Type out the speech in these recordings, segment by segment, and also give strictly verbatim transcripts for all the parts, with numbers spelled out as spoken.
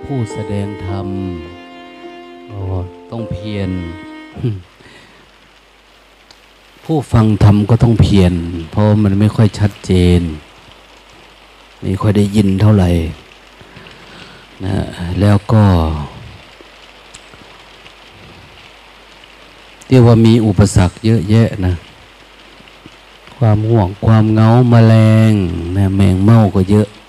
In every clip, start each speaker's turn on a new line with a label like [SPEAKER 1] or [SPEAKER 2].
[SPEAKER 1] ผู้แสดงธรรมก็ต้องเพียร ผู้ฟังธรรมก็ต้องเพียรเพราะมันไม่ค่อยชัดเจนไม่ค่อยได้ยินเท่าไหร่นะแล้วก็เรียกว่ามีอุปสรรคเยอะแยะนะความห่วงความเหงาแมลงนะแมงเม่าก็เยอะ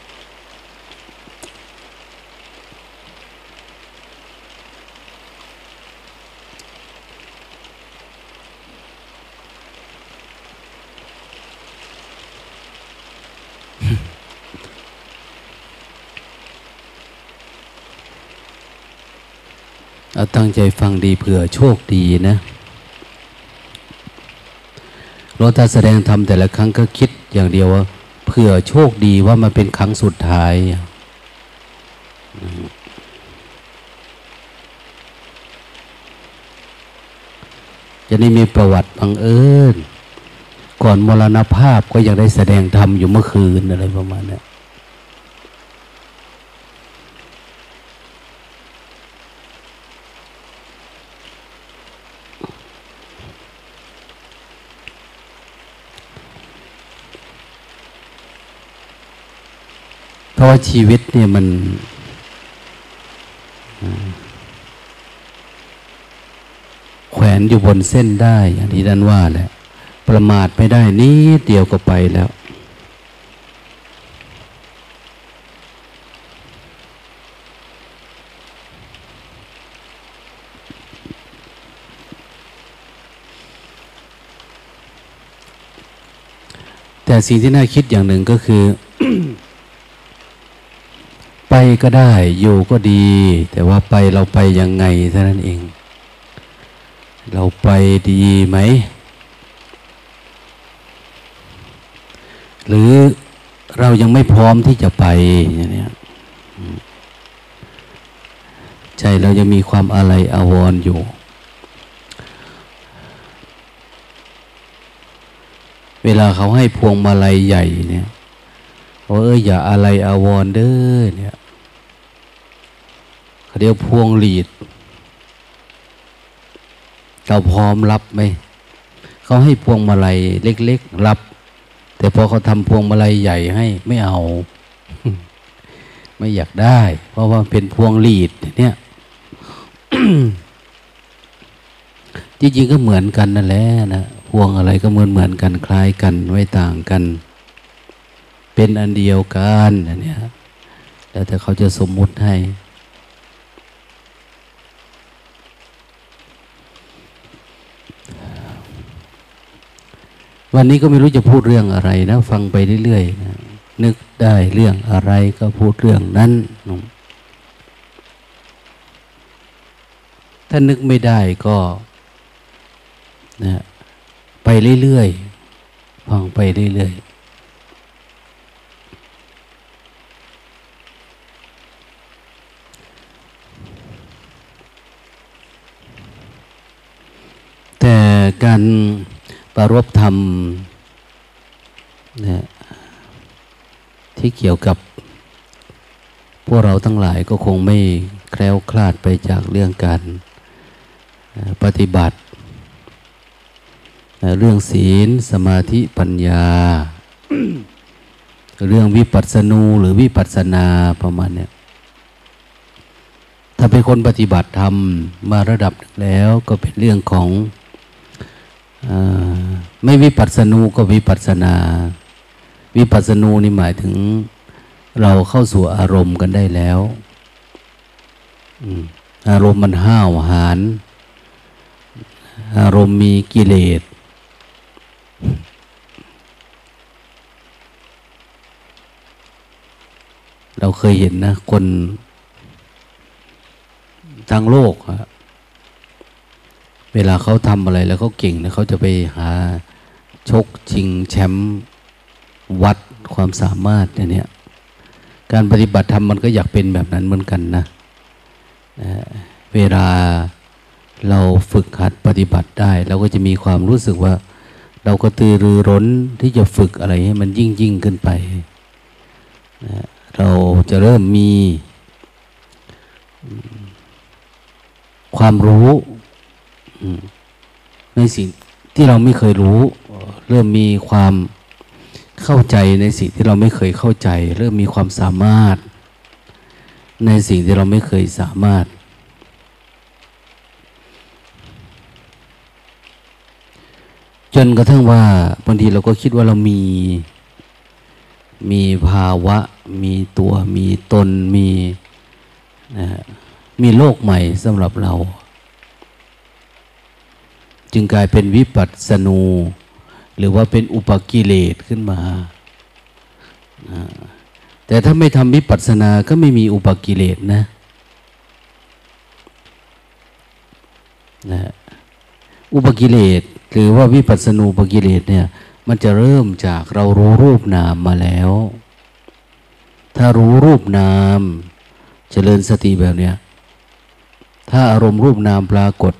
[SPEAKER 1] เอาตั้งใจฟังดีเผื่อโชคดีนะเราถ้าแสดงธรรมแต่ละครั้งก็คิดอย่างเดียวว่าเผื่อโชคดีว่ามันเป็นครั้งสุดท้ายจะได้มีประวัติบังเอิญก่อนมรณภาพก็ยังได้แสดงธรรมอยู่เมื่อคืนอะไรประมาณนี้เพราะว่าชีวิตเนี่ยมันแขวนอยู่บนเส้นได้อย่างที่ท่านว่าแหละประมาทไม่ได้นิดเดียวก็ไปแล้วแต่สิ่งที่น่าคิดอย่างหนึ่งก็คือ ไปก็ได้อยู่ก็ดีแต่ว่าไปเราไปยังไงเท่านั้นเองเราไปดีไหมหรือเรายังไม่พร้อมที่จะไปอย่างนี้ใจเรายังมีความอาลัยอาวรณ์อยู่เวลาเขาให้พวงมาลัยใหญ่เนี่ยว่าเอ้ยอย่าอาลัยอาวรณ์เด้อเนี่ยเขาเรียกพวงหลีดเราพร้อมรับไหมเขาให้พวงมาลัยเล็กๆรับแต่พอเขาทำพวงมาลัยใหญ่ให้ไม่เอา ไม่อยากได้เพราะว่าเป็นพวงหลีดเนี่ย จริงๆก็เหมือนกันนั่นแหละนะพวงอะไรก็เหมือนเหมือนกันคล้ายกันไม่ต่างกันเป็นอันเดียวกันอันเนี้ยแล้วแต่เขาจะสมมุติให้วันนี้ก็ไม่รู้จะพูดเรื่องอะไรนะฟังไปเรื่อยๆนะนึกได้เรื่องอะไรก็พูดเรื่องนั้นถ้านึกไม่ได้ก็นะไปเรื่อยๆฟังไปเรื่อยๆแต่การปรารภธรรมนะที่เกี่ยวกับพวกเราทั้งหลายก็คงไม่แคล้วคลาดไปจากเรื่องการปฏิบัติเรื่องศีลสมาธิปัญญา เรื่องวิปัสสนูหรือวิปัสสนาประมาณนี้ถ้าเป็นคนปฏิบัติธรรมมาระดับแล้วก็เป็นเรื่องของไม่วิปัสสนูก็วิปัสสนาวิปัสสนูนี่หมายถึงเราเข้าสู่อารมณ์กันได้แล้วอารมณ์มันห้าวหาญอารมณ์มีกิเลสเราเคยเห็นนะคนทางโลกอะเวลาเขาทำอะไรแล้วเขาเก่งนะเขาจะไปหาชกชิงแชมป์วัดความสามารถเนี่ยการปฏิบัติธรรมมันก็อยากเป็นแบบนั้นเหมือนกันนะเวลาเราฝึกหัดปฏิบัติได้เราก็จะมีความรู้สึกว่าเราก็ตือรือร้นที่จะฝึกอะไรให้มันยิ่งยิ่งขึ้นไปเราจะเริ่มมีความรู้ในสิ่งที่เราไม่เคยรู้เริ่มมีความเข้าใจในสิ่งที่เราไม่เคยเข้าใจเริ่มมีความสามารถในสิ่งที่เราไม่เคยสามารถจนกระทั่งว่าบางทีเราก็คิดว่าเรามีมีภาวะมีตัวมีตนมีนะมีโลกใหม่สำหรับเราจึงกลายเป็นวิปัสสนูหรือว่าเป็นอุปกิเลสขึ้นมานะแต่ถ้าไม่ทำวิปัสสนาก็ไม่มีอุปกิเลสนะนะอุปกิเลสหรือว่าวิปัสสนูปกิเลสเนี่ยมันจะเริ่มจากเรารู้รูปนามมาแล้วถ้ารู้รูปนามเจริญสติแบบเนี้ยถ้าอารมณ์รูปนามปรากฏ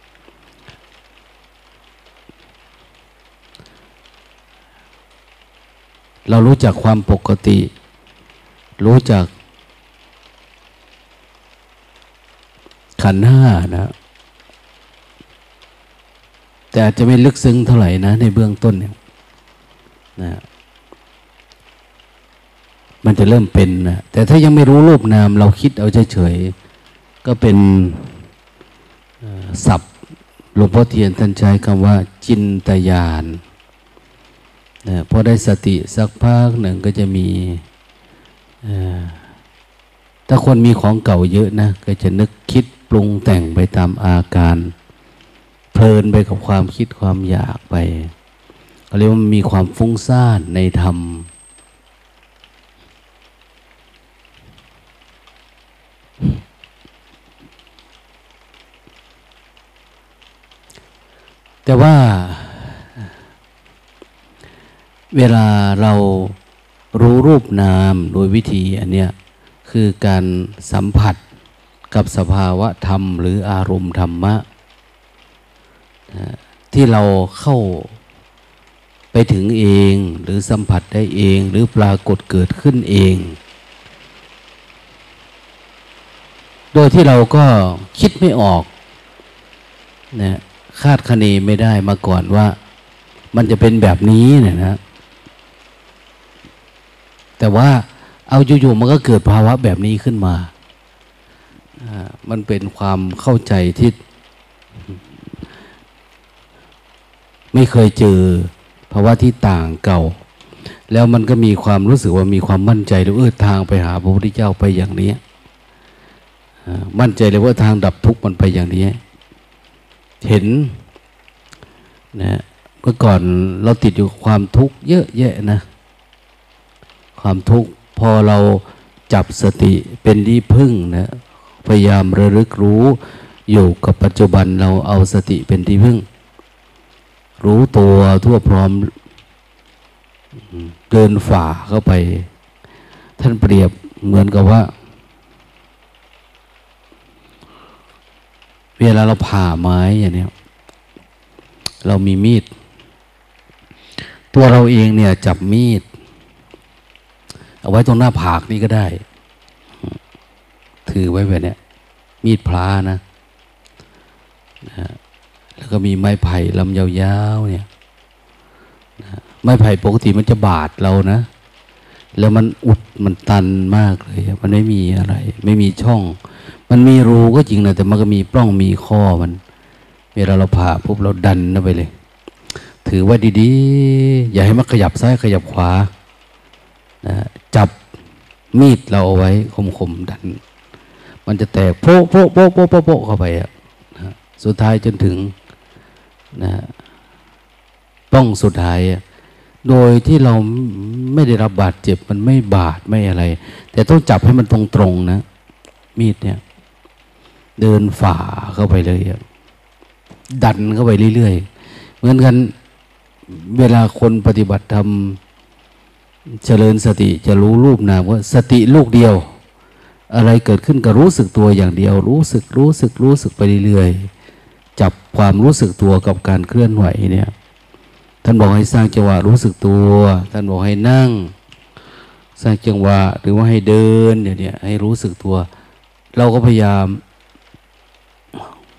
[SPEAKER 1] เรารู้จักความปกติรู้จักขันธ์ห้านะแต่อาจจะไม่ลึกซึ้งเท่าไหร่นะในเบื้องต้นเนี่ยนะมันจะเริ่มเป็นนะแต่ถ้ายังไม่รู้รูปนามเราคิดเอาเฉยๆก็เป็นศัพท์หลวงพ่อเทียนท่านใช้คำว่าจินตญาณนะพอได้สติสักพักหนึ่งก็จะมีถ้าคนมีของเก่าเยอะนะก็จะนึกคิดปรุงแต่งไปตามอาการเพลินไปกับความคิดความอยากไปก็เรียกว่ามีความฟุ้งซ่านในธรรมแต่ว่าเวลาเรารู้รูปนามโดยวิธีอันเนี้ยคือการสัมผัสกับสภาวะธรรมหรืออารมณ์ธรรมะที่เราเข้าไปถึงเองหรือสัมผัสได้เองหรือปรากฏเกิดขึ้นเองโดยที่เราก็คิดไม่ออกนะคาดคะเนไม่ได้มาก่อนว่ามันจะเป็นแบบนี้เนี่ยนะแต่ว่าเอาอยู่ๆมันก็เกิดภาวะแบบนี้ขึ้นมามันเป็นความเข้าใจที่ไม่เคยเจอภาวะที่ต่างเก่าแล้วมันก็มีความรู้สึกว่ามีความมั่นใจเลยเออทางไปหาพระพุทธเจ้าไปอย่างนี้มั่นใจเลยว่าทางดับทุกข์มันไปอย่างนี้เห็นนะเมื่อก่อนเราติดอยู่ความทุกข์เยอะแยะนะความทุกข์พอเราจับสติเป็นที่พึ่งนะพยายามระลึกรู้อยู่กับปัจจุบันเราเอาสติเป็นที่พึ่งรู้ตัวทั่วพร้อมเดินฝ่าเข้าไปท่านเปรียบเหมือนกับว่าเวลาเราผ่าไม้อย่างนี้เรามีมีดตัวเราเองเนี่ยจับมีดเอาไว้ตรงหน้าผากนี่ก็ได้ถือไว้แบบนี้มีดพระนะนะแล้วก็มีไม้ไผ่ลำยาวๆเนี่ยนะไม้ไผ่ปกติมันจะบาดเรานะแล้วมันอุดมันตันมากเลยมันไม่มีอะไรไม่มีช่องมันมีรูก็จริงนะแต่มันก็มีปล้องมีข้อมันเวลาเราผ่าปุ๊บเราดันเข้าไปเลยถือว่าดีๆอย่าให้มันขยับซ้ายขยับขวานะจับมีดเราเอาไว้คมๆดันมันจะแตกโป๊ะโป๊ะโป๊ะโป๊ะโป๊ะโป๊ะเข้าไปอ่ะนะสุดท้ายจนถึงนะป้องสุดท้ายโดยที่เราไม่ได้รับบาดเจ็บมันไม่บาดไม่อะไรแต่ต้องจับให้มันตรงๆนะมีดเนี่ยเดินฝ่าเข้าไปเลยดันเข้าไปเรื่อยๆเหมือนกันเวลาคนปฏิบัติธรรมเจริญสติจะรู้รูปนามว่าสติลูกเดียวอะไรเกิดขึ้นก็รู้สึกตัวอย่างเดียวรู้สึกรู้สึกรู้สึกไปเรื่อยๆจับความรู้สึกตัวกับการเคลื่อนไหวเนี่ยท่านบอกให้สร้างจังหวะรู้สึกตัวท่านบอกให้นั่งสร้างจังหวะหรือว่าให้เดินอย่างเนี้ยให้รู้สึกตัวเราก็พยายาม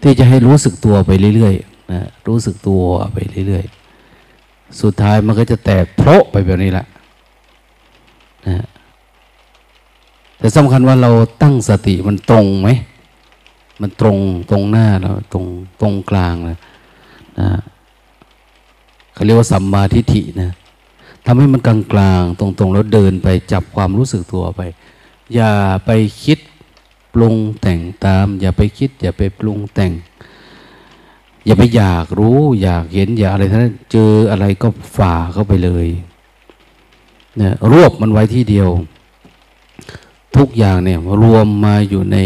[SPEAKER 1] ที่จะให้รู้สึกตัวไปเรื่อยๆนะรู้สึกตัวไปเรื่อยๆสุดท้ายมันก็จะแตกโผล่ไปแบบนี้แหละนะแต่สำคัญว่าเราตั้งสติมันตรงไหมมันตรงตรงหน้าเราตรงตรงกลางนะนะเขาเรียกว่าสัมมาทิฏฐินะทำให้มันกลางกลางตรงตรงแล้วเดินไปจับความรู้สึกตัวไปอย่าไปคิดปรุงแต่งตามอย่าไปคิดอย่าไปปรุงแต่งอย่าไปอยากรู้อยากเห็นอย่าอะไรทั้งนั้นเจออะไรก็ฝ่าเข้าไปเลยเนี่ยรวบมันไว้ที่เดียวทุกอย่างเนี่ยรวมมาอยู่ใน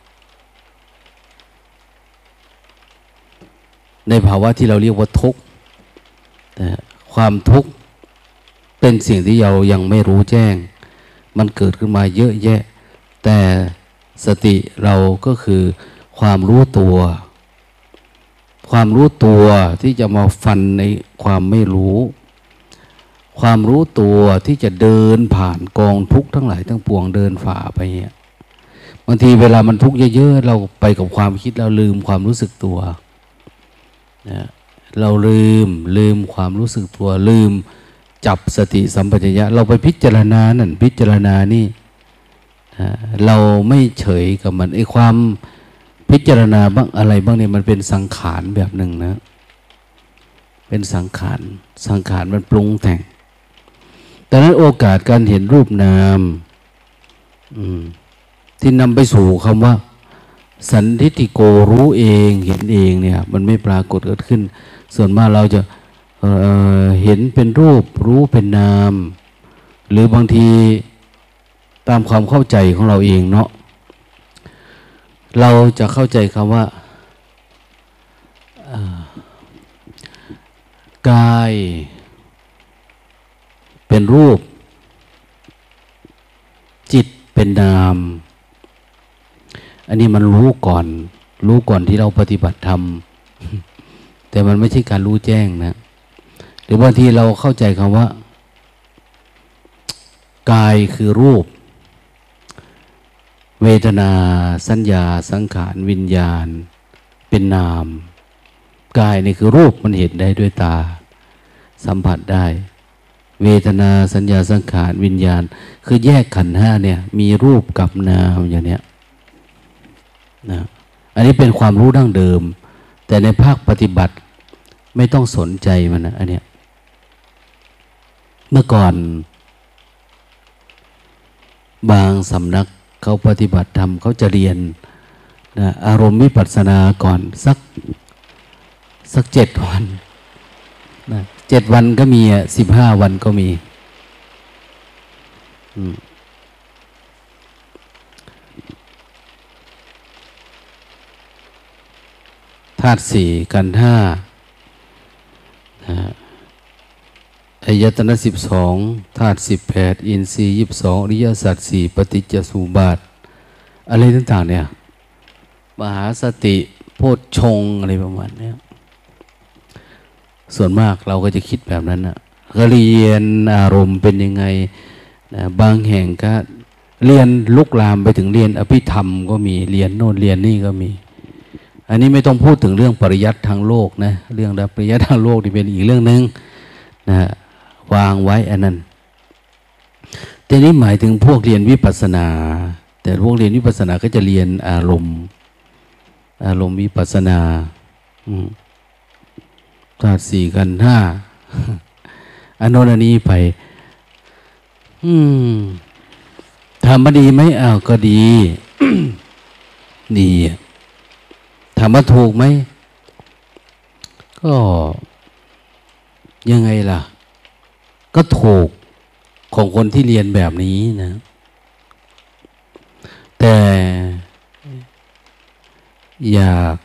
[SPEAKER 1] ในภาวะที่เราเรียกว่าทุกข์ความทุกข์เป็นสิ่งที่เรายังไม่รู้แจ้งมันเกิดขึ้นมาเยอะแยะแต่สติเราก็คือความรู้ตัวความรู้ตัวที่จะมาฟันในความไม่รู้ความรู้ตัวที่จะเดินผ่านกองทุกข์ทั้งหลายทั้งปวงเดินฝ่าไปเนี่ยบางทีเวลามันทุกข์เยอะๆเราไปกับความคิดเราลืมความรู้สึกตัวนะเราลืมลืมความรู้สึกตัวลืมจับสติสัมปชัญญะเราไปพิจารณานั่นพิจารณานี่นะเราไม่เฉยกับมันไอ้ความพิจารณาบ้างอะไรบ้างเนี่ยมันเป็นสังขารแบบหนึ่งนะเป็นสังขารสังขารมันปรุงแต่งดังนั้นโอกาสการเห็นรูปนามที่นำไปสู่คำว่าสันทิฏฐิโกรู้เองเห็นเองเนี่ยมันไม่ปรากฏเกิดขึ้นส่วนมากเราจะ เอ่อ เห็นเป็นรูปรู้เป็นนามหรือบางทีตามความเข้าใจของเราเองเนาะเราจะเข้าใจคำว่ากายเป็นรูปจิตเป็นนามอันนี้มันรู้ก่อนรู้ก่อนที่เราปฏิบัติธรรมแต่มันไม่ใช่การรู้แจ้งนะหรือบางทีเราเข้าใจคำว่ากายคือรูปเวทนาสัญญาสังขารวิญญาณเป็นนามกายนี่คือรูปมันเห็นได้ด้วยตาสัมผัสได้เวทนาสัญญาสังขารวิญญาณคือแยกขันธ์ห้าเนี่ยมีรูปกับนามอย่างเนี้ยนะอันนี้เป็นความรู้ดั้งเดิมแต่ในภาคปฏิบัติไม่ต้องสนใจมันนะอันเนี้ยเมื่อก่อนบางสำนักเขาปฏิบัติธรรมเขาจะเรียนนะอารมณ์วิปัสสนาก่อนสักสักเจ็ดวันนะเจ็ดวันก็มีอ่ะสิบห้าวันก็มีธาตุสี่กันธ์ห้านะอายตนะสิบสองธาตุสิบแปดอินทรีย์ยี่สิบสองอริยสัจสี่ปฏิจจสมุปบาทอะไรต่างๆเนี่ยมหาสติโพชฌงค์อะไรประมาณนี้ส่วนมากเราก็จะคิดแบบนั้นนะก็เรียนอารมณ์เป็นยังไงนะบางแห่งก็เรียนลุกลามไปถึงเรียนอภิธรรมก็มีเรียนโน่นเรียนนี่ก็มีอันนี้ไม่ต้องพูดถึงเรื่องปริยัติทางโลกนะเรื่องปริยัติทางโลกนี่เป็นอีกเรื่องนึงนะวางไว้อันนั้นแต่นี้หมายถึงพวกเรียนวิปัสสนาแต่พวกเรียนวิปัสสนาก็จะเรียนอารมณ์อารมณ์วิปัสสนาธาตุสี่กันธ์ห้าอันโน้นอันนี้ไปอืมทำมาดีไหมอ้าวก็ดี ดีถามว่าถูกไหมก็ยังไงล่ะก็ถูกของคนที่เรียนแบบนี้นะแต่อยาก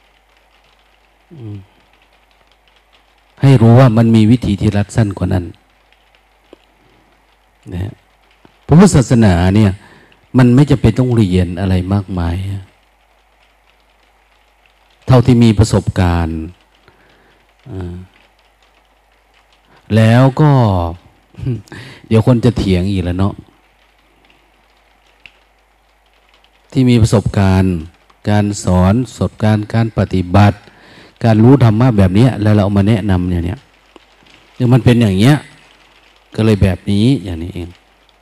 [SPEAKER 1] ให้รู้ว่ามันมีวิธีที่รัดสั้นกว่านั้นนะพระพุทธศาสนาเนี่ยมันไม่จะเป็นต้องเรียนอะไรมากมายเท่าที่มีประสบการณ์แล้วก็เดี๋ยวคนจะเถียงอีกแล้วเนาะที่มีประสบการณ์การสอนสดการการปฏิบัติการรู้ธรรมะแบบนี้แล้วเราเอามาแนะนำอย่างเนี้ยคือมันเป็นอย่างเงี้ยก็เลยแบบนี้อย่างนี้เอง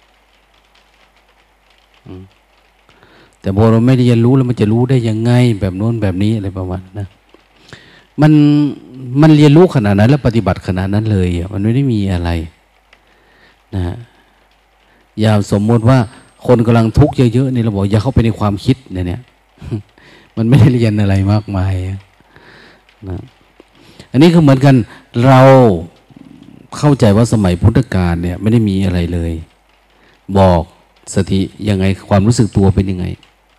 [SPEAKER 1] แต่พอเราไม่ได้เรียนรู้แล้วมันจะรู้ได้ยังไงแบบโน้นแบบนี้อะไรประมาณนั้นนะมันมันเรียนรู้ขนาดนั้นแล้วปฏิบัติขนาดนั้นเลยอ่ะมันไม่ได้มีอะไรนะอย่าสมมติว่าคนกำลังทุกข์เยอะๆนี่เราบอกอย่าเข้าไปในความคิดเนี่ยเนี่ยมันไม่ได้เรียนอะไรมากมายนะอันนี้ก็เหมือนกันเราเข้าใจว่าสมัยพุทธกาลเนี่ยไม่ได้มีอะไรเลยบอกสติยังไงความรู้สึกตัวเป็นยังไง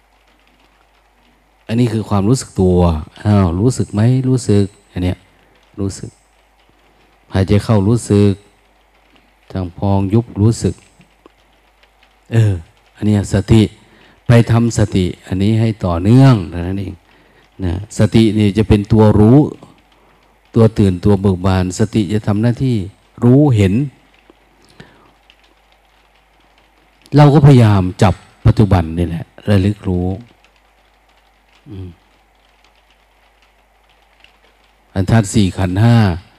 [SPEAKER 1] อันนี้คือความรู้สึกตัวอ้าวรู้สึกไหมรู้สึกอันเนี้ยรู้สึกหายใจเข้ารู้สึกทางพองยุบรู้สึกเอออันนี้สติไปทำสติอันนี้ให้ต่อเนื่องเท่านั้นเองนะสตินี่จะเป็นตัวรู้ตัวตื่นตัวเบิกบานสติจะทำหน้าที่รู้เห็นเราก็พยายามจับปัจจุบันนี่แหละระลึกรู้อันธาตุสี่ขันธ์ห้า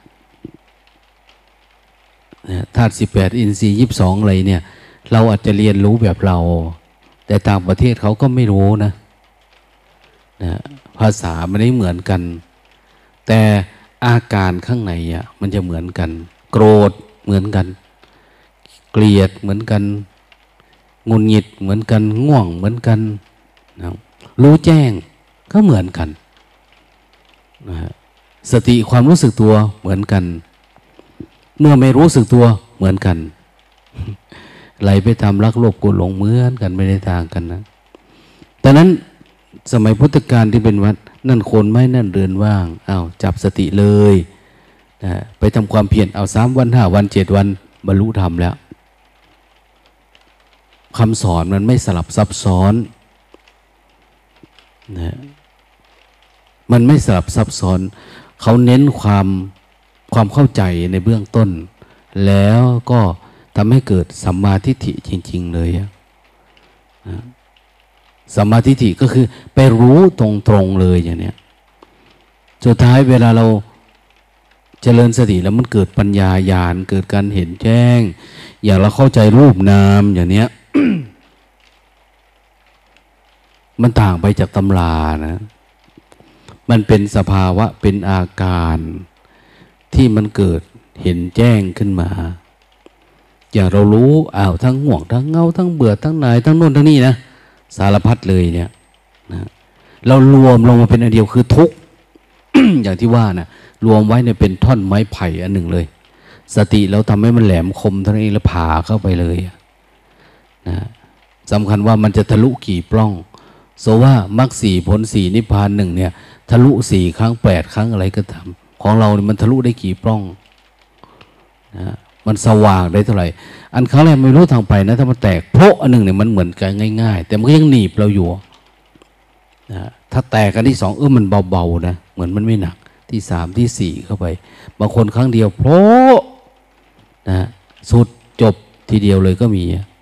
[SPEAKER 1] ธาตุสิบแปดอินทรีย์ยี่สิบสองอะไรเนี่ยเราอาจจะเรียนรู้แบบเราแต่ต่างประเทศเขาก็ไม่รู้นะนะภาษามันไม่เหมือนกันแต่อาการข้างในอ่ะมันจะเหมือนกันโกรธเหมือนกันเกลียดเหมือนกันงุนหงิดเหมือนกันง่วงเหมือนกันนะรู้แจ้งก็เหมือนกันนะสติความรู้สึกตัวเหมือนกันเมื่อไม่รู้สึกตัวเหมือนกันไหลไปทำรักโลภโกรธหลงเหมือนกันไม่ได้ต่างกันนะแต่นั้นสมัยพุทธกาลที่เป็นวัดนั่นโคนไม้นั่นเรือนว่างอ้าวจับสติเลยนะไปทำความเพียรเอาสามวันห้าวันเจ็ดวันบรรลุธรรมแล้วคำสอนมันไม่สลับซับซ้อนนะมันไม่สลับซับซ้อนเขาเน้นความความเข้าใจในเบื้องต้นแล้วก็ทำให้เกิดสัมมาทิฏฐิจริงๆเลยนะสัมมาทิฏฐิก็คือไปรู้ตรงๆเลยอย่างเนี้ยสุดท้ายเวลาเราเจริญสติแล้วมันเกิดปัญญาญาณเกิดการเห็นแจ้งอย่างเราเข้าใจรูปนามอย่างเนี้ย มันต่างไปจากตำรานะมันเป็นสภาวะเป็นอาการที่มันเกิดเห็นแจ้งขึ้นมาอย่างเรารู้อ้าวทั้งห่วงทั้งเงาทั้งเบื่อทั้งหน่ายทั้งโน่นทั้งนี่นะสารพัดเลยเนี่ยนะเรารวมลงมาเป็นอันเดียวคือทุกข์ อย่างที่ว่านะรวมไว้เนี่ยเป็นท่อนไม้ไผ่อันหนึ่งเลยสติเราทำให้มันแหลมคมเท่านั้นเองแล้วผ่าเข้าไปเลยนะสำคัญว่ามันจะทะลุกี่ปล้องโซว่ามรรคสี่ผลสี่นิพพานหนึ่งเนี่ยทะลุสี่ครั้งแปดครั้งอะไรก็ตามของเราเนี่ยมันทะลุได้กี่ปล้องนะมันสว่างได้เท่าไหร่อันครั้งแรกไม่รู้ทางไปนะถ้ามันแตกโพะอันหนึ่งเนี่ยมันเหมือนกันง่ายๆแต่มันก็ยังหนีบเราอยู่นะถ้าแตกอันที่สองเออมันเบาๆนะเหมือนมันไม่หนักที่สามที่สี่เข้าไปบางคนครั้งเดียวโพะนะสุดจบทีเดียวเลยก็มี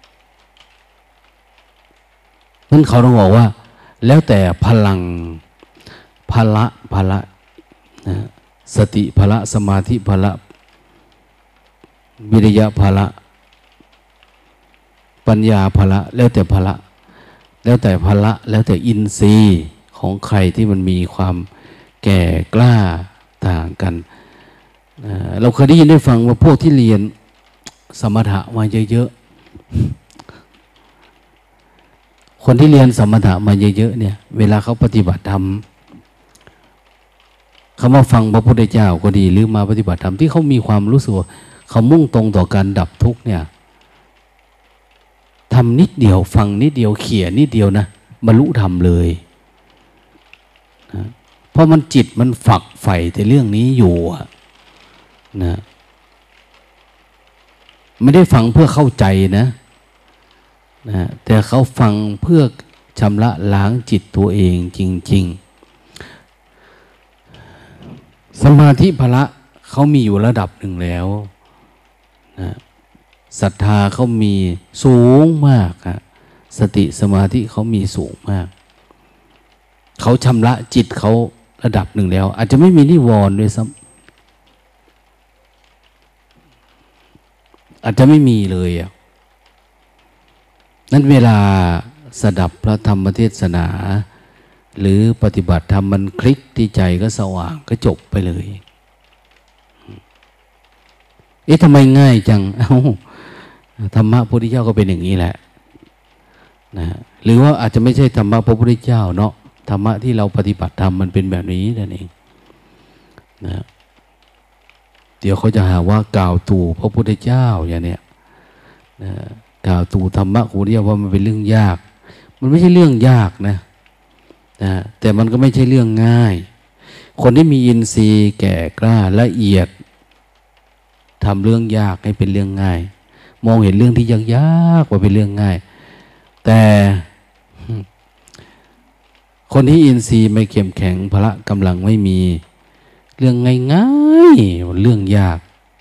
[SPEAKER 1] นั่นเขาต้องบอกว่าแล้วแต่พลังพละพละนะสติพละสมาธิพละวิริยะพละปัญญาพละแล้วแต่พละแล้วแต่พละแล้วแต่อินทรีย์ของใครที่มันมีความแก่กล้าต่างกันเราเคยได้ยินได้ฟังว่าพวกที่เรียนสมถะมาเยอะๆคนที่เรียนสมถะมาเยอะๆเนี่ยเวลาเขาปฏิบัติธรรมเขามาฟังพระพุทธเจ้าก็ดีหรือมาปฏิบัติธรรมที่เขามีความรู้สึกเขามุ่งตรงต่อการดับทุกข์เนี่ยทำนิดเดียวฟังนิดเดียวเขี่ยนิดเดียวนะบรรลุธรรมเลยนะเพราะมันจิตมันฝักใฝ่ในเรื่องนี้อยู่นะไม่ได้ฟังเพื่อเข้าใจนะนะแต่เขาฟังเพื่อชำระล้างจิตตัวเองจริงๆสมาธิพละเขามีอยู่ระดับหนึ่งแล้วนะศรัทธาเขามีสูงมากอะสติสมาธิเขามีสูงมากเขาชำระจิตเขาระดับหนึ่งแล้วอาจจะไม่มีนิวรณ์ด้วยซ้ำอาจจะไม่มีเลยอ่ะนั้นเวลาสดับพระธรรมเทศนาหรือปฏิบัติธรรมมันคลิกที่ใจก็สว่างก็จบไปเลยเอ๊ะทำไมง่ายจังเอ้าธรรมะพระพุทธเจ้าก็เป็นอย่างนี้แหละนะหรือว่าอาจจะไม่ใช่ธรรมะพระพุทธเจ้าเนาะธรรมะที่เราปฏิบัติธรรมมันเป็นแบบนี้นั่นเองนะเดี๋ยวเขาจะหาว่ากล่าวตู่พระพุทธเจ้าอย่างเนี้ยนะกล่าวตู่ธรรมะของพระพุทธเจ้าว่ามันเป็นเรื่องยากมันไม่ใช่เรื่องยากนะนะแต่มันก็ไม่ใช่เรื่องง่ายคนที่มีอินทรีย์แก่กล้าละเอียดทำเรื่องยากให้เป็นเรื่องง่ายมองเห็นเรื่องที่ยากๆว่าเป็นเรื่องง่ายแต่คนที่อินทรีย์ไม่เข้มแข็งพละกำลังไม่มีเรื่องง่ายๆเรื่องยาก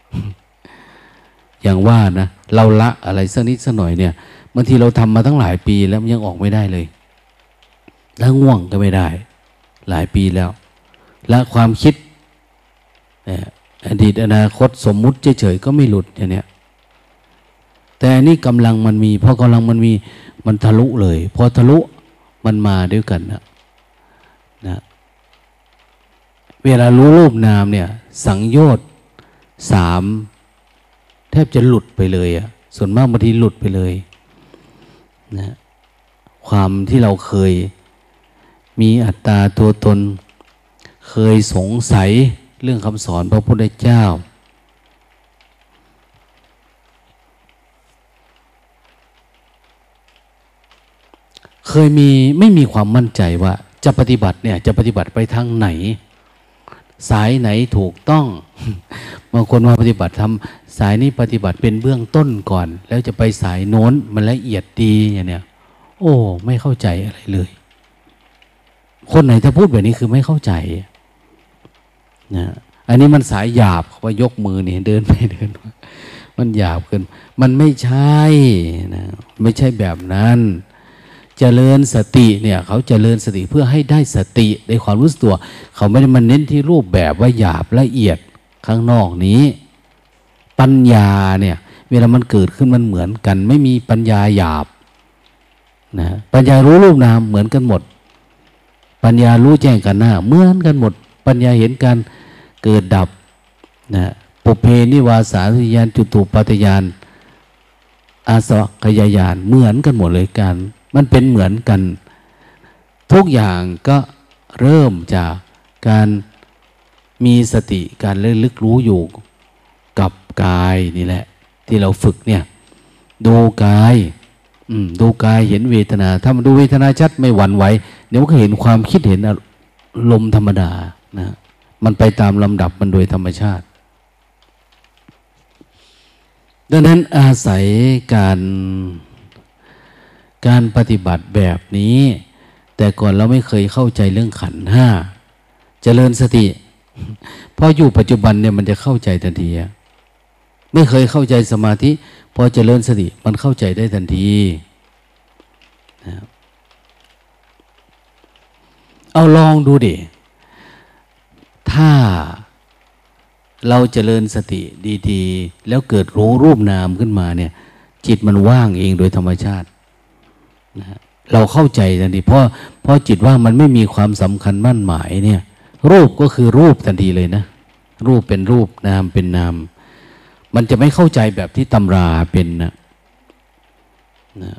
[SPEAKER 1] อย่างว่านะเราละอะไรสักนิดสักหน่อยเนี่ยบางทีเราทำมาตั้งหลายปีแล้วมันยังออกไม่ได้เลยแล้วง่วงก็ไม่ได้หลายปีแล้วละความคิดอดีตอนาคตสมมุติเฉยๆก็ไม่หลุดอย่างเนี้ยแต่อันนี้กำลังมันมีพอกำลังมันมีมันทะลุเลยพอทะลุมันมาด้วยกันนะนะเวลารู้รูปนามเนี่ยสังโยชน์สามแทบจะหลุดไปเลยอ่ะส่วนมากบางทีหลุดไปเลยนะความที่เราเคยมีอัตตาตัวตนเคยสงสัยเรื่องคำสอนพระพุทธเจ้าเคยมีไม่มีความมั่นใจว่าจะปฏิบัติเนี่ยจะปฏิบัติไปทางไหนสายไหนถูกต้องบางคนมาปฏิบัติทำสายนี้ปฏิบัติเป็นเบื้องต้นก่อนแล้วจะไปสายโน้นมันละเอียดดีอย่างเนี้ยโอ้ไม่เข้าใจอะไรเลยคนไหนถ้าพูดแบบนี้คือไม่เข้าใจนะอันนี้มันสายหยาบว่ายกมือนี่เดินไปเดินมามันหยาบเกินมันไม่ใช่นะไม่ใช่แบบนั้นเจริญสติเนี่ยเขาเจริญสติเพื่อให้ได้สติได้ความรู้สึกตัวเขาไม่ได้มาเน้นที่รูปแบบว่าหยาบละเอียดข้างนอกนี้ปัญญาเนี่ยเวลามันเกิดขึ้นมันเหมือนกันไม่มีปัญญาหยาบนะปัญญารู้รูปนามเหมือนกันหมดปัญญารู้แจ้งกันหน้าเหมือนกันหมดปัญญาเห็นการเกิดดับนะปุเพนิวาสาสยานจุตูปาตยานอาสวัคยายานเหมือนกันหมดเลยกันมันเป็นเหมือนกันทุกอย่างก็เริ่มจากการมีสติการระลึกรู้อยู่กับกายนี่แหละที่เราฝึกเนี่ยดูกายดูกายเห็นเวทนาถ้ามันดูเวทนาชัดไม่หวั่นไหวเดี๋ยวมันก็เห็นความคิดเห็นอารมณ์ธรรมดานะมันไปตามลำดับมันโดยธรรมชาติดังนั้นอาศัยการการปฏิบัติแบบนี้แต่ก่อนเราไม่เคยเข้าใจเรื่องขันธ์ห้าเจริญสติพออยู่ปัจจุบันเนี่ยมันจะเข้าใจทันทีไม่เคยเข้าใจสมาธิพอเจริญสติมันเข้าใจได้ทันทีนะเอาลองดูดิถ้าเราเจริญสติดีๆแล้วเกิดรู้รูปนามขึ้นมาเนี่ยจิตมันว่างเองโดยธรรมชาตินะเราเข้าใจทันทีเพราะเพราะจิตว่างมันไม่มีความสำคัญมั่นหมายเนี่ยรูปก็คือรูปทันทีเลยนะรูปเป็นรูปนามเป็นนามมันจะไม่เข้าใจแบบที่ตำราเป็นนะนะ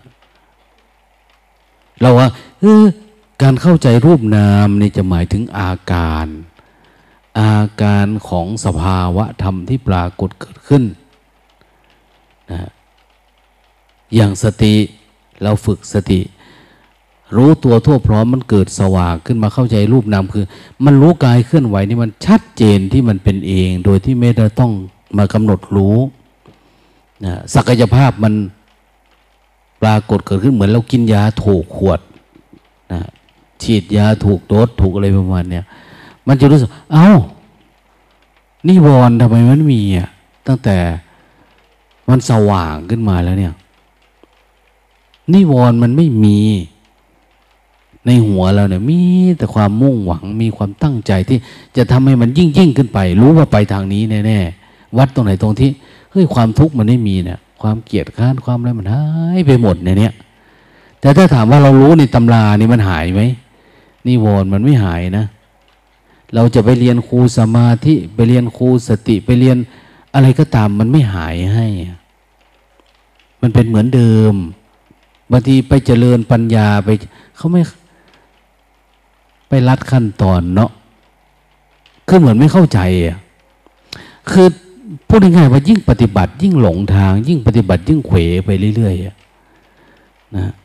[SPEAKER 1] เราว่าเออการเข้าใจรูปนามนี่จะหมายถึงอาการอาการของสภาวะธรรมที่ปรากฏเกิดขึ้นนะอย่างสติเราฝึกสติรู้ตัวทั่วพร้อมมันเกิดสว่างขึ้นมาเข้าใจรูปนามคือมันรู้กายเคลื่อนไหวนี่มันชัดเจนที่มันเป็นเองโดยที่ไม่ได้ต้องมากำหนดรู้นะศักยภาพมันปรากฏเกิดขึ้นเหมือนเรากินยาถูกขวดนะฉีดยาถูกโดสถูกอะไรประมาณเนี้ยมันจะรู้สึกเอ้านิวรณ์ทำไมมันมีอ่ะตั้งแต่มันสว่างขึ้นมาแล้วเนี่ยนิวรณ์มันไม่มีในหัวเราเนี่ยมีแต่ความมุ่งหวังมีความตั้งใจที่จะทำให้มันยิ่งยิ่งขึ้นไปรู้ว่าไปทางนี้แน่ๆวัดตรงไหนตรงที่เฮ้ยความทุกข์มันไม่มีเนี่ยความเกลียดข้านความอะไรมันหายไปหมดในเนี้ยแต่ถ้าถามว่าเรารู้ในตำรานี่มันหายไหมนิวรณ์มันไม่หายนะเราจะไปเรียนครูสมาธิไปเรียนครูสติไปเรียนอะไรก็ตามมันไม่หายให้มันเป็นเหมือนเดิมบางทีไปเจริญปัญญาไปเขาไม่ไปลัดขั้นตอนเนาะคือเหมือนไม่เข้าใจอ่ะคือพูดง่ายๆว่ายิ่งปฏิบัติยิ่งหลงทางยิ่งปฏิบัติยิ่งเขวไปเรื่อยๆนะ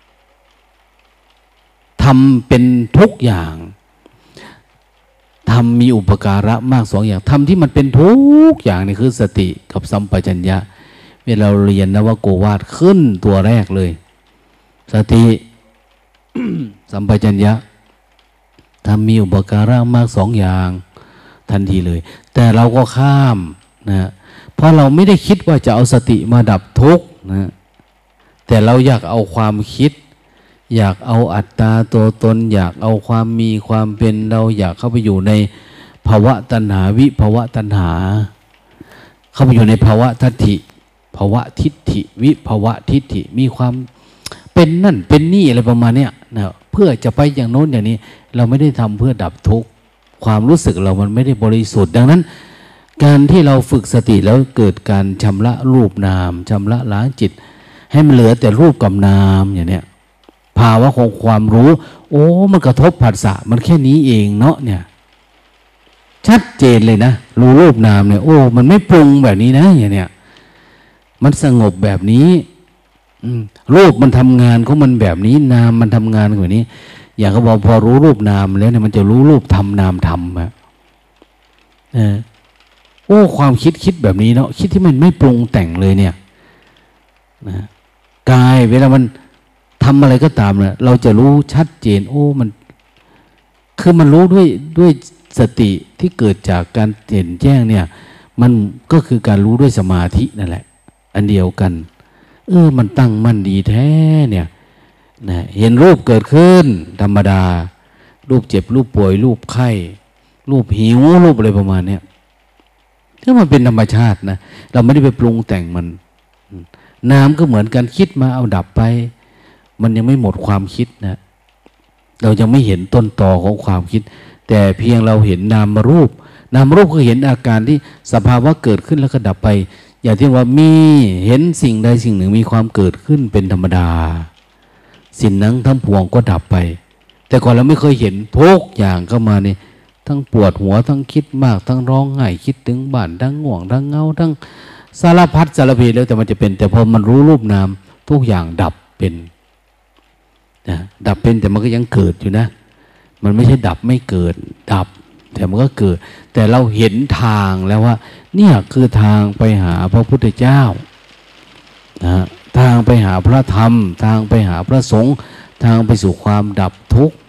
[SPEAKER 1] ทำเป็นทุกอย่างทำมีอุปการะมากสองอย่างทำที่มันเป็นทุกอย่างนี่คือสติกับสัมปชัญญะเวลาเราเรียนนวโกวาทขึ้นตัวแรกเลยสติ สัมปชัญญะทำมีอุปการะมากสองอย่างทันทีเลยแต่เราก็ข้ามนะเพราะเราไม่ได้คิดว่าจะเอาสติมาดับทุกข์นะแต่เราอยากเอาความคิดอยากเอาอัตตาตัวตนอยากเอาความมีความเป็นเราอยากเข้าไปอยู่ในภาวะตัณหาวิภาวะตัณหาเข้าไปอยู่ในภาวะทัฏฐิภาวะทิฏฐิวิภาวะทิฏฐิมีความเป็นนั่นเป็นนี่อะไรประมาณเนี้ยนะเพื่อจะไปอย่างโน้นอย่างนี้เราไม่ได้ทำเพื่อดับทุกข์ความรู้สึกเรามันไม่ได้บริสุทธิ์ดังนั้นการที่เราฝึกสติแล้วเกิดการชำระรูปนามชำระล้างจิตให้มันเหลือแต่รูปกับนามอย่างเนี้ยภาวะของความรู้โอ้มันกระทบผัสสะมันแค่นี้เองเนาะเนี่ยชัดเจนเลยนะรู้รูปนามเนี่ยโอ้มันไม่ปรุงแบบนี้นะอย่างเนี้ยมันสงบแบบนี้รูปมันทำงานของมันแบบนี้นามมันทำงานแบบนี้อย่างเขาบอกพอรู้รูปนามแล้วเนี่ยมันจะรู้รูปทำนามทำอะเออโอ้ความคิดคิดแบบนี้เนาะคิดที่มันไม่ปรุงแต่งเลยเนี่ยนะกายเวลามันทำอะไรก็ตามเนี่ยเราจะรู้ชัดเจนโอ้มันคือมันรู้ด้วยด้วยสติที่เกิดจากการเห็นแจ้งเนี่ยมันก็คือการรู้ด้วยสมาธินั่นแหละอันเดียวกันเออมันตั้งมั่นดีแท้เนี่ยนะเห็นรูปเกิดขึ้นธรรมดารูปเจ็บรูปป่วยรูปไข้รูปหิวรูปอะไรประมาณเนี้ยถ้ามันเป็นธรรมชาตินะเราไม่ได้ไปปรุงแต่งมันน้ำก็เหมือนกันคิดมาเอาดับไปมันยังไม่หมดความคิดนะเรายังไม่เห็นต้นตอของความคิดแต่เพียงเราเห็นนามรูปนามรูปก็เห็นอาการที่สภาวะเกิดขึ้นแล้วก็ดับไปอย่างที่ว่ามีเห็นสิ่งใดสิ่งหนึ่งมีความเกิดขึ้นเป็นธรรมดาสิ่งนั้นทั้งปวงก็ดับไปแต่ก่อนเราไม่เคยเห็นทุกอย่างเข้ามาเนี่ยทั้งปวดหัวทั้งคิดมากทั้งร้องไห้คิดถึงบ้านทั้งง่วงทั้งเงาทั้งสารพัดสารเพแล้วแต่มันจะเป็นแต่พอมันรู้รูปนามทุกอย่างดับเป็นนะดับเป็นแต่มันก็ยังเกิดอยู่นะมันไม่ใช่ดับไม่เกิดดับแต่มันก็เกิดแต่เราเห็นทางแล้วว่าเนี่ยคือทางไปหาพระพุทธเจ้านะทางไปหาพระธรรมทางไปหาพระสงฆ์ทางไปสู่ความดับทุกข์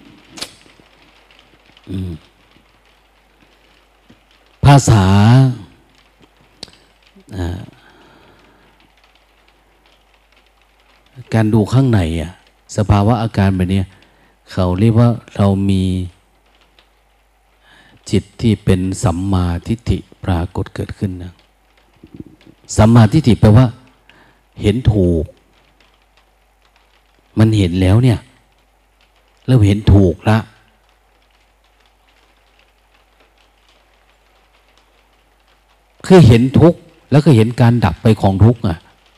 [SPEAKER 1] ภาษาการดูข้างในอะสภาวะอาการแบบนี้เขาเรียกว่าเรามีจิตที่เป็นสัมมาทิฏฐิปรากฏเกิดขึ้นนะสัมมาทิฏฐิแปลว่าเห็นถูกมันเห็นแล้วเนี่ยเริ่มเห็นถูกละคือเห็นทุกข์แล้วก็เห็นการดับไปของทุกข์อ่ะ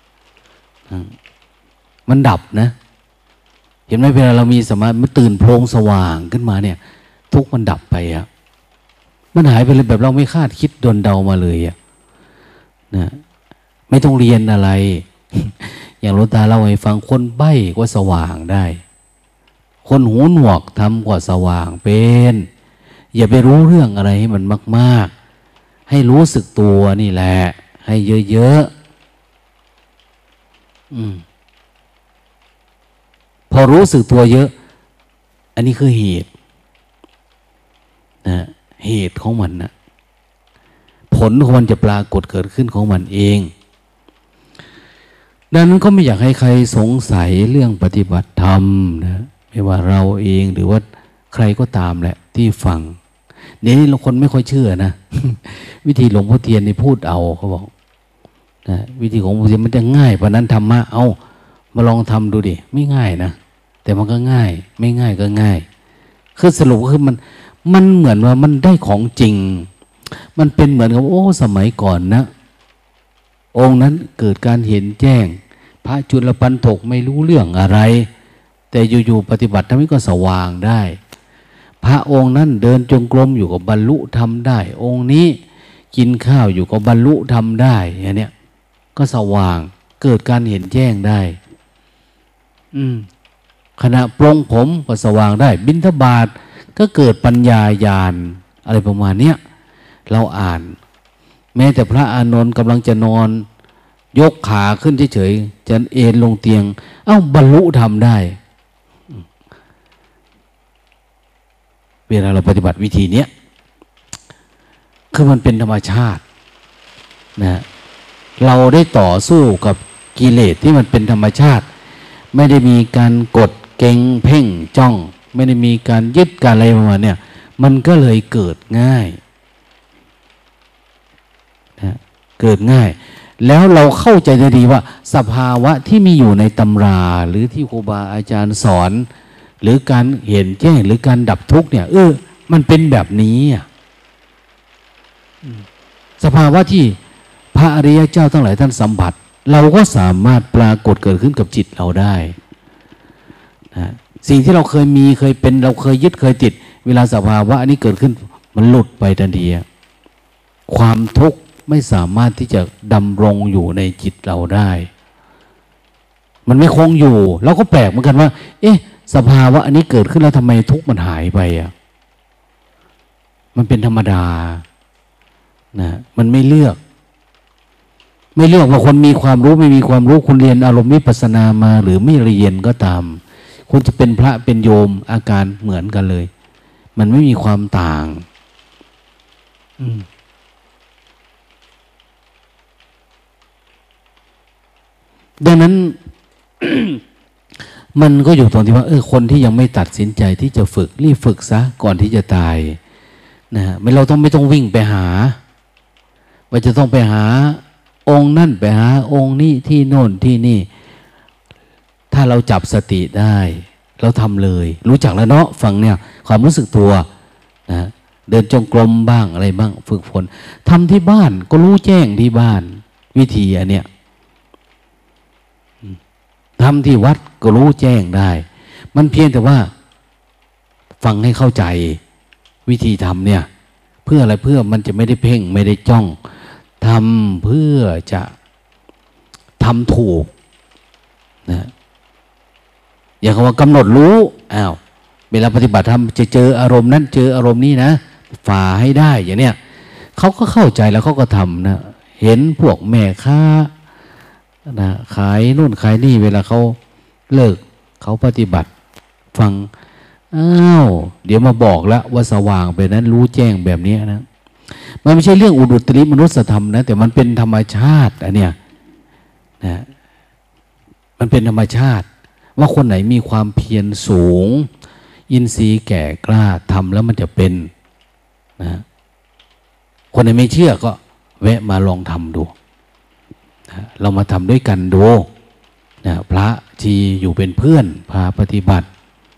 [SPEAKER 1] มันดับนะเห็นไหมเวลาเรามีสมาธิมันตื่นโพลงสว่างขึ้นมาเนี่ยทุกข์มันดับไปอ่ะมันหายไปเลยแบบเราไม่คาดคิดดนเดามาเลยอ่ะนะไม่ต้องเรียนอะไร อย่างหลวงตาเล่าให้ฟังคนใบ้ก็สว่างได้คนหูหนวกทำกว่าสว่างเป็นอย่าไปรู้เรื่องอะไรให้มันมากๆให้รู้สึกตัวนี่แหละให้เยอะๆอืมพอรู้สึกตัวเยอะอันนี้คือเหตุนะเหตุของมันนะผลของมันจะปรากฏเกิดขึ้นของมันเองดังนั้นก็ไม่อยากให้ใครสงสัยเรื่องปฏิบัติธรรมนะเวไม่ว่าเราเองหรือว่าใครก็ตามแหละที่ฟังเดี๋ยวนี้เราคนไม่ค่อยเชื่อนะ วิธีหลวงพ่อเทียนนี่พูดเอาเขาบอกนะวิธีของหลวงพ่อเทียนมันจะง่ายเพราะนั้นธรรมะเอามาลองทำดูดิไม่ง่ายนะแต่มันก็ง่ายไม่ง่ายก็ง่ายคือสรุปคือมันมันเหมือนว่ามันได้ของจริงมันเป็นเหมือนกับโอ้สมัยก่อนนะองค์นั้นเกิดการเห็นแจ้งพระจุลปันถกไม่รู้เรื่องอะไรแต่อยู่ๆปฏิบัติทำให้ก็สว่างได้พระองค์นั้นเดินจงกรมอยู่กับบรรลุทำได้องค์นี้กินข้าวอยู่กับบรรลุทำได้อย่างเนี้ยก็สว่างเกิดการเห็นแจ้งได้อืมขณะปรงผมก็สว่างได้บิณฑบาตก็เกิดปัญญาญาณอะไรประมาณเนี้ยเราอ่านแม้แต่พระอานนท์กำลังจะนอนยกขาขึ้นเฉยๆจะเอนลงเตียงเอ้าบรรลุทำได้เวลาเราปฏิบัติวิธีเนี้ยคือมันเป็นธรรมชาตินะเราได้ต่อสู้กับกิเลสที่มันเป็นธรรมชาติไม่ได้มีการกดเก่งเพ่งจ้องไม่ได้มีการยึดการอะไรประมาณเนี่ยมันก็เลยเกิดง่ายนะเกิดง่ายแล้วเราเข้าใจได้ดีว่าสภาวะที่มีอยู่ในตำราหรือที่ครูบาอาจารย์สอนหรือการเห็นแจ้งหรือการดับทุกข์เนี่ยเออมันเป็นแบบนี้สภาวะที่พระอริยเจ้าทั้งหลายท่านสัมผัสเราก็สามารถปรากฏเกิดขึ้นกับจิตเราได้นะสิ่งที่เราเคยมีเคยเป็นเราเคยยึดเคยติดเวลาสภาวะนี้เกิดขึ้นมันหลุดไปทันทีความทุกข์ไม่สามารถที่จะดำรงอยู่ในจิตเราได้มันไม่คงอยู่เราก็แปลกเหมือนกันว่าเอ๊ะสภาวะอันนี้เกิดขึ้นแล้วทำไมทุกข์มันหายไปอ่ะมันเป็นธรรมดานะมันไม่เลือกไม่เลือกว่าคนมีความรู้ไม่มีความรู้คุณเรียนอารมณ์วิปัสสนามาหรือไม่เรียนก็ตามคุณจะเป็นพระเป็นโยมอาการเหมือนกันเลยมันไม่มีความต่างอืมดังนั้น มันก็อยู่ตรงที่ว่าเออคนที่ยังไม่ตัดสินใจที่จะฝึกรีบฝึกซะก่อนที่จะตายนะฮะไม่เราต้องไม่ต้องวิ่งไปหาว่าจะต้องไปหาองค์นั่นไปหาองค์นี้ที่โน่นที่นี่ถ้าเราจับสติได้เราทำเลยรู้จักแล้วเนาะฟังเนี่ยความรู้สึกตัวนะเดินจงกรมบ้างอะไรบ้างฝึกฝนทำที่บ้านก็รู้แจ้งที่บ้านวิธีอันเนี้ยทำที่วัดก็รู้แจ้งได้มันเพียงแต่ว่าฟังให้เข้าใจวิธีทำเนี่ยเพื่ออะไรเพื่อมันจะไม่ได้เพ่งไม่ได้จ้องทำเพื่อจะทำถูกนะอย่างคำว่ากำหนดรู้อ้าวเวลาปฏิบัติธรรมจะเจออารมณ์นั้นเจออารมณ์นี้นะฝ่าให้ได้อย่างเนี้ยเขาก็เข้าใจแล้วเขาก็ทำนะเห็นพวกแม่ค้านะขายนู่นขายนี่เวลาเขาเลิกเขาปฏิบัติฟังอ้าวเดี๋ยวมาบอกแล้วว่าสว่างไปนั้นรู้แจ้งแบบนี้นะมันไม่ใช่เรื่องอุดุตริมนุสธรรมนะแต่มันเป็นธรรมชาติอันเนี้ยนะมันเป็นธรรมชาติว่าคนไหนมีความเพียรสูงอินทรีย์แก่กล้าทำแล้วมันจะเป็นนะคนไหนไม่เชื่อก็แวะมาลองทำดูนะเรามาทำด้วยกันดูนะพระที่อยู่เป็นเพื่อนพาปฏิบัติ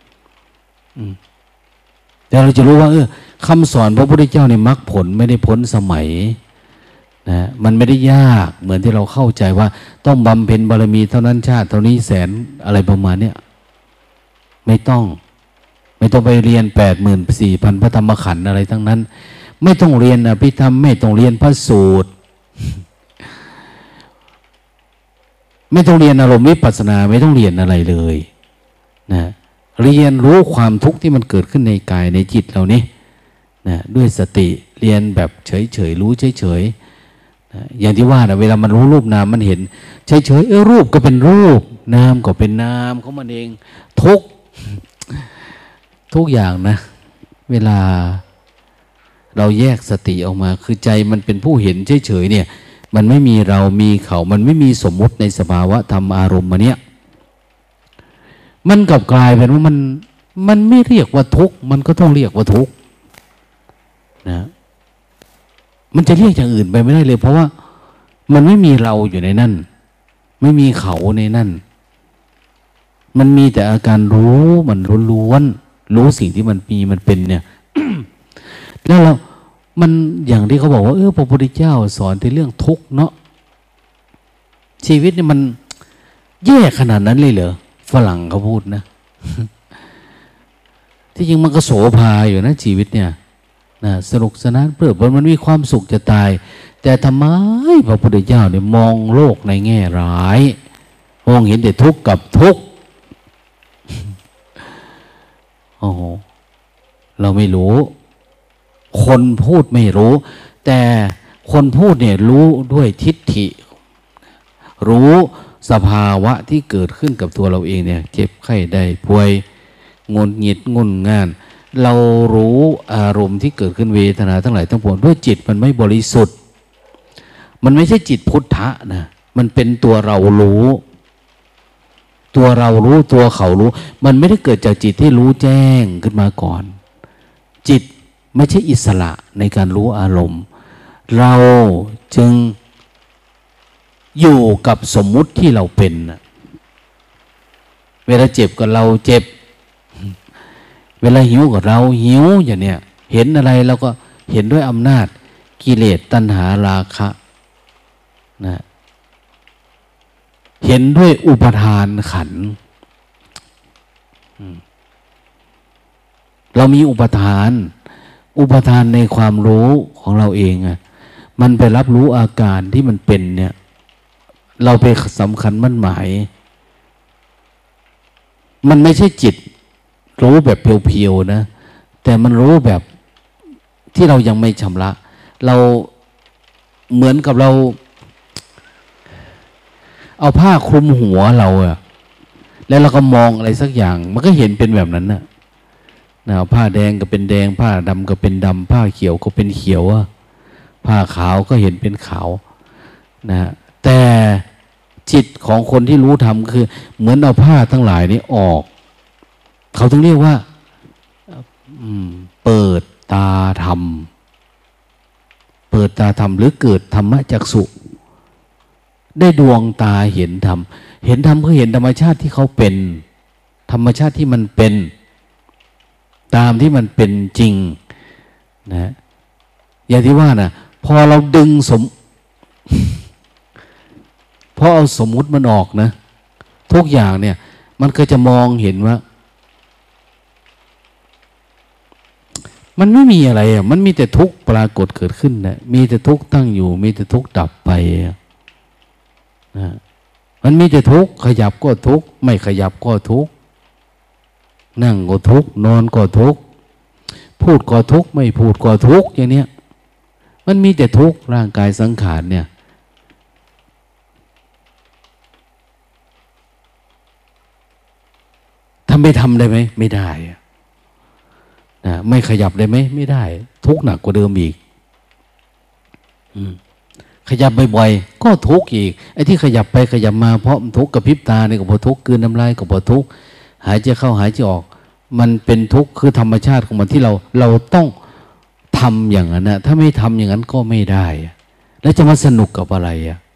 [SPEAKER 1] แต่เราจะรู้ว่าเออคำสอนพระพุทธเจ้าในมรรคผลไม่ได้พ้นสมัยนะมันไม่ได้ยากเหมือนที่เราเข้าใจว่าต้องบำเพ็ญบารมีเท่านั้นชาติเท่านี้แสนอะไรประมาณเนี้ยไม่ต้องไม่ต้องไปเรียนแปดหมื่นสี่พันพระธรรมขันธ์อะไรทั้งนั้นไม่ต้องเรียนอภิธรรมไม่ต้องเรียนพระสูตร ไม่ต้องเรียนอารมณ์วิปัสสนาไม่ต้องเรียนอะไรเลยนะเรียนรู้ความทุกข์ที่มันเกิดขึ้นในกายในจิตเรานี้นะด้วยสติเรียนแบบเฉยๆรู้เฉยๆนะอย่างที่ว่านะเวลามันรู้รูปนามมันเห็นเฉยๆเออรูปก็เป็นรูปนามก็เป็นนามของมันเองทุกทุกอย่างนะเวลาเราแยกสติออกมาคือใจมันเป็นผู้เห็นเฉยๆเนี่ยมันไม่มีเรามีเขามันไม่มีสมมุติในสภาวะธรรมอารมณ์มาเนี้ยมันกลับกลายเป็นว่ามันมันไม่เรียกว่าทุกข์มันก็ต้องเรียกว่าทุกข์นะมันจะเรียกอย่างอื่นไปไม่ได้เลยเพราะว่ามันไม่มีเราอยู่ในนั่นไม่มีเขาในนั่นมันมีแต่อาการรู้มันล้วนๆรู้สิ่งที่มันมีมันเป็นเนี่ย แล้วเรามันอย่างที่เขาบอกว่าเออพระพุทธเจ้าสอนในเรื่องทุกข์เนาะชีวิตเนี่ยมันแย่ขนาดนั้นเลยเหรอฝรั่งเขาพูดนะ ที่จริงมันก็โสภาอยู่นะชีวิตเนี่ยนะสนุกสนานเพลิดเพลินมันมีความสุขจะตายแต่ทำไมพระพุทธเจ้าเนี่ยมองโลกในแง่ร้ายมองเห็นแต่ทุกข์กับทุกข์ โอ้โหเราไม่รู้คนพูดไม่รู้แต่คนพูดเนี่ยรู้ด้วยทิฏฐิรู้สภาวะที่เกิดขึ้นกับตัวเราเองเนี่ยเจ็บไข้ได้ป่วยงุนหงิดงุนง่านเรารู้อารมณ์ที่เกิดขึ้นเวทนาทั้งหลายทั้งปวงด้วยจิตมันไม่บริสุทธิ์มันไม่ใช่จิตพุทธะนะมันเป็นตัวเรารู้ตัวเรารู้ตัวเขารู้มันไม่ได้เกิดจากจิตที่รู้แจ้งขึ้นมาก่อนจิตไม่ใช่อิสระในการรู้อารมณ์เราจึงอยู่กับสมมุติที่เราเป็นเวลาเจ็บกับเราเจ็บเวลาหิวกับเราหิวอย่างเนี้ยเห็นอะไรเราก็เห็นด้วยอำนาจกิเลสตัณหาราคะนะเห็นด้วยอุปทานขันธ์เรามีอุปทานอุปทานในความรู้ของเราเองอะมันไปรับรู้อาการที่มันเป็นเนี่ยเราไปสำคัญมั่นหมายมันไม่ใช่จิตรู้แบบเพียวๆนะแต่มันรู้แบบที่เรายังไม่ชำระเราเหมือนกับเราเอาผ้าคลุมหัวเราอะแล้วเราก็มองอะไรสักอย่างมันก็เห็นเป็นแบบนั้นนะนะผ้าแดงก็เป็นแดงผ้าดำก็เป็นดำผ้าเขียวก็เป็นเขียวอะผ้าขาวก็เห็นเป็นขาวนะแต่จิตของคนที่รู้ธรรมคือเหมือนเอาผ้าทั้งหลายนี้ออกเขาต้องเรียกว่าเปิดตาธรรมเปิดตาธรรมหรือเกิดธรรมจักษุได้ดวงตาเห็นธรรมเห็นธรรมคือเห็นธรรมชาติที่เขาเป็นธรรมชาติที่มันเป็นตามที่มันเป็นจริงนะอย่างที่ว่านะพอเราดึงสม พอเอาสมมุติมันออกนะทุกอย่างเนี่ยมันก็จะมองเห็นว่ามันไม่มีอะไรอ่ะมันมีแต่ทุกข์ปรากฏเกิดขึ้นนะมีแต่ทุกข์ตั้งอยู่มีแต่ทุกข์ดับไปนะมันมีแต่ทุกข์ขยับก็ทุกข์ไม่ขยับก็ทุกข์นั่งก็ทุกข์นอนก็ทุกข์พูดก็ทุกข์ไม่พูดก็ทุกข์อย่างเนี้ยมันมีแต่ทุกข์ร่างกายสังขารเนี่ยทำไม่ทำได้ไหมไม่ได้นะไม่ขยับได้ไหมไม่ได้ทุกข์หนักกว่าเดิมอีกขยับบ่อยๆก็ทุกข์อีกไอ้ที่ขยับไปขยับมาเพราะทุกข์กับพริบตาเนี่ยก็เพราะทุกข์กลืนน้ำลายก็เพราะทุกข์หายใจเข้าหายใจออกมันเป็นทุกข์คือธรรมชาติของมันที่เราเราต้องทำอย่างนั้นนะถ้าไม่ทำอย่างนั้นก็ไม่ได้แล้วจะมาสนุกกับอะไรอ่ะ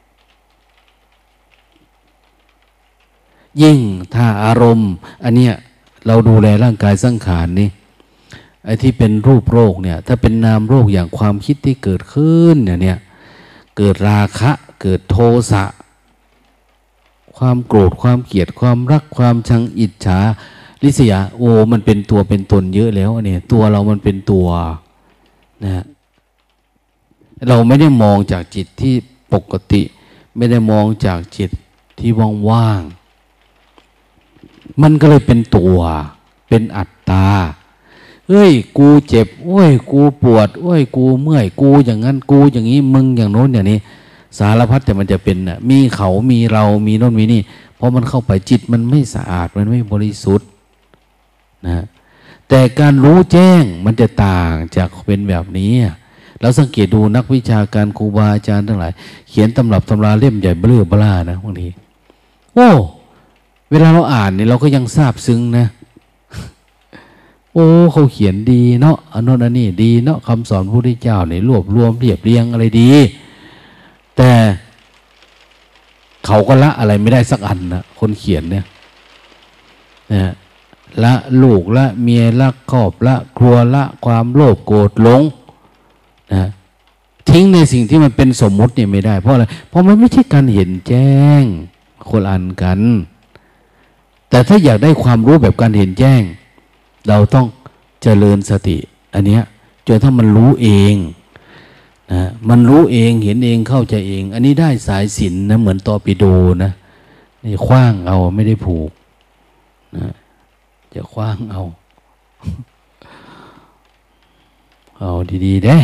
[SPEAKER 1] ยิ่งถ้าอารมณ์อันเนี้ยเราดูแลร่างกายสังขารนี่ไอ้ที่เป็นรูปโรคเนี่ยถ้าเป็นนามโรคอย่างความคิดที่เกิดขึ้นเนี่ยเนี่ยเกิดราคะเกิดโทสะความโกรธความเกลียดความรักความชังอิจฉาริษยาโอ้มันเป็นตัวเป็นตนเยอะแล้วเนี่ยตัวเรามันเป็นตัวนะเราไม่ได้มองจากจิตที่ปกติไม่ได้มองจากจิตที่ว่างๆมันก็เลยเป็นตัวเป็นอัตตาเอ้ยกูเจ็บโอ้ยกูปวดโอ้ยกูเมื่อยกูอย่างนั้นกูอย่างนี้มึงอย่างโน้นอย่างนี้สารพัดแต่มันจะเป็นน่ะมีเขามีเรามีโน่นมีนี่เพราะมันเข้าไปจิตมันไม่สะอาดมันไม่บริสุทธิ์นะแต่การรู้แจ้งมันจะต่างจากเป็นแบบนี้เราสังเกตดูนักวิชาการครูบาอาจารย์ทั้งหลายเขียนตำรับตำราเล่มใหญ่เบ้อเบ้อนะบางทีโอ้เวลาเราอ่านเนี่ยเราก็ยังซาบซึ้งนะโอ้เขาเขียนดีเนาะอันโน้นอันนี้ดีเนาะคำสอนพระพุทธเจ้าเนี่ยรวบรวมเรียบเรียงอะไรดีแต่เขาก็ละอะไรไม่ได้สักอันนะคนเขียนเนี่ยนะละลูกละเมียละครอบละครัวละความโลภโกรธหลงนะทิ้งในสิ่งที่มันเป็นสมมุติเนี่ยไม่ได้เพราะอะไรเพราะมันไม่ใช่การเห็นแจ้งคนละอันกันแต่ถ้าอยากได้ความรู้แบบการเห็นแจ้งเราต้องเจริญสติอันเนี้ยจนถ้ามันรู้เองนะมันรู้เองเห็นเองเข้าใจเองอันนี้ได้สายสิญจน์นะเหมือนตอร์ปิโดนะนี่ขว้างเอาไม่ได้ผูกนะจะขว้างเอาเอาดีๆเด้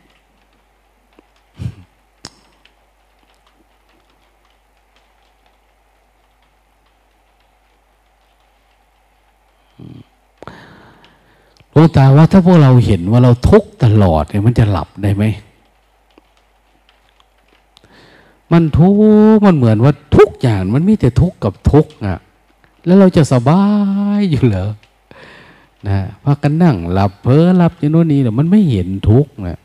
[SPEAKER 1] หลวงตาว่าถ้าพวกเราเห็นว่าเราทุกข์ตลอดเนี่ยมันจะหลับได้ไหมมันทุกข์มันเหมือนว่าทุกอย่างมันมีแต่ทุกข์กับทุกข์อ่ะแล้วเราจะสบายอยู่เหรอนะพากันนั่งหลับเพ้อหลับอย่างโน่นนี่แต่มันไม่เห็นทุกข์นะ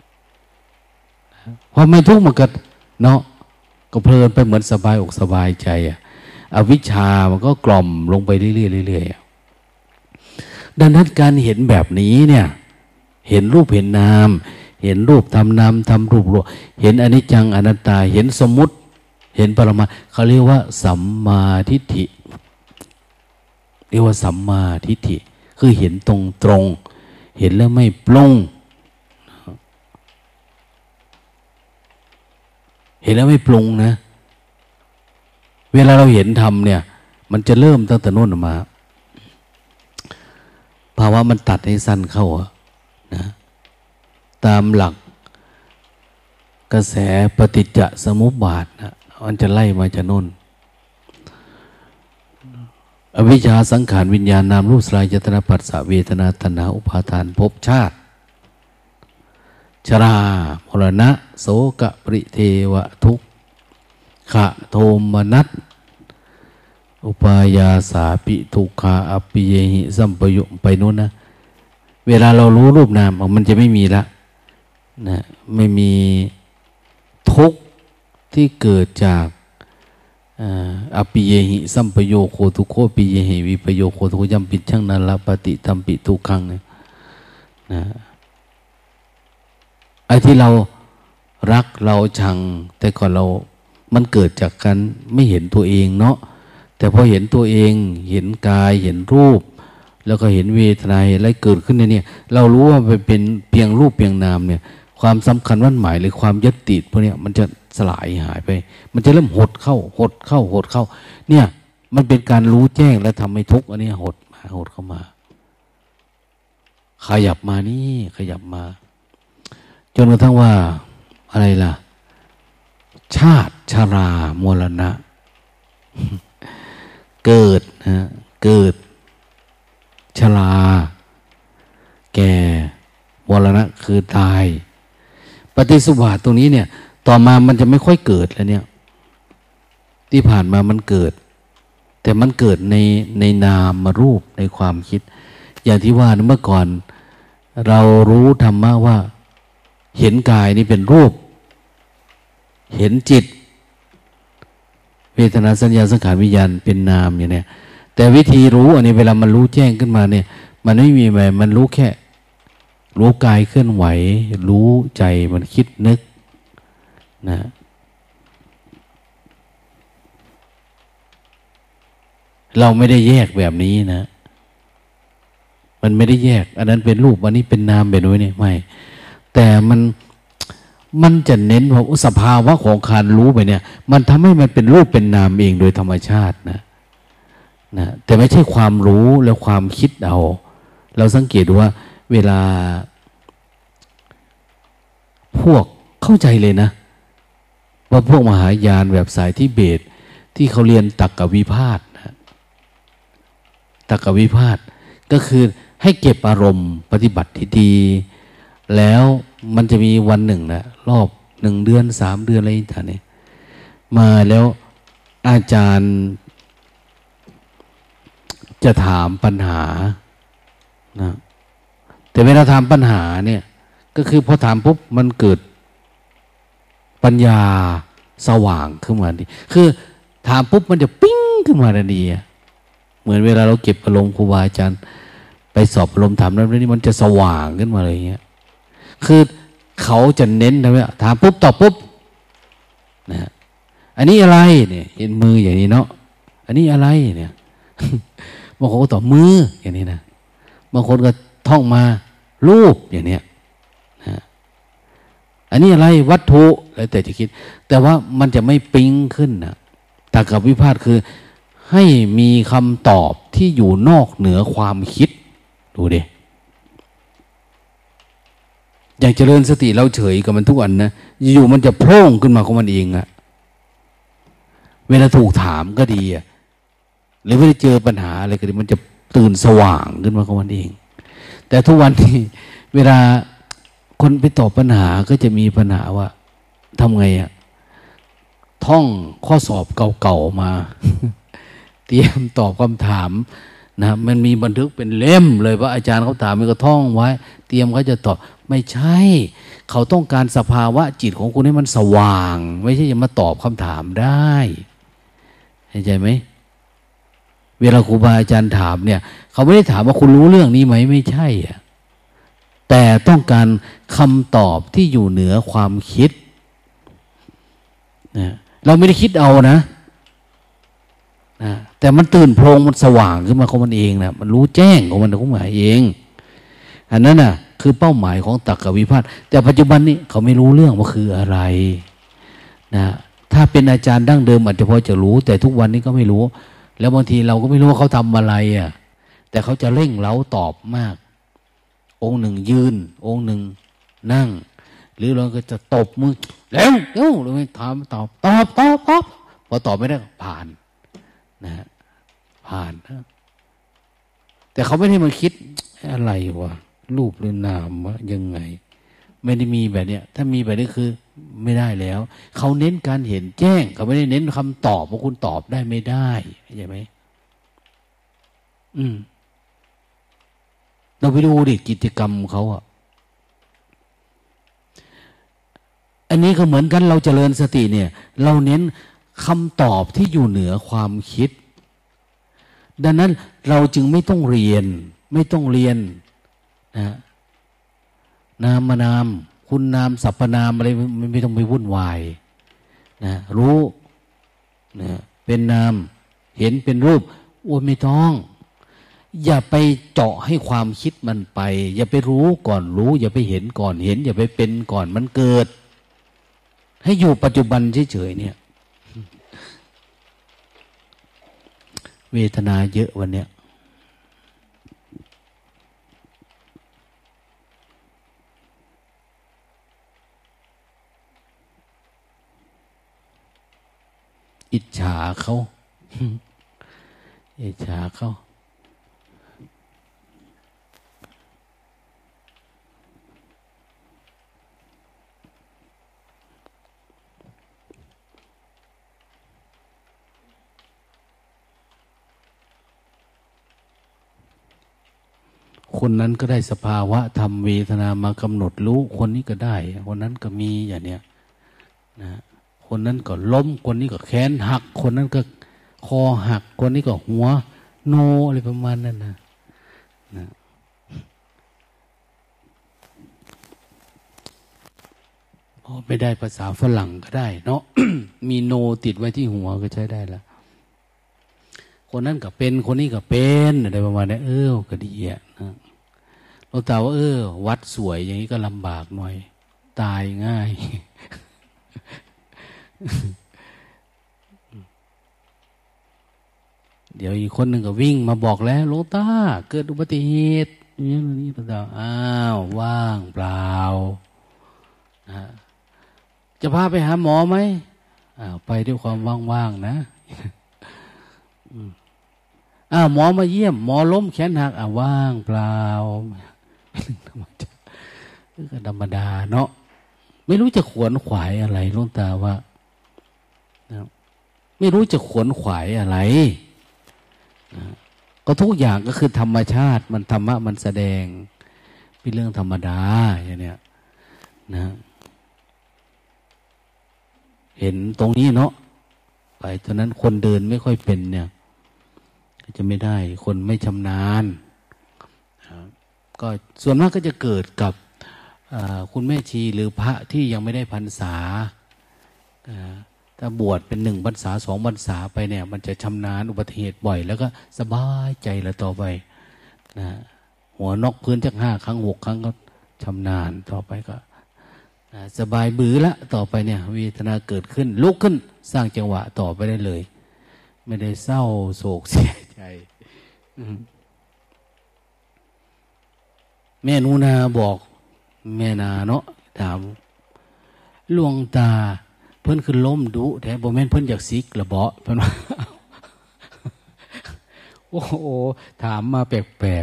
[SPEAKER 1] พอไม่ทุกข์มันก็เนาะก็เพลินไปเหมือนสบายอกสบายใจอ่ะอวิชชามันก็กล่อมลงไปเรื่อยๆเรื่อยๆดังนั้นการเห็นแบบนี้เนี่ยเห็นรูปเห็นนามเห็นรูปทำนามทำรูปรูปเห็นอนิจจังอนัตตาเห็นสมมุติเห็นปรมัตถ์เขาเรียกว่าสัมมาทิฏฐิเรียกว่าสัมมาทิฏฐิคือเห็นตรงตรงเห็นแล้วไม่ปรุงเห็นแล้วไม่ปรุงนะเวลาเราเห็นธรรมเนี่ยมันจะเริ่มตั้งแต่โน่นมาภาวะมันตัดให้สั้นเข้าอะนะตามหลักกระแสปฏิจจสมุปบาทนะมันจะไล่มาจากโน่นอวิชชาสังขารวิญญาณนามรูปสลายยตนะปัสสะเวทนาตัณหาอุปาทานภพชาติชรามรณะโสกปริเทวทุกขะโทมนัสอุปายาสาปิทุกขาอปิเยหิสัมปยุไปนู้นนะเวลาเรารู้รูปนามมันจะไม่มีละนะไม่มีทุกข์ที่เกิดจากอปิเยหิสัมปโยโคทุโคปิเยหิวิปโยโคทุโคยัมปิช่างนันละปฏิตัมปิทุกขังเนี่ยนะไอ้ที่เรารักเราชังแต่ก่อนเรามันเกิดจากการไม่เห็นตัวเองเนาะแต่พอเห็นตัวเองเห็นกายเห็นรูปแล้วก็เห็นเวทนาอะไรเกิดขึ้นในนี้เรารู้ว่ามันเป็นเพียงรูปเพียงนามเนี่ยความสำคัญมั่นหมายหรือความยึดติดพวกนี้มันจะสลายหายไปมันจะเริ่มหดเข้าหดเข้าหดเข้าเนี่ยมันเป็นการรู้แจ้งและทำให้ทุกข์อันนี้หดมาหดเข้ามาขยับมานี่ขยับมาจนกระทั่งว่าอะไรล่ะชาติชรามรณะเกิดนะเกิดชราแก่มรณะคือตายปฏิสุบาทตรงนี้เนี่ยต่อมามันจะไม่ค่อยเกิดแล้วเนี่ยที่ผ่านมามันเกิดแต่มันเกิดในในนามมารูปในความคิดอย่างที่ว่าเมื่อก่อนเรารู้ธรรมะว่าเห็นกายนี่เป็นรูปเห็นจิตเวทนาสัญญาสังขารวิญญาณเป็นนามอย่างเนี้ยแต่วิธีรู้อันนี้เวลามันรู้แจ้งขึ้นมาเนี่ยมันไม่มีอะไรมันรู้แค่รู้กายเคลื่อนไหวรู้ใจมันคิดนึกนะเราไม่ได้แยกแบบนี้นะมันไม่ได้แยกอันนั้นเป็นรูปอันนี้เป็นนามแบบนี้ไม่แต่มันมันจะเน้นว่าสภาวะของการรู้ไปเนี่ยมันทำให้มันเป็นรูปเป็นนามเองโดยธรรมชาตินะนะแต่ไม่ใช่ความรู้แล้วความคิดเอาเราสังเกตดูว่าเวลาพวกเข้าใจเลยนะว่าพวกมหายานแบบสายทิเบตที่เขาเรียนตรรกวิพาทนะตรรกวิพาทก็คือให้เก็บอารมณ์ปฏิบัติที่ดีแล้วมันจะมีวันหนึ่งนะรอบหนึ่งเดือนสามเดือนอะไรต่างๆเนี่ยมาแล้วอาจารย์จะถามปัญหานะแต่เวลาถามปัญหาเนี่ยก็คือพอถามปุ๊บมันเกิดปัญญาสว่างขึ้นมาดิคือถามปุ๊บมันจะปิ้งขึ้นมาทันทีเหมือนเวลาเราเก็บอารมณ์ครูบาอาจารย์ไปสอบอารมณ์ถามนั้นนี่มันจะสว่างขึ้นมาเลยเงี้ยคือเขาจะเน้นนะว่าถามปุ๊บตอบปุ๊บนะอันนี้อะไรเนี่ยเห็นมืออย่างนี้เนาะอันนี้อะไรเนี่ยบางคนก็ตอบมืออย่างนี้นะบางคนก็ท่องมารูปอย่างเนี้ยนะอันนี้อะไรวัตถุแล้วแต่จะคิดแต่ว่ามันจะไม่ปิ๊งขึ้นนะตรรกวิพาทคือให้มีคำตอบที่อยู่นอกเหนือความคิดดูดิอย่างเจริญสติเราเฉยกับมันทุกวันนะอยู่มันจะโพร่งขึ้นมาของมันเองอะเวลาถูกถามก็ดีอะหรือเวลาเจอปัญหาอะไรก็ดีมันจะตื่นสว่างขึ้นมาของมันเองแต่ทุกวันนี้เวลาคนไปตอบปัญหาก็จะมีปัญหาว่าทำไงอะท่องข้อสอบเก่าๆมา เตรียมตอบคำถามนะมันมีบันทึกเป็นเล่มเลยว่าอาจารย์เขาถามมันก็ท่องไว้เตรียมเขาจะตอบไม่ใช่เขาต้องการสภาวะจิตของคุณให้มันสว่างไม่ใช่จะมาตอบคำถามได้เข้าใจไหมเวลาครูบาอาจารย์ถามเนี่ยเขาไม่ได้ถามว่าคุณรู้เรื่องนี้ไหมไม่ใช่อะแต่ต้องการคำตอบที่อยู่เหนือความคิดนะเราไม่ได้คิดเอานะนะแต่มันตื่นโพลงมันสว่างขึ้นมาของมันเองนะมันรู้แจ้งของมันของมันเองอันนั้นน่ะคือเป้าหมายของตรรกวิพาทแต่ปัจจุบันนี้เขาไม่รู้เรื่องว่าคืออะไรนะถ้าเป็นอาจารย์ดั้งเดิมอาจจะพอจะรู้แต่ทุกวันนี้ก็ไม่รู้แล้วบางทีเราก็ไม่รู้ว่าเขาทำอะไรอ่ะแต่เขาจะเร่งเร้าตอบมากองค์หนึ่งยืนองค์หนึ่งนั่งหรือเราก็จะตบมือแล้วเร็วเราไม่ถามตอบตอบตอบตอบพอตอบไม่ได้ผ่านนะผ่านนะแต่เขาไม่ได้มาคิดอะไรวะรูปหรือนามวะยังไงไม่ได้มีแบบเนี้ยถ้ามีแบบนี้คือไม่ได้แล้วเขาเน้นการเห็นแจ้งเขาไม่ได้เน้นคำตอบว่าคุณตอบได้ไม่ได้เข้าใจไหมอืมเราไปดูดิกิจกรรมเขาอะอันนี้ก็เหมือนกันเราเจริญสติเนี่ยเราเน้นคำตอบที่อยู่เหนือความคิดดังนั้นเราจึงไม่ต้องเรียนไม่ต้องเรียนนะนามนามคุณนามสรรพนามอะไรไม่ไม่ต้องไปวุ่นวายนะรู้นะเป็นนามเห็นเป็นรูปโอ้ไม่ต้องอย่าไปเจาะให้ความคิดมันไปอย่าไปรู้ก่อนรู้อย่าไปเห็นก่อนเห็นอย่าไปเป็นก่อนมันเกิดให้อยู่ปัจจุบันเฉยๆเนี่ยเวทนาเยอะวันเนี้ยอิจฉาเขาอิจฉาเขาคนนั้นก็ได้สภาวะธรรมเวทนามากำหนดรู้คนนี้ก็ได้คนนั้นก็มีอย่างเนี้ยนะคนนั้นก็ล้มคนนี้ก็แขนหักคนนั้นก็คอหักคนนี้ก็หัวโนอะไรประมาณนั้นนะนะพอไม่ได้ภาษาฝรั่งก็ได้เนาะ มีโนติดไว้ที่หัวก็ใช้ได้ละคนนั้นก็เป็นคนนี้ก็เป็นอะไรประมาณนี้เออก็ดีอ่ะนะเราแต่ว่าเออวัดสวยอย่างนี้ก็ลำบากหน่อยตายง่าย เดี๋ยวอีกคนหนึ่งก็วิ่งมาบอกแล้วหลวงตาเกิดอุบัติเหตุนี่นี่พระเจ้าอ้าวว่างเปล่านะจะพาไปหาหมอไหมอ้าวไปด้วยความว่างๆนะอ้าวหมอมาเยี่ยมหมอล้มแขนหักอ้าวว่างเปล่าก็ธรรมดาเนาะไม่รู้จะขวนขวายอะไรหลวงตาว่านะไม่รู้จะขวนขวายอะไรนะก็ก็ทุกอย่างก็คือธรรมชาติมันธรรมะมันแสดงเป็นเรื่องธรรมดาอย่างเนี้ยนะเห็นตรงนี้เนาะไปตอนนั้นคนเดินไม่ค่อยเป็นเนี่ยก็จะไม่ได้คนไม่ชำนาญก็ส่วนมากก็จะเกิดกับคุณแม่ชีหรือพระที่ยังไม่ได้พรรษาถ้าบวชเป็นหนึ่งพรรษาสองพรรษาไปเนี่ยมันจะชำนาญอุบัติเหตุบ่อยแล้วก็สบายใจละต่อไปนะหัวนอกพื้นจากห้าครั้งหกครั้งก็ชำนาญต่อไปก็นะสบายบือละต่อไปเนี่ยเวทนาเกิดขึ้นลุกขึ้นสร้างจังหวะต่อไปได้เลยไม่ได้เศร้าโศกเสียใจแม่นูนาบอกแม่นาเนาะถามหลวงตาเพิ่นคือล้มดุแท้บ่แม่นเพิ่นอยากซิกละเบาะเพิ่นว่าโอ้โหถามมาแปลก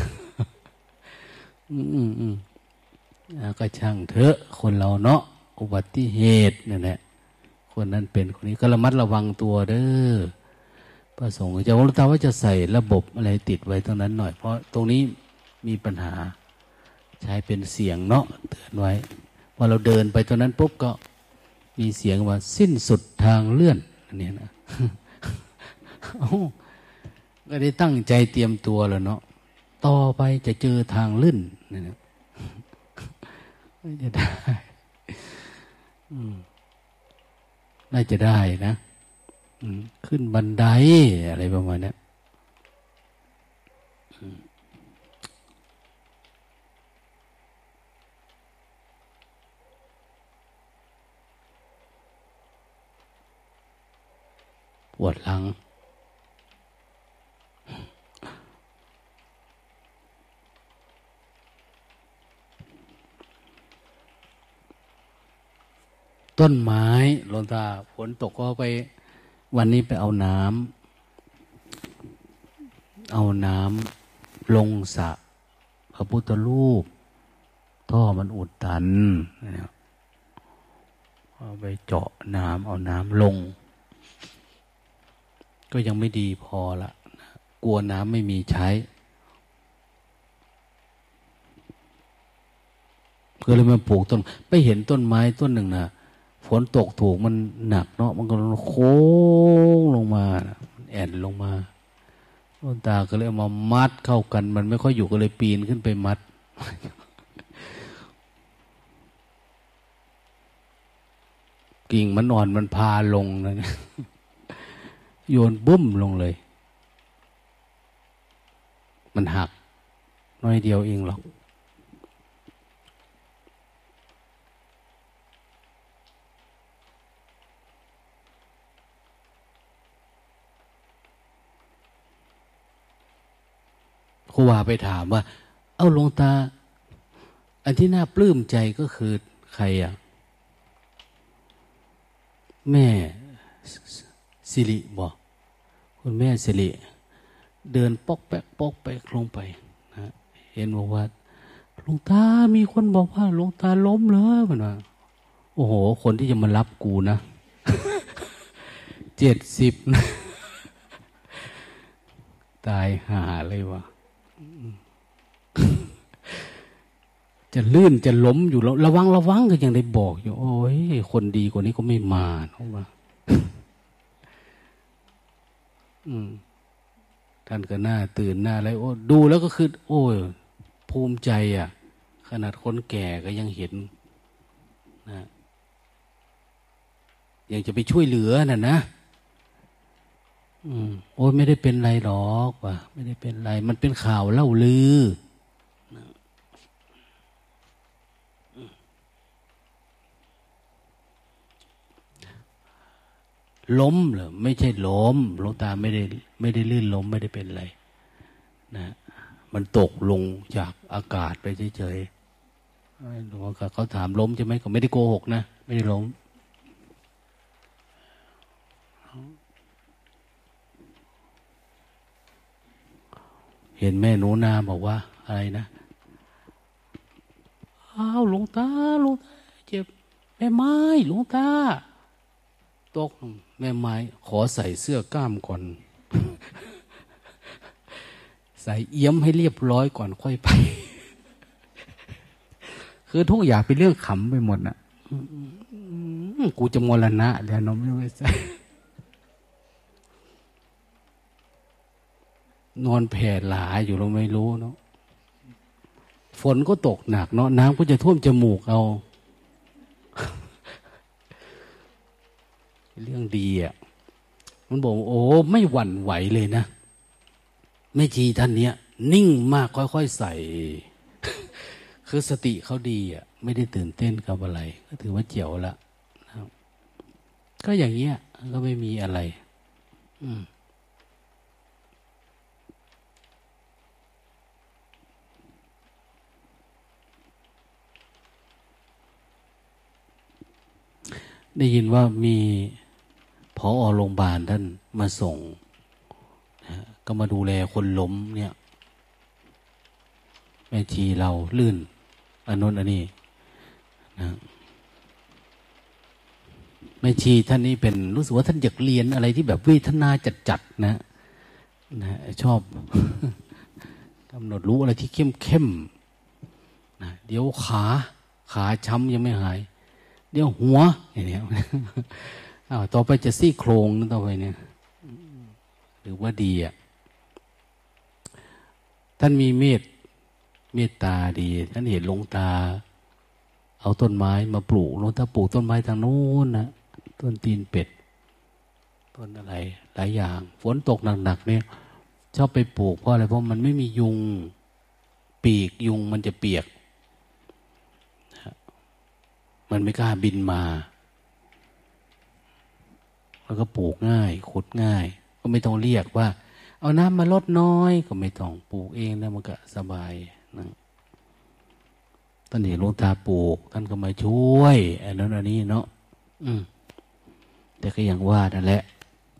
[SPEAKER 1] ๆอืมอืมก็ช่างเถอะคนเราเนาะอุบัติเหตุนั่นแหละคนนั้นเป็นคนนี้ก็ระมัดระวังตัวเด้อพระสงฆ์จะว่าตาว่าจะใส่ระบบอะไรติดไว้ตรงนั้นหน่อยเพราะตรงนี้มีปัญหาใช้เป็นเสียงเนาะเตือนไว้พอเราเดินไปตรงนั้นปุ๊บก็มีเสียงว่าสิ้นสุดทางเลื่อนอันนี้นะก็ได้ตั้งใจเตรียมตัวแล้วเนาะต่อไปจะเจอทางลื่นนี่นะจะได้น่าจะได้นะขึ้นบันไดอะไรประมาณนี้ปวดหลังต้นไม้หลวงตาฝนตกก็ไปวันนี้ไปเอาน้ำเอาน้ำลงสระพระพุทธรูปท่อมันอุดตันเอาไปเจาะน้ำเอาน้ำลงก็ยังไม่ดีพอละกลัวน้ำไม่มีใช้ก็เลยมาปลูกต้นไปเห็นต้นไม้ต้นหนึ่งนะฝนตกถูกมันหนักเนาะมันก็โค้งลงมาแอนลงมาหลวงตาก็เลยเอามามัดเข้ากันมันไม่ค่อยอยู่ก็เลยปีนขึ้นไปมัดกิ่งมันอ่อนมันพาลงนะโยนบุ้มลงเลยมันหักน้อยเดียวเองหรอกครูวาไปถามว่าเอ้าหลวงตาอันที่น่าปลื้มใจก็คือใครอ่ะแม่สิริบอกคุณแม่สิริเดินปอกแป๊กปอกแป๊กลงไปนะเห็นบอกว่าหลวงตามีคนบอกว่าหลวงตาล้มเลยมันว่าโอ้โหคนที่จะมารับกูนะเจ็ดสิบนะตายห่าเลยวะจะลื่นจะล้มอยู่แล้วระวังระวังก็ยังได้บอกอยู่โอ้ยคนดีกว่านี้ก็ไม่มาเขาว่าอืมท่านก็หน้าตื่นหน้าอะไรโอ้ดูแล้วก็คือโอ้ยภูมิใจอ่ะขนาดคนแก่ก็ยังเห็นนะยังจะไปช่วยเหลือน่ะนะอืมโอ้ยไม่ได้เป็นไรหรอกว่ะไม่ได้เป็นไรมันเป็นข่าวเล่าลือล้มเหรอไม่ใช่ล้มหลวงตาไม่ได้ไม่ได้ลื่นล้มไม่ได้เป็นไรนะมันตกลงจากอากาศไปเฉยๆหลวงตาเขาถามล้มใช่ไหมเขาไม่ได้โกหกนะไม่ได้ล้มเห็นแม่หนูนาบอกว่าอะไรนะอ้าวหลวงตาหลวงตาเจ็บแม่ไม้หลวงตาตกแม่ไม้ขอใส่เสื้อกล้ามก่อนใส่เอี้ยมให้เรียบร้อยก่อนค่อยไปคือทุกอย่างเป็นเรื่องขำไปหมดน่ะกูจะมรณะแล้วน้องไม่ใช่นอนแผ่หลาอยู่เราไม่รู้เนาะฝนก็ตกหนักเนาะน้ำก็จะท่วมจมูกเอาเรื่องดีอ่ะมันบอกโอ้ไม่หวั่นไหวเลยนะแม่ชีท่านเนี้ยนิ่งมากค่อยๆใส่คือสติเขาดีอ่ะไม่ได้ตื่นเต้นกับอะไรก็ถือว่าเจ๋วละนะครับก็อย่างเงี้ยก็ไม่มีอะไรอืมได้ยินว่ามีผอ.โรงพยาบาลท่านมาส่งนะก็มาดูแลคนล้มเนี่ยแม่ชีเราลื่นอันนู้นอันนี้นะแม่ชีท่านนี้เป็นรู้สึกว่าท่านอยากเรียนอะไรที่แบบเวทนาจัดๆนะนะชอบ กำหนดรู้อะไรที่เข้มๆนะเดี๋ยวขาขาช้ำยังไม่หายเดี๋ยวหัวอย่างเนี้ยอ้าวต่อไปจะซี่โครงนั่นต่อไปเนี่ยหรือว่าดีอ่ะท่านมีเมตเมตตาดีท่านเห็นหลวงตาเอาต้นไม้มาปลูกหลวงตาปลูกต้นไม้ทางโน้นนะต้นตีนเป็ดต้นอะไรหลายอย่างฝนตกหนักๆเนี่ยชอบไปปลูกเพราะอะไรเพราะมันไม่มียุงปีกยุงมันจะเปียกมันไม่กล้าบินมาแล้วก็ปลูกง่ายขุดง่ายก็ไม่ต้องเรียกว่าเอาน้ำมาลดน้อยก็ไม่ต้องปลูกเองแล้วมันก็สบายนะท่านเห็นหลวงตาปลูกท่านก็มาช่วยอันนั้นอันนี้เนาะอืมแต่ก็อย่างว่านั่นแหละ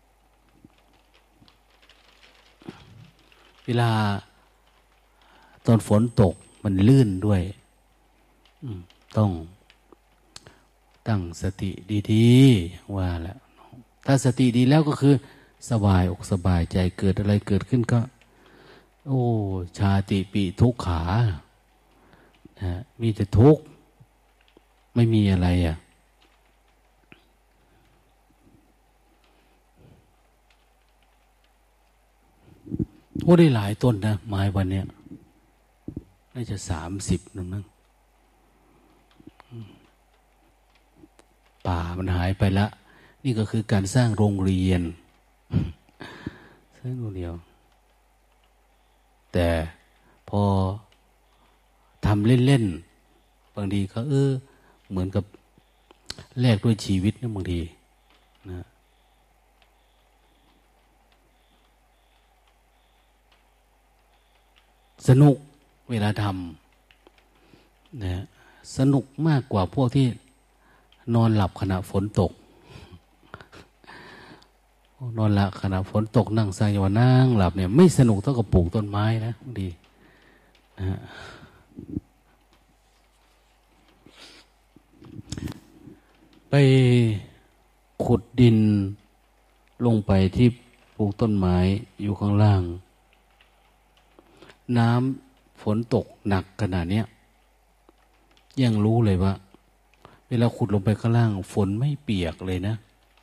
[SPEAKER 1] เวลาตอนฝนตกมันลื่นด้วยอืมต้องตั้งสติดีๆว่าแหละถ้าสติดีแล้วก็คือสบายอกสบายใจเกิดอะไรเกิดขึ้นก็โอ้ชาติปิทุกขานะมีแต่ทุกข์ไม่มีอะไรอ่ะโอ้ได้หลายต้นนะไม้วันเนี้ยน่าจะสามสิบนึงมั้งป่ามันหายไปละนี่ก็คือการสร้างโรงเรียนสร้างโรงเรียนแต่พอทำเล่นๆบางทีก็เออเหมือนกับแลกด้วยชีวิตนะบางทีนะสนุกเวลาทำนะสนุกมากกว่าพวกที่นอนหลับขณะฝนตกนอนหลับขณะฝนตกนั่งสร้างอย่างว่านั่งหลับเนี่ยไม่สนุกเท่ากับปลูกต้นไม้นะดีนะฮะไปขุดดินลงไปที่ปลูกต้นไม้อยู่ข้างล่างน้ำฝนตกหนักขนาดเนี้ยยังรู้เลยว่าเวลาขุดลงไปข้างล่างฝนไม่เปียกเลยนะ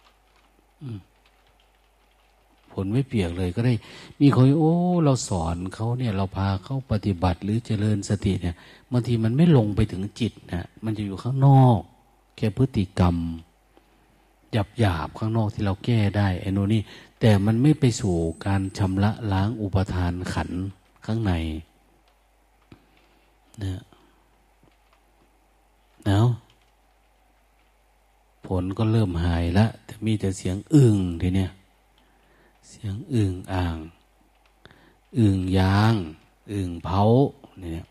[SPEAKER 1] ฝนไม่เปียกเลยก็ได้มีคนโอ้เราสอนเขาเนี่ยเราพาเขาปฏิบัติหรือเจริญสติเนี่ยบางทีมันไม่ลงไปถึงจิตนะมันจะอยู่ข้างนอกแค่พฤติกรรมหยาบหยาบข้างนอกที่เราแก้ได้ไอ้โน่นนี่แต่มันไม่ไปสู่การชำระล้างอุปทานขันธ์ข้างในนะแล้วผลก็เริ่มหายละแต่มีแต่เสียงอึ่งทีเนี้ยเสียงอึ่งอ่างอึ่งยางอึ่งเผาเนี่ย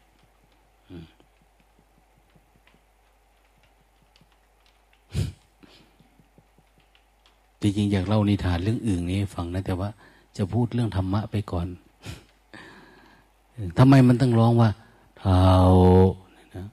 [SPEAKER 1] จริงๆอยากเล่านิทานเรื่องอึ่งนี้ฟังนะแต่ว่าจะพูดเรื่องธรรมะไปก่อนทำไมมันต้องร้องว่าเท้านะ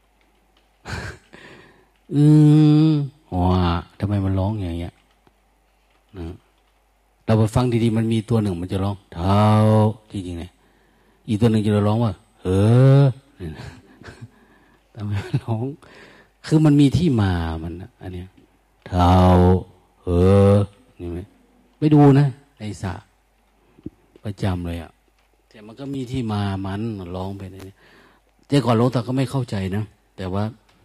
[SPEAKER 1] อึ่งหัวทำไมมันร้องอย่างเงี้ยนะเราไปฟังดีๆมันมีตัวหนึ่งมันจะร้องเท้าจริงๆเลยอีกตัวหนึ่งจะร้องว่าเออทำไมร้องคือมันมีที่มามันอันเนี้ยเท้าเออนี่ไหมไม่ดูนะไอ้สะประจำเลยอ่ะแต่มันก็มีที่มามันร้องไปนี่แต่ก่อนหลวงตาก็ไม่เข้าใจนะแต่ว่า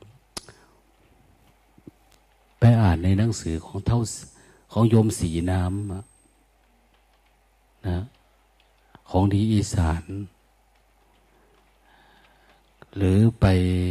[SPEAKER 1] ไปอ่านในหนังสือของเท่าของโยมสีน้ำนะของดีอีสานหรือไป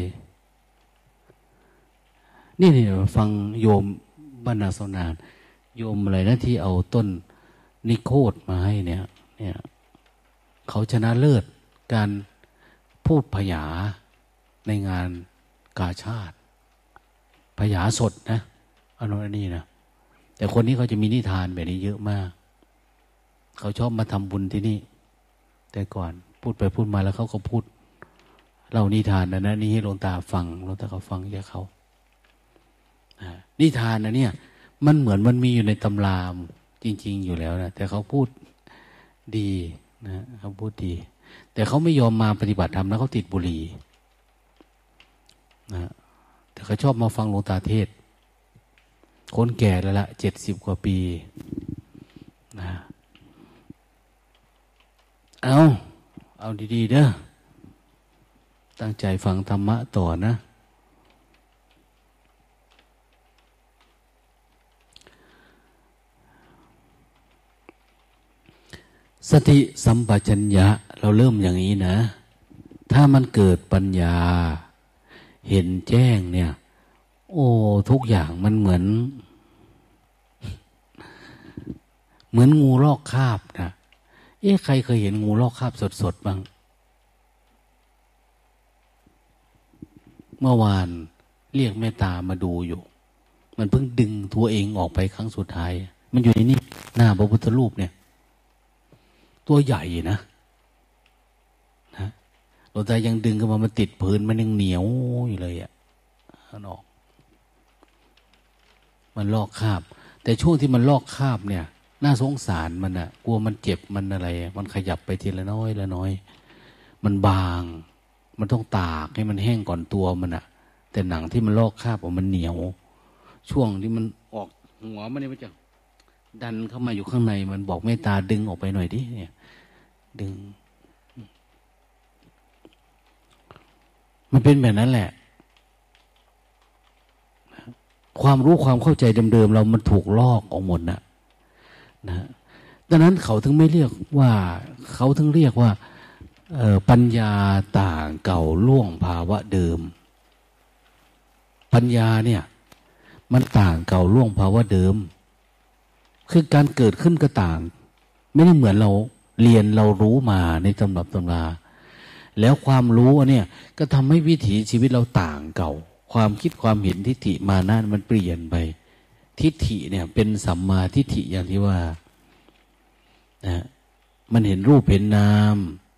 [SPEAKER 1] นี่นี่ฟังโยมบรรณาสนานโยมอะไรนะที่เอาต้นนิโคตมาให้เนี่ยเนี่ยเขาชนะเลิศการพูดพยาในงานกาชาติพยาสดนะอันนั้นอันนี้นะแต่คนนี้เขาจะมีนิทานแบบนี้เยอะมากเขาชอบมาทำบุญที่นี่แต่ก่อนพูดไปพูดมาแล้วเขาก็พูดเล่านิทานนะนะนี่ให้หลวงตาฟังหลวงตาก็ฟังจากเขานิทานนะเนี่ยมันเหมือนมันมีอยู่ในตำรามจริงๆอยู่แล้วนะแต่เขาพูดดีนะเขาพูดดีแต่เขาไม่ยอมมาปฏิบัติธรรมแล้วเขาติดบุหรี่นะแต่เขาชอบมาฟังหลวงตาเทศคนแก่แล้วละเจ็ดสิบกว่าปีนะเอาเอาดีๆเด้อตั้งใจฟังธรรมะต่อนะสติสัมปชัญญะเราเริ่มอย่างนี้นะถ้ามันเกิดปัญญาเห็นแจ้งเนี่ยโอ้ทุกอย่างมันเหมือนเหมือนงูลอกคราบนะเอ๊ะใครเคยเห็นงูลอกคราบสดๆบ้างเมื่อวานเรียกแม่ตามาดูอยู่มันเพิ่งดึงตัวเองออกไปครั้งสุดท้ายมันอยู่ในนี่หน้าพระพุทธรูปเนี่ยตัวใหญ่นะนะหลวงตายังดึงขึ้นมามันติดพื้นมันยังเหนียวอยู่เลยอ่ะข้างนอกมันลอกคราบแต่ช่วงที่มันลอกคราบเนี่ยน่าสงสารมันอ่ะกลัวมันเจ็บมันอะไรมันขยับไปทีละน้อยละน้อยมันบางมันต้องตากให้มันแห้งก่อนตัวมันอ่ะแต่หนังที่มันลอกคราบออกมันเหนียวช่วงที่มันออกหัวมันเนี่ยมันจะดันเข้ามาอยู่ข้างในมันบอกเมตตาดึงออกไปหน่อยดิเนี่ยดึงมันเป็นแบบนั้นแหละความรู้ความเข้าใจเดิมๆเรามันถูกลอกออกหมดนะนะดังนั้นเขาถึงไม่เรียกว่าเขาถึงเรียกว่าปัญญาต่างเก่าล่วงภาวะเดิมปัญญาเนี่ยมันต่างเก่าล่วงภาวะเดิมคือการเกิดขึ้นก็ต่างไม่ได้เหมือนเราเรียนเรารู้มาในตำรับตำราแล้วความรู้อันเนี้ยก็ทำให้วิถีชีวิตเราต่างเก่าความคิดความเห็นทิฏฐิมานะมันเปลี่ยนไปทิฏฐิเนี่ยเป็นสัมมาทิฏฐิอย่างที่ว่านะมันเห็นรูปเห็นนาม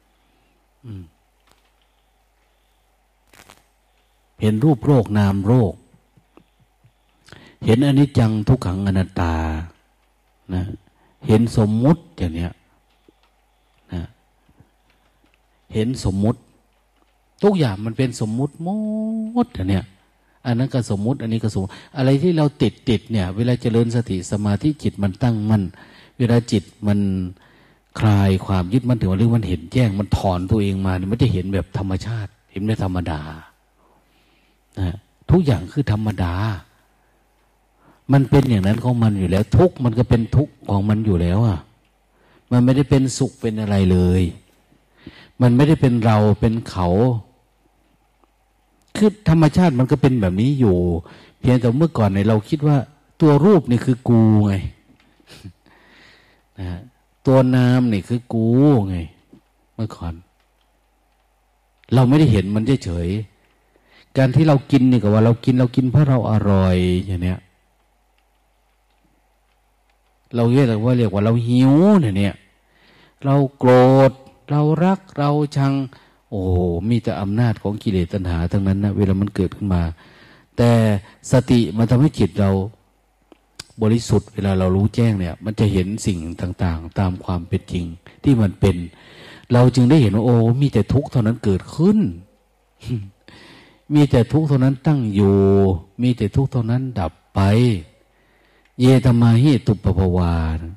[SPEAKER 1] เห็นรูปโรคนามโรคเห็นอนิจจังทุกขังอนัตตานะเห็นสมมุติอย่างเนี้ยนะเห็นสมมุติทุกอย่างมันเป็นสมมุติหมดอย่างเนี้ยอันนั้นก็สมมุติอันนี้ก็สมมุติอะไรที่เราติดติดเนี่ยเวลาเจริญสติสมาธิจิตมันตั้งมั่นเวลาจิตมันคลายความยึดมั่นถือว่าเรื่องมันเห็นแจ้งมันถอนตัวเองมาเนี่ยไม่ได้เห็นแบบธรรมชาติเห็นแบบธรรมดานะทุกอย่างคือธรรมดามันเป็นอย่างนั้นของมันอยู่แล้วทุกมันก็เป็นทุกของมันอยู่แล้วอ่ะมันไม่ได้เป็นสุขเป็นอะไรเลยมันไม่ได้เป็นเราเป็นเขาคือธรรมชาติมันก็เป็นแบบนี้อยู่เพียงแต่เมื่อก่อนเนี่ยเราคิดว่าตัวรูปนี่คือกูไงนะตัวนามนี่คือกูไงเมื่อก่อนเราไม่ได้เห็นมันเฉยๆการที่เรากินนี่ก็ว่าเรากินเรากินเพราะเราอร่อยอย่างเนี้ยเราเรียกว่าเรียกว่าเราหิวเนี่ยเราโกรธเรารักเราชังโอ้มีแต่อำนาจของกิเลสตัณหาทั้งนั้นนะเวลามันเกิดขึ้นมาแต่สติมันทำให้จิตเราบริสุทธิ์เวลาเรารู้แจ้งเนี่ยมันจะเห็นสิ่งต่างๆตามความเป็นจริงที่มันเป็นเราจึงได้เห็นว่าโอ้มีแต่ทุกข์เท่านั้นเกิดขึ้น มีแต่ทุกข์เท่านั้นตั้งอยู่มีแต่ทุกข์เท่านั้นดับไปเยธรรมาหิตุปปวานะ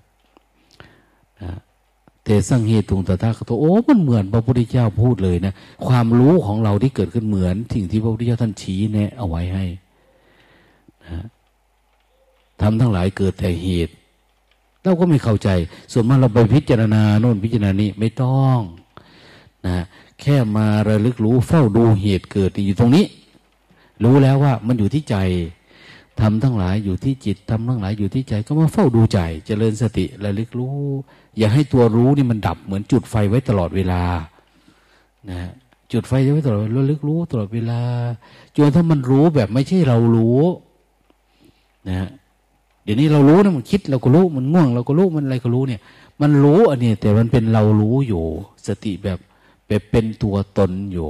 [SPEAKER 1] แต่สร้างเหตุตุงตถาคตโอ้มันเหมือนพระพุทธเจ้าพูดเลยนะความรู้ของเราที่เกิดขึ้นเหมือนสิ่งที่พระพุทธเจ้าท่านชี้แนะเอาไว้ให้นะทำทั้งหลายเกิดแต่เหตุเราก็ไม่เข้าใจส่วนมากเราไปพิจารณาโน่นพิจารณานี้ไม่ต้องนะแค่มาระลึกรู้เฝ้าดูเหตุเกิดอยู่ตรงนี้รู้แล้วว่ามันอยู่ที่ใจทำทั้งหลายอยู่ที่จิตทำทั้งหลายอยู่ที่ใจก็มาเฝ้าดูใจเจริญสติระลึกรู้อย่าให้ตัวรู้นี่มันดับเหมือนจุดไฟไว้ตลอดเวลานะจุดไฟไว้ตลอดระลึกรู้ตลอดเวลาจนถ้ามันรู้แบบไม่ใช่เรารู้นะเดี๋ยวนี้เรารู้นะมันคิดเราก็รู้มันง่วงเราก็รู้มันอะไรก็รู้เนี่ยมันรู้อันนี้แต่มันเป็นเรารู้อยู่สติแบบแบบเป็นตัวตนอยู่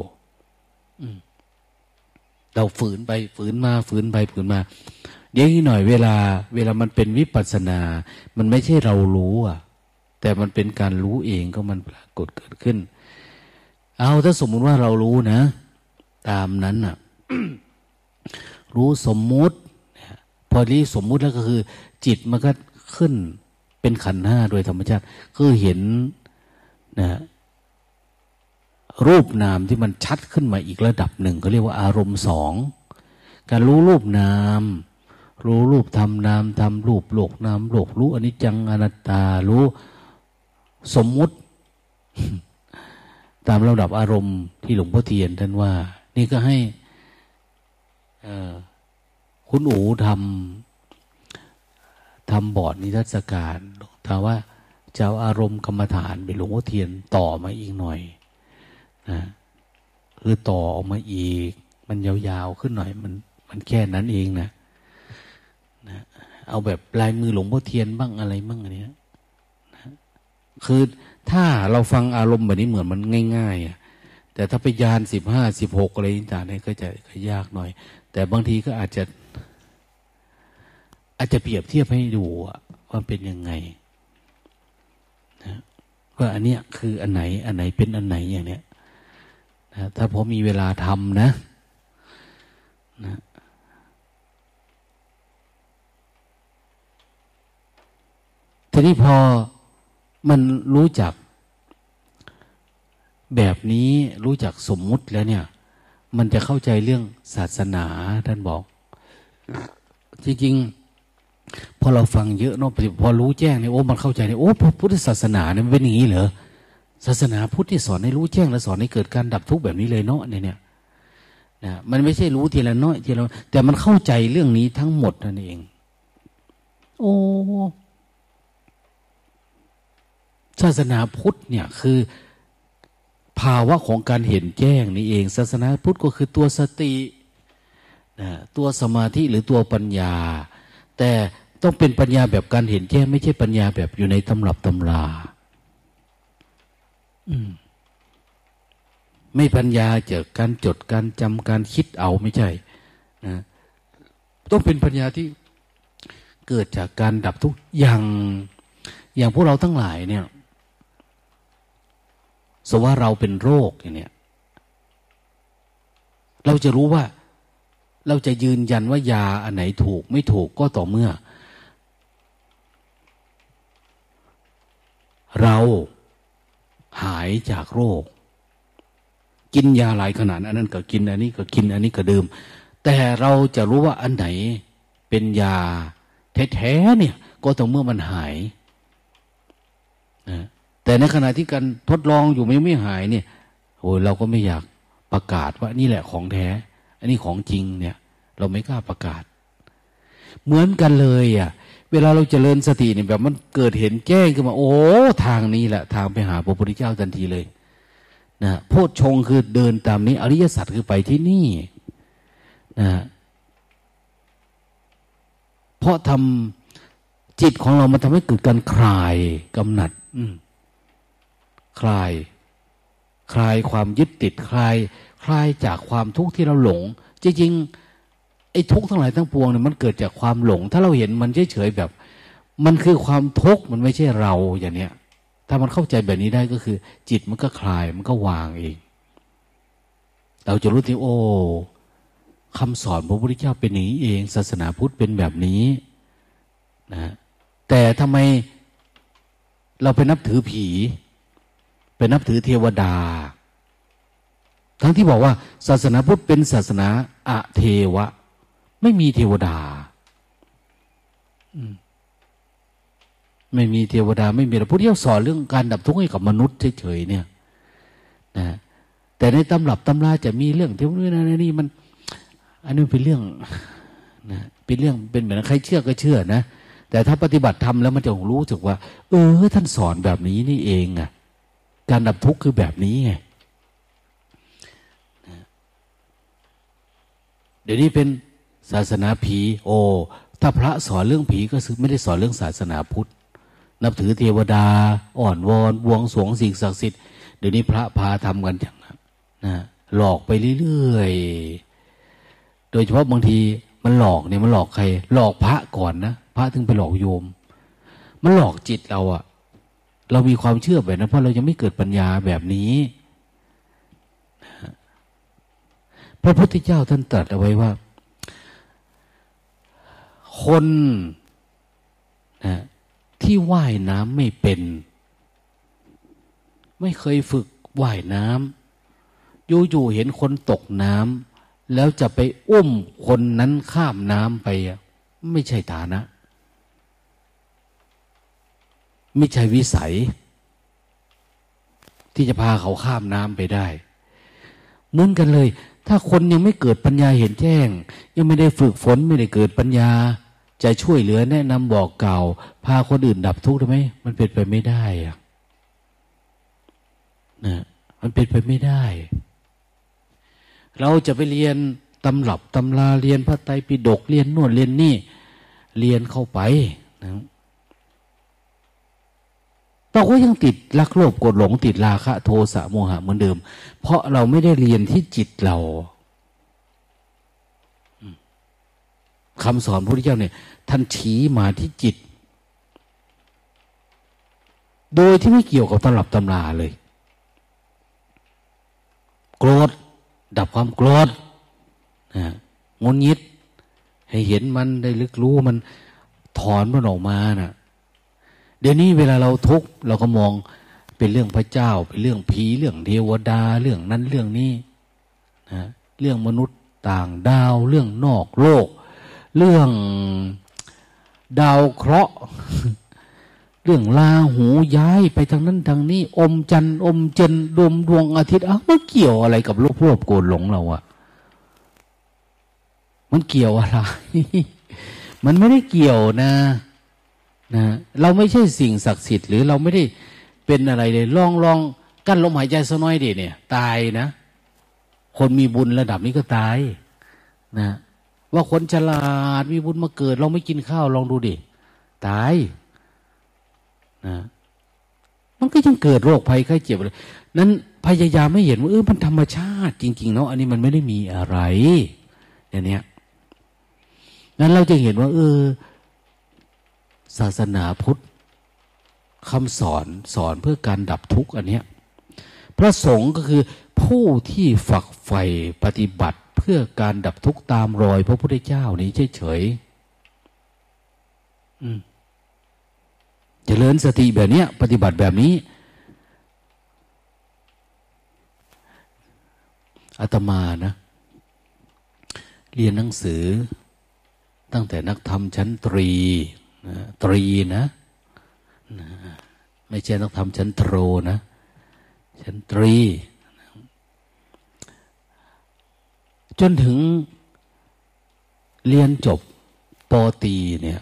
[SPEAKER 1] เราฝืนไปฝืนมาฝืนไปฝืนมาเดี๋ยวนี้หน่อยเวลาเวลามันเป็นวิปัสสนามันไม่ใช่เรารู้อ่ะแต่มันเป็นการรู้เองก็มันปรากฏเกิดขึ้นเอาถ้าสมมุติว่าเรารู้นะตามนั้นอ่ะ รู้สมมุติพอนี้สมมุติแล้วก็คือจิตมันก็ขึ้นเป็นขันธ์ห้าโดยธรรมชาติคือเห็นนะรูปนามที่มันชัดขึ้นมาอีกระดับหนึ่งเขาเรียกว่าอารมณ์สองการรู้รูปนามรู้รูปธรรมนามธรรมรูปโลกนามโลกรู้อนิจจังอนัตตารู้สมมุติ ตามระดับอารมณ์ที่หลวงพ่อเทียนท่านว่านี่ก็ให้คุณอู๋ทำทำบอร์ดนิทรรศการถามว่าจะเอาอารมณ์กรรมฐานไปหลวงพ่อเทียนต่อมาอีกหน่อยนะคือต่อออกมาอีกมันยาวๆขึ้นหน่อยมันมันแค่นั้นเองนะนะเอาแบบลายมือหลวงพ่อเทียนบ้างอะไรบ้างอันนี้นะคือถ้าเราฟังอารมณ์แบบนี้เหมือนมันง่ายๆอ่ะแต่ถ้าไปยานสิบห้าสิบหกอะไรต่างๆเนี่ยก็จะยากหน่อยแต่บางทีก็อาจจะอาจจะเปรียบเทียบให้ดูว่าเป็นยังไงนะว่าอันเนี้ยคืออันไหนอันไหนเป็นอันไหนอย่างเนี้ยนะถ้าพอมีเวลาทำนะนะทีนี้พอมันรู้จักแบบนี้รู้จักสมมุติแล้วเนี่ยมันจะเข้าใจเรื่องศาสนาท่านบอกจริงๆพอเราฟังเยอะเนาะพอรู้แจ้งเนี่ยโอ้มันเข้าใจเนี่ยโอ้พุทธศาสนาเนี่ยมันเป็นอย่างนี้เหรอศาสนาพุทธที่สอนให้รู้แจ้งและสอนให้เกิดการดับทุกข์แบบนี้เลยเนาะเนี่ยเนี่ยนะมันไม่ใช่รู้ทีละน้อยทีละแต่มันเข้าใจเรื่องนี้ทั้งหมดนั่นเองโอ้ศาสนาพุทธเนี่ยคือภาวะของการเห็นแจ้งนี่เองศาสนาพุทธก็คือตัวสตินะตัวสมาธิหรือตัวปัญญาแต่ต้องเป็นปัญญาแบบการเห็นแจ้งไม่ใช่ปัญญาแบบอยู่ในตำรับตำราไม่ปัญญาจากการจดการจำการคิดเอาไม่ใช่นะต้องเป็นปัญญาที่เกิดจากการดับทุกอย่างอย่างพวกเราทั้งหลายเนี่ยสมมติว่าเราเป็นโรคอย่างเนี้ยเราจะรู้ว่าเราจะยืนยันว่ายาอันไหนถูกไม่ถูกก็ต่อเมื่อเราหายจากโรคกินยาหลายขนาดอันนั้นก็กินอันนี้ก็กินอันนี้ก็ดื่มแต่เราจะรู้ว่าอันไหนเป็นยาแท้ๆเนี่ยก็ต่อเมื่อมันหายนะแต่ในขณะที่การทดลองอยู่ไม่ไม่หายเนี่ยโอ้ยเราก็ไม่อยากประกาศว่านี่แหละของแท้อันนี้ของจริงเนี่ยเราไม่กล้าประกาศเหมือนกันเลยอ่ะเวลาเราเจริญสติเนี่ยแบบมันเกิดเห็นแจ้งขึ้นมาโอ้ทางนี้แหละทางไปหาพระพุทธเจ้าทันทีเลยนะโพชฌงค์คือเดินตามนี้อริยสัจคือไปที่นี่นะเพราะทำจิตของเรามันทำให้เกิดการคลายกำหนัดคลายคลายความยึดติดคลายคลายจากความทุกข์ที่เราหลงจริงๆไอ้ทุกข์ทั้งหลายทั้งปวงเนี่ยมันเกิดจากความหลงถ้าเราเห็นมันเฉยๆแบบมันคือความทุกข์มันไม่ใช่เราอย่างเนี้ยถ้ามันเข้าใจแบบนี้ได้ก็คือจิตมันก็คลายมันก็วางเองเราจะรู้ที่โอ้คำสอนพระพุทธเจ้าเป็นอย่างนี้เองศาสนาพุทธเป็นแบบนี้นะแต่ทำไมเราไปนับถือผีไปนับถือเทวดาทั้งที่บอกว่าศาสนาพุทธเป็นศาสนาอะเทวะไม่มีเทวดาไม่มีเทวดาไม่มีพระพุทธเจ้าสอนเรื่องการดับทุกข์ให้กับมนุษย์เฉยๆเนี่ยนะแต่ในตำรับตำราจะมีเรื่องเทวดานี่มันอันนี้เป็นเรื่องนะเป็นเรื่องเป็นแบบนั้นใครเชื่อก็เชื่อนะแต่ถ้าปฏิบัติธรรมแล้วมันจะรู้สึกว่าเออท่านสอนแบบนี้นี่เองอะการดับทุกข์คือแบบนี้ไงเดี๋ยวนี้เป็นศาสนาผีโอ้ถ้าพระสอนเรื่องผีก็ไม่ได้สอนเรื่องศาสนาพุทธนับถือเทวดาอ่อนวอนบวงสรวงสิ่งศักดิ์สิทธิ์เดี๋ยวนี้พระพาทำกันอย่างนั้นนะหลอกไปเรื่อยๆโดยเฉพาะบางทีมันหลอกเนี่ยมันหลอกใครหลอกพระก่อนนะพระถึงไปหลอกโยมมันหลอกจิตเราอะเรามีความเชื่อแบบนั้นเพราะเรายังไม่เกิดปัญญาแบบนี้พระพุทธเจ้าท่านตรัสเอาไว้ว่าคนนะที่ว่ายน้ำไม่เป็นไม่เคยฝึกว่ายน้ำอยู่ๆเห็นคนตกน้ำแล้วจะไปอุ้มคนนั้นข้ามน้ำไปไม่ใช่ฐานะไม่ใช่วิสัยที่จะพาเขาข้ามน้ำไปได้เหมือนกันเลยถ้าคนยังไม่เกิดปัญญาเห็นแจ้งยังไม่ได้ฝึกฝนไม่ได้เกิดปัญญาจะช่วยเหลือแนะนำบอกกล่าวพาคนอื่นดับทุกข์ได้ไหมมันเป็นไปไม่ได้อะนะมันเป็นไปไม่ได้เราจะไปเรียนตำรับตำราเรียนพระไตรปิฎกเรียนโน่นเรียนนี่เรียนเข้าไปนะเราก็ยังติดรักโลภโกรธหลงติดราคะโทสะโมหะเหมือนเดิมเพราะเราไม่ได้เรียนที่จิตเราคำสอนพระพุทธเจ้าเนี่ยท่านชี้มาที่จิตโดยที่ไม่เกี่ยวกับตำรับตำราเลยโกรธดับความโกรธนะงุนงิดให้เห็นมันได้ลึกรู้มันถอนมันออกมาน่ะเดี๋ยวนี้เวลาเราทุกข์เราก็มองเป็นเรื่องพระเจ้าเป็นเรื่องผีเรื่องเทวดาเรื่องนั้นเรื่องนี้นะเรื่องมนุษย์ต่างดาวเรื่องนอกโลกเรื่องดาวเคราะห์เรื่องราหูย้ายไปทางนั้นทางนี้อมจันทร์อมเจนดวงดวงอาทิตย์อ้าวมันเกี่ยวอะไรกับโลภโลภโกรธหลงเราอะมันเกี่ยวอะไร มันไม่ได้เกี่ยวนะนะเราไม่ใช่สิ่งศักดิ์สิทธิ์หรือเราไม่ได้เป็นอะไรเลยลองลองกั้นลมหายใจสักน้อยดิเนี่ยตายนะคนมีบุญระดับนี้ก็ตายนะว่าคนฉลาดมีบุญมาเกิดเราไม่กินข้าวลองดูดิตายนะมันก็ยังเกิดโรคภัยไข้เจ็บเลยนั้นพยายามไม่เห็นว่าเออมันธรรมชาติจริงๆเนาะอันนี้มันไม่ได้มีอะไรอย่างเนี้ยนั้นเราจะเห็นว่าเออศาสนาพุทธคำสอนสอนเพื่อการดับทุกข์อันเนี้ยพระสงฆ์ก็คือผู้ที่ฝักใฝ่ปฏิบัติเพื่อการดับทุกข์ตามรอยพระพุทธเจ้านี้เฉยๆอืมเจริญสติแบบนี้ปฏิบัติแบบนี้อาตมานะเรียนหนังสือตั้งแต่นักธรรมชั้นตรีนะตรีนะนะไม่ใช่นักธรรมชั้นโทนะชั้นตรีจนถึงเรียนจบป.ตรีเนี่ย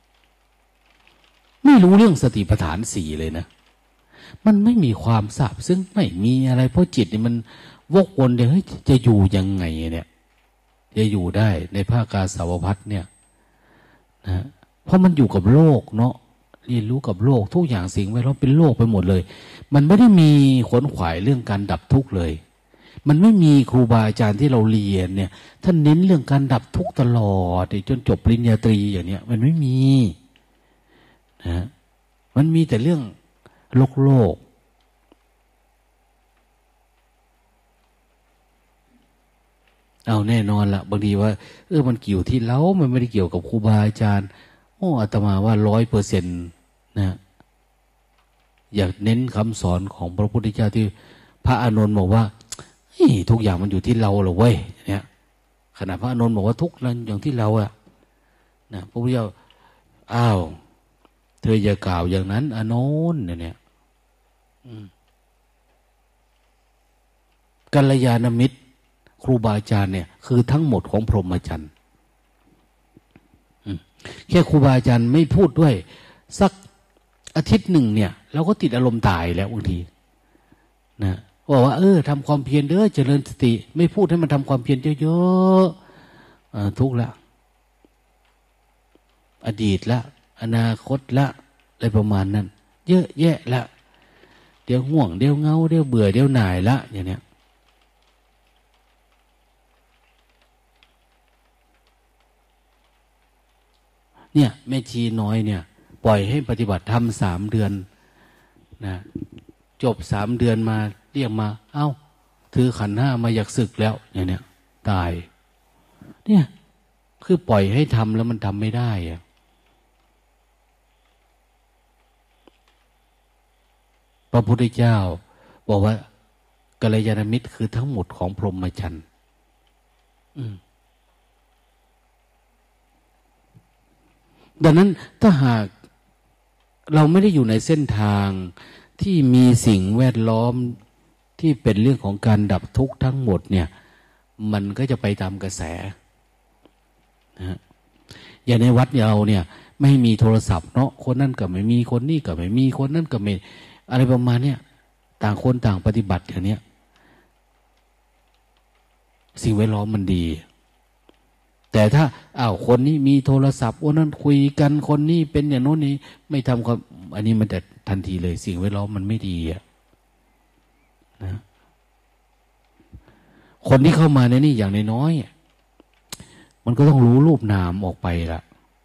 [SPEAKER 1] ไม่รู้เรื่องสติปัฏฐานสี่เลยนะมันไม่มีความทราบซึ่งไม่มีอะไรเพราะจิตนี่มันวกวนเดี๋ยวเฮ้ยจะอยู่ยังไงเนี่ยจะอยู่ได้ในภาคกาสาวพัฒน์เนี่ยนะเพราะมันอยู่กับโลกเนาะเรียนรู้กับโลกทุกอย่างสิ่งแวดล้อมเป็นโลกไปหมดเลยมันไม่ได้มีขวนขวายเรื่องการดับทุกข์เลยมันไม่มีครูบาอาจารย์ที่เราเรียนเนี่ยท่านเน้นเรื่องการดับทุกข์ตลอดจนจบปริญญาตรีอย่างเนี้ยมันไม่มีนะมันมีแต่เรื่องโลกโลกเอาแน่นอนละบางทีว่าเออมันเกี่ยวที่เรามันไม่ได้เกี่ยวกับครูบาอาจารย์โอ้อาตมาว่าร้อยเปอร์เซ็นต์นะอยากเน้นคำสอนของพระพุทธเจ้าที่พระอานนท์บอกว่าทุกอย่างมันอยู่ที่เราเหรอเว้ยเนี่ยขณะพระอานนท์บอกว่าทุกนั้นอย่างที่เราอะนะพระพุทธเจ้าอ้าวเธออย่ากล่าวอย่างนั้นอานนท์เนี่ยกัลยาณมิตรครูบาอาจารย์เนี่ยคือทั้งหมดของพรหมจรรย์แค่ครูบาอาจารย์ไม่พูดด้วยสักอาทิตย์หนึ่งเนี่ยเราก็ติดอารมณ์ตายแล้วบางทีนะบอกว่าเออทำความเพียรเด้อเจริญสติไม่พูดให้มันทำความเพียรเยอะๆทุกละอดีตละอนาคตละอะไรประมาณนั้นเยอะแยะละเดี๋ยวง่วงเดี๋ยวเงาเดี๋ยวเบื่อเดี๋ยวหน่ายละอย่างเนี้ยเนี่ยแม่ชีน้อยเนี่ยปล่อยให้ปฏิบัติทำสามเดือนนะจบสามเดือนมาเรียกมาเอ้าถือขันห้ามาอยากศึกแล้วอย่างเนี้ยตายเนี่ยคือปล่อยให้ทำแล้วมันทำไม่ได้อะพระพุทธเจ้าบอกว่ากัลยาณมิตรคือทั้งหมดของพรหมจรรย์ดังนั้นถ้าหากเราไม่ได้อยู่ในเส้นทางที่มีสิ่งแวดล้อมที่เป็นเรื่องของการดับทุกข์ทั้งหมดเนี่ยมันก็จะไปตามกระแสนะอย่างในวัดเราเนี่ยไม่มีโทรศัพท์เนาะคนนั่นก็ไม่มีคนนี่ก็ไม่มีคนนั่นก็ไม่อะไรประมาณเนี้ยต่างคนต่างปฏิบัติอย่างเนี้ยสิ่งแวดล้อมมันดีแต่ถ้าอ้าวคนนี้มีโทรศัพท์วันนั้นคุยกันคนนี้เป็นอย่างโน้นนี้ไม่ทำความอันนี้มันจะทันทีเลยสิ่งแวดล้อมมันไม่ดีอะนะคนที่เข้ามาในนี่อย่างน้อยๆมันก็ต้องรู้รูปนามออกไปละ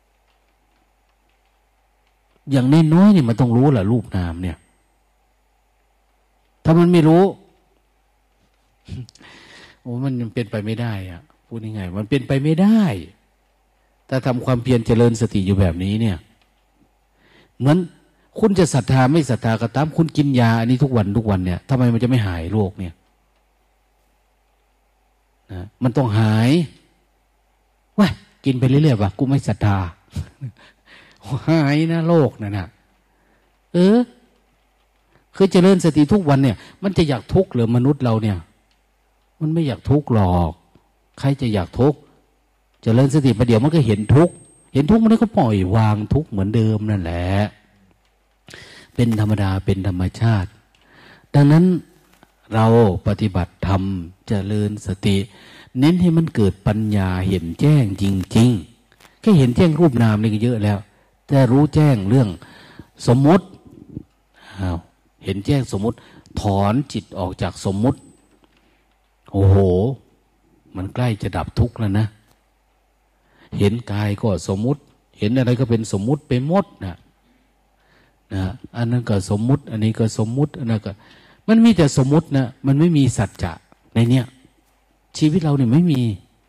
[SPEAKER 1] อย่างน้อยๆเนี่ยมันต้องรู้แหละรูปนามเนี่ยถ้ามันไม่รู้โอ้มันเป็นไปไม่ได้อะพูดยังไงมันเป็นไปไม่ได้ถ้าทำความเพียรเจริญสติอยู่แบบนี้เนี่ยเหมือนคุณจะศรัทธาไม่ศรัทธาก็ตามคุณกินยาอันนี้ทุกวันทุกวันเนี่ยทำไมมันจะไม่หายโรคเนี่ยนะมันต้องหายว้ากินไปเรื่อยๆว่ะกูไม่ศรัทธาหายนะโรคนั่นน่ะเออคือเจริญสติทุกวันเนี่ยมันจะอยากทุกข์หรือมนุษย์เราเนี่ยมันไม่อยากทุกข์หรอกใครจะอยากทุกข์เจริญสติประเดี๋ยวมันก็เห็นทุกข์เห็นทุกข์มันก็ปล่อยวางทุกข์เหมือนเดิมนั่นแหละเป็นธรรมดาเป็นธรรมชาติดังนั้นเราปฏิบัติธรรมเจริญสติเน้นให้มันเกิดปัญญาเห็นแจ้งจริงๆแค่เห็นแจ้งรูปนามนี่ก็เยอะแล้วแต่รู้แจ้งเรื่องสมมุติอ้าวเห็นแจ้งสมมุติถอนจิตออกจากสมมุติโอ้โหมันใกล้จะดับทุกข์แล้วนะเห็นกายก็สมมุติเห็นอะไรก็เป็นสมมุติไปหมดนะนะอันนั้นก็สมมุติอันนี้ก็สมมุติอันนั้นก็มันมีแต่สมมุตินะมันไม่มีสัจจะในเนี้ยชีวิตเราเนี่ยไม่มี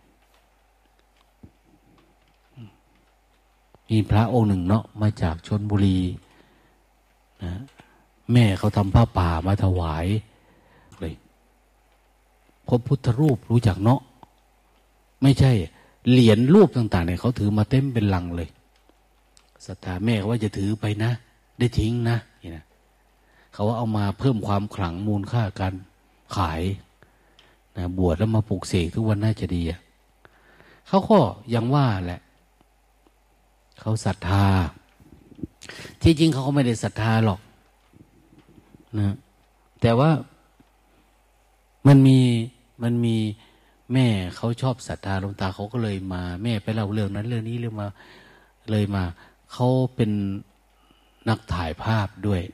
[SPEAKER 1] มีพระองค์หนึ่งเนาะมาจากชลบุรีนะแม่เขาทำผ้าป่ามาถวายเลยพระพุทธรูปรู้จักเนาะไม่ใช่เหรียญรูปต่างๆเนี่ยเขาถือมาเต็มเป็นลังเลยศรัทธาแม่เขาว่าจะถือไปนะได้ทิ้งนะนี่นะเขาว่าเอามาเพิ่มความขลังมูลค่าการขายนะบวชแล้วมาปลูกเสกทุกวันน่าจะดีอ่ะเขาก็ยังว่าแหละเขาศรัทธาที่จริงเขาก็ไม่ได้ศรัทธาหรอกนะแต่ว่ามันมีมันมีแม่เขาชอบศรัทธาหลวงตาเขาก็เลยมาแม่ไปเล่าเรื่องนั้นเรื่องนี้เรื่องมาเลยมาเขาเป็นนักถ่ายภาพด้วย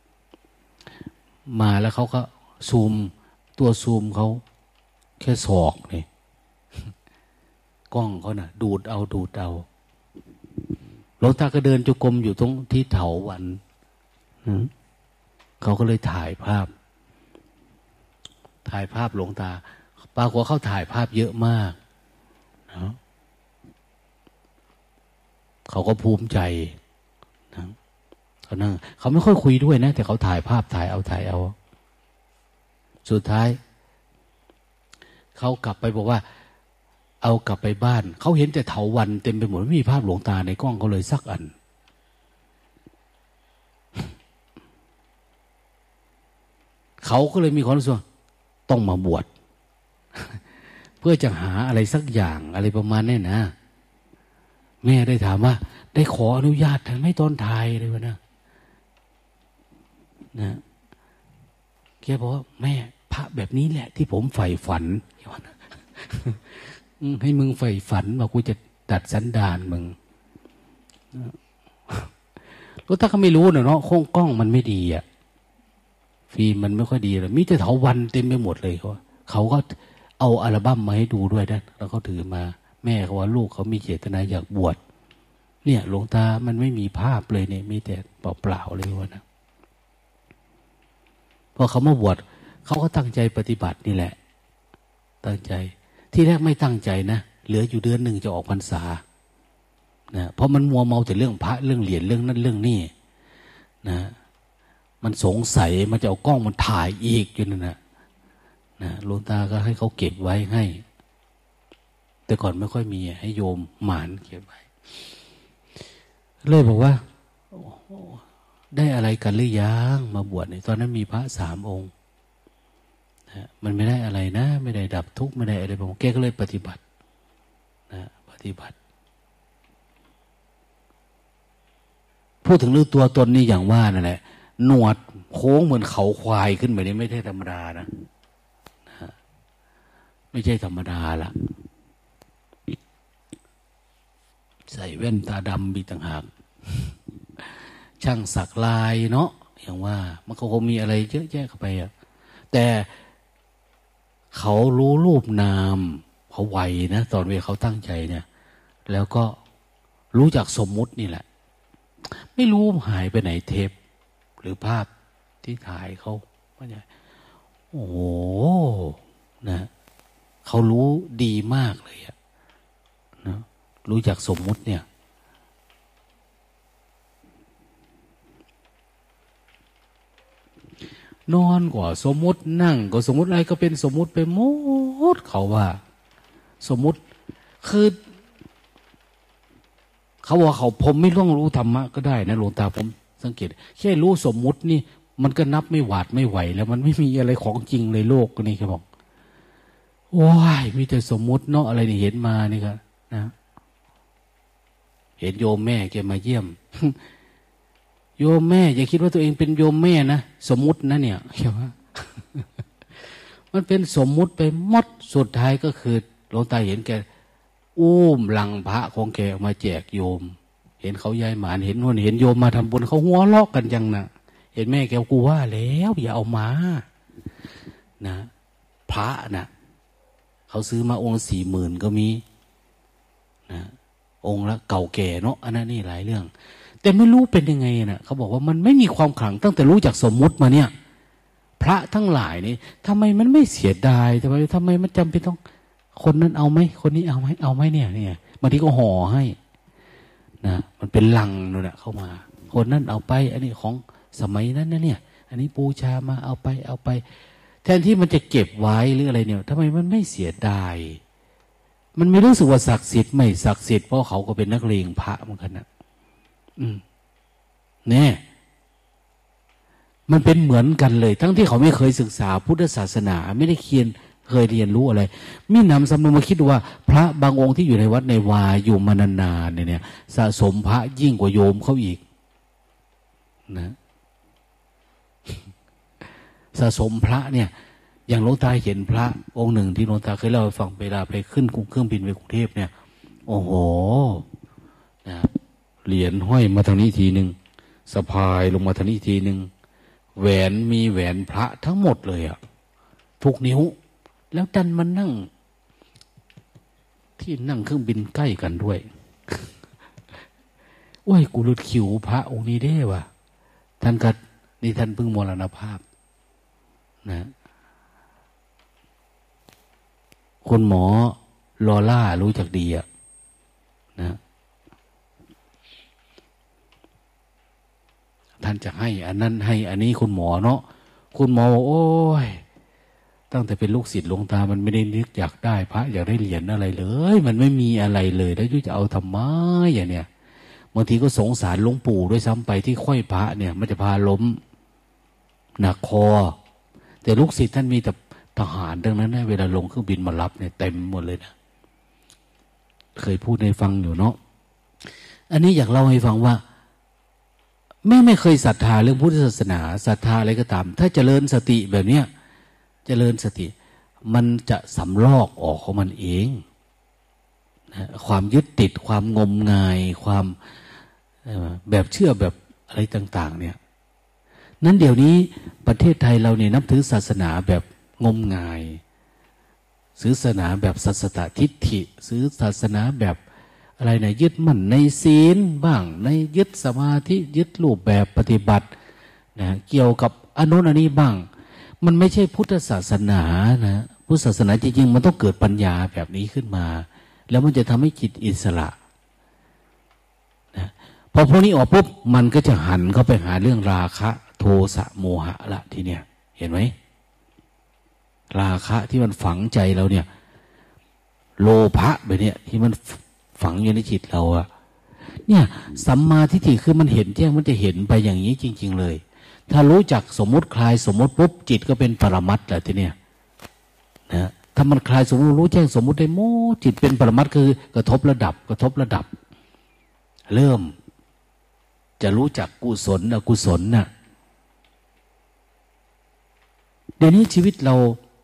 [SPEAKER 1] มาแล้วเขาก็ซูมตัวซูมเขาแค่ศอกนี่กล้องเขาน่ะดูดเอาดูดเอาหลวงตาก็เดินจุกรมอยู่ตรงที่เถาวัลย์เขาก็เลยถ่ายภาพถ่ายภาพหลวงตาปรากฏว่าเขาถ่ายภาพเยอะมากนะเขาก็ภูมิใจนะเขานั่งเขาไม่ค่อยคุยด้วยนะแต่เขาถ่ายภาพถ่ายเอาถ่ายเอาสุดท้ายเขากลับไปบอกว่าเอากลับไปบ้านเขาเห็นแต่เถาวัลย์เต็มไปหมดไม่มีภาพหลวงตาในกล้องเขาเลยสักอันเขาก็เลยมีความรู้สึกต้องมาบวชเพื่อจะหาอะไรสักอย่างอะไรประมาณนี้นะแม่ได้ถามว่าได้ขออนุญาตท่านไม่ตอนถ่ายเลยวะนะนะแกบอกว่าแม่พระแบบนี้แหละที่ผมใฝ่ฝันให้มึงใฝ่ฝันว่ากูจะดัดสันดานมึงก็ถ้าเขาไม่รู้เนาะโค้งกล้องมันไม่ดีอ่ะฟิล์มมันไม่ค่อยดีเลยมีแต่เถาวัลย์เต็มไปหมดเลยเขาเขาก็เอาอัลบั้มมาให้ดูด้วยนะแล้วเขาถือมาแม่เขาว่าลูกเขามีเจตนาอยากบวชเนี่ยหลวงตามันไม่มีภาพเลยเนี่ยมีแต่เปล่าๆเลยวะนะพอเขามาบวชเขาก็ตั้งใจปฏิบัตินี่แหละตั้งใจที่แรกไม่ตั้งใจนะเหลืออยู่เดือนหนึ่งจะออกพรรษานะเพราะมันมัวเมาแต่เรื่องพระเรื่องเหรียญเรื่องนั้นเรื่องนี้นะมันสงสัยมันจะเอากล้องมันถ่ายอีกอยู่นั่นนะนะหลวงตาก็ให้เขาเก็บไว้ให้แต่ก่อนไม่ค่อยมีให้โยมหมานเก็บไว้เลยบอกว่าได้อะไรกันหรือยังมาบวชเนี่ยตอนนั้นมีพระสามองค์นะมันไม่ได้อะไรนะไม่ได้ดับทุกข์ไม่ได้อะไรผมแกก็เลยปฏิบัตินะปฏิบัติพูดถึงเรื่องตัวตนนี่อย่างว่านั่นแหละหนวดโค้งเหมือนเขาควายขึ้นไปนี่ไม่ใช่ธรรมดานะนะไม่ใช่ธรรมดาละใส่แว่นตาดำบีต่างหากช่างสักลายเนาะอย่างว่ามันก็คงมีอะไรเยอะแยะเข้าไปอ่ะแต่เขารู้รูปนามเขาไวนะตอนเวลาเขาตั้งใจเนี่ยแล้วก็รู้จักสมมุตินี่แหละไม่รู้หายไปไหนเทปหรือภาพที่ถ่ายเขาว่าไงโอ้โหนะเขารู้ดีมากเลยอะนะรู้จักสมมุติเนี่ยนอนก็สมมุตินั่งก็สมมุติอะไรก็เป็นสมมุติไปหมดเขาว่าสมมุติคือเขาว่าเขาผมไม่ต้องรู้ธรรมะก็ได้นะหลวงตาผมสังเกตแค่รู้สมมุตินี่มันก็นับไม่หวาดไม่ไหวแล้วมันไม่มีอะไรของจริงในโลกนี่เขาบอกว้ายมีแต่สมมุติเนาะอะไรนี่เห็นมานี่ก็นะเห็นโยมแม่แกมาเยี่ยมโยมแม่อย่าคิดว่าตัวเองเป็นโยมแม่นะสมมุตินะเนี่ยใช่ไหมมันเป็นสมมุติไปหมดสุดท้ายก็คือหลวงตาเห็นแกอุ้มลังพระของแกออกมาแจกโยมเห็นเขาย้ายหมานเห็นนู่นเห็นโยมมาทำบุญเขาหัวเราะกันจังนะเห็นแม่แกกูว่าแล้วอย่าเอามานะพระนะเขาซื้อมาองค์สี่หมื่นก็มีนะองค์ละเก่าแก่เนาะอันนั้นนี่หลายเรื่องแต่ไม่รู้เป็นยังไงนะเขาบอกว่ามันไม่มีความขลังตั้งแต่รู้จักสมมุติมาเนี่ยพระทั้งหลายนี่ทำไมมันไม่เสียดายทำไมทำไมมันจำเป็นต้องคนนั้นเอาไหมคนนี้เอาไหมเอาไหมเนี่ยเนี่ยบางทีก็ห่อให้นะมันเป็นลังนู่นแหละเข้ามาคนนั้นเอาไปอันนี้ของสมัยนั้นนะเนี่ยอันนี้ปูชามาเอาไปเอาไปแทนที่มันจะเก็บไว้หรืออะไรเนี่ยทำไมมันไม่เสียดายมันไม่รู้สึกว่าศักดิ์สิทธิ์ไม่ศักดิ์สิทธิ์เพราะเขาก็เป็นนักเลงพระเหมือนกันนะอืมเนี่ยมันเป็นเหมือนกันเลยทั้งที่เขาไม่เคยศึกษาพุทธศาสนาไม่ได้เคียนเคยเรียนรู้อะไรมินำสำนึกมาคิดว่าพระบางองค์ที่อยู่ในวัดในวาอยู่มานานๆเนี่ยสะสมพระยิ่งกว่าโยมเขาอีกนะสะสมพระเนี่ยอย่างหลวงตาเห็นพระองค์หนึ่งที่หลวงตาเคยเล่าให้ฟังเวลาไปขึ้นเครื่องบินไปกรุงเทพเนี่ยโอ้โหนะเหรียญห้อยมาทางนี้ทีหนึ่งสะพายลงมาทางนี้ทีหนึ่งแหวนมีแหวนพระทั้งหมดเลยอะทุกนิ้วแล้วดันมานั่งที่นั่งเครื่องบินใกล้กันด้วยโอ้ยกูรุดคิวพระองค์นี้ได้ว่ะท่านก็นี่ท่านเพิ่งมรณภาพนะคุณหมอลอล่ารู้จักดีอะนะท่านจะให้อันนั้นให้อันนี้คุณหมอเนาะคุณหมอบอกโอ้ยตั้งแต่เป็นลูกศิษย์หลวงตามันไม่ได้นึกอยากได้พระอยากได้เหรียญอะไรเลยมันไม่มีอะไรเลยแล้วจะเอาทำไมอย่างเนี้ยบางทีก็สงสารหลวงปู่ด้วยซ้ำไปที่ค่อยพระเนี่ยมันจะพาล้มหนักคอแต่ลูกศิษย์ท่านมีแต่ทหารดังนั้นนะเวลาลงเครื่องบินมารับเนี่ยเต็มหมดเลยนะเคยพูดให้ฟังอยู่เนาะอันนี้อยากเล่าให้ฟังว่าแม่ไม่เคยศรัทธาเรื่องพุทธศาสนาศรัทธาอะไรก็ตามถ้าเจริญสติแบบเนี้ยเจริญสติมันจะสำลอกออกของมันเองนะความยึดติดความงมงายความแบบเชื่อแบบอะไรต่างๆเนี่ยนั้นเดี๋ยวนี้ประเทศไทยเราเนี่ยนับถือศาสนาแบบงมงายศาสนาแบบสัสตทิฏฐิซื้อศาสนาแบบอะไรนะยึดมั่นในศีลบ้างในยึดสมาธิยึดรูปแบบปฏิบัตินะเกี่ยวกับอนุนันนี้บ้างมันไม่ใช่พุทธศาสนานะพุทธศาสนาจริงๆมันต้องเกิดปัญญาแบบนี้ขึ้นมาแล้วมันจะทำให้จิตอิสระนะพอพวกนี้ออกปุ๊บมันก็จะหันเข้าไปหาเรื่องราคะโทสะโมหะละทีเนี้ยเห็นไหมราคะที่มันฝังใจเราเนี่ยโลภะแบบเนี้ยที่มันฝังอยู่ในจิตเราอะเนี่ยสัมมาทิฏฐิคือมันเห็นแจ้งมันจะเห็นไปอย่างนี้จริงๆเลยถ้ารู้จักสมมติคลายสมมติปุ๊บจิตก็เป็นปรมัตถ์แหละทีเนี้ยนะถ้ามันคลายสมมติรู้แจ้งสมมติได้โมจิตเป็นปรมัตถ์คือกระทบระดับกระทบระดับเริ่มจะรู้จักกุศลอกุศลน่ะเดี๋ยวนี้ชีวิตเรา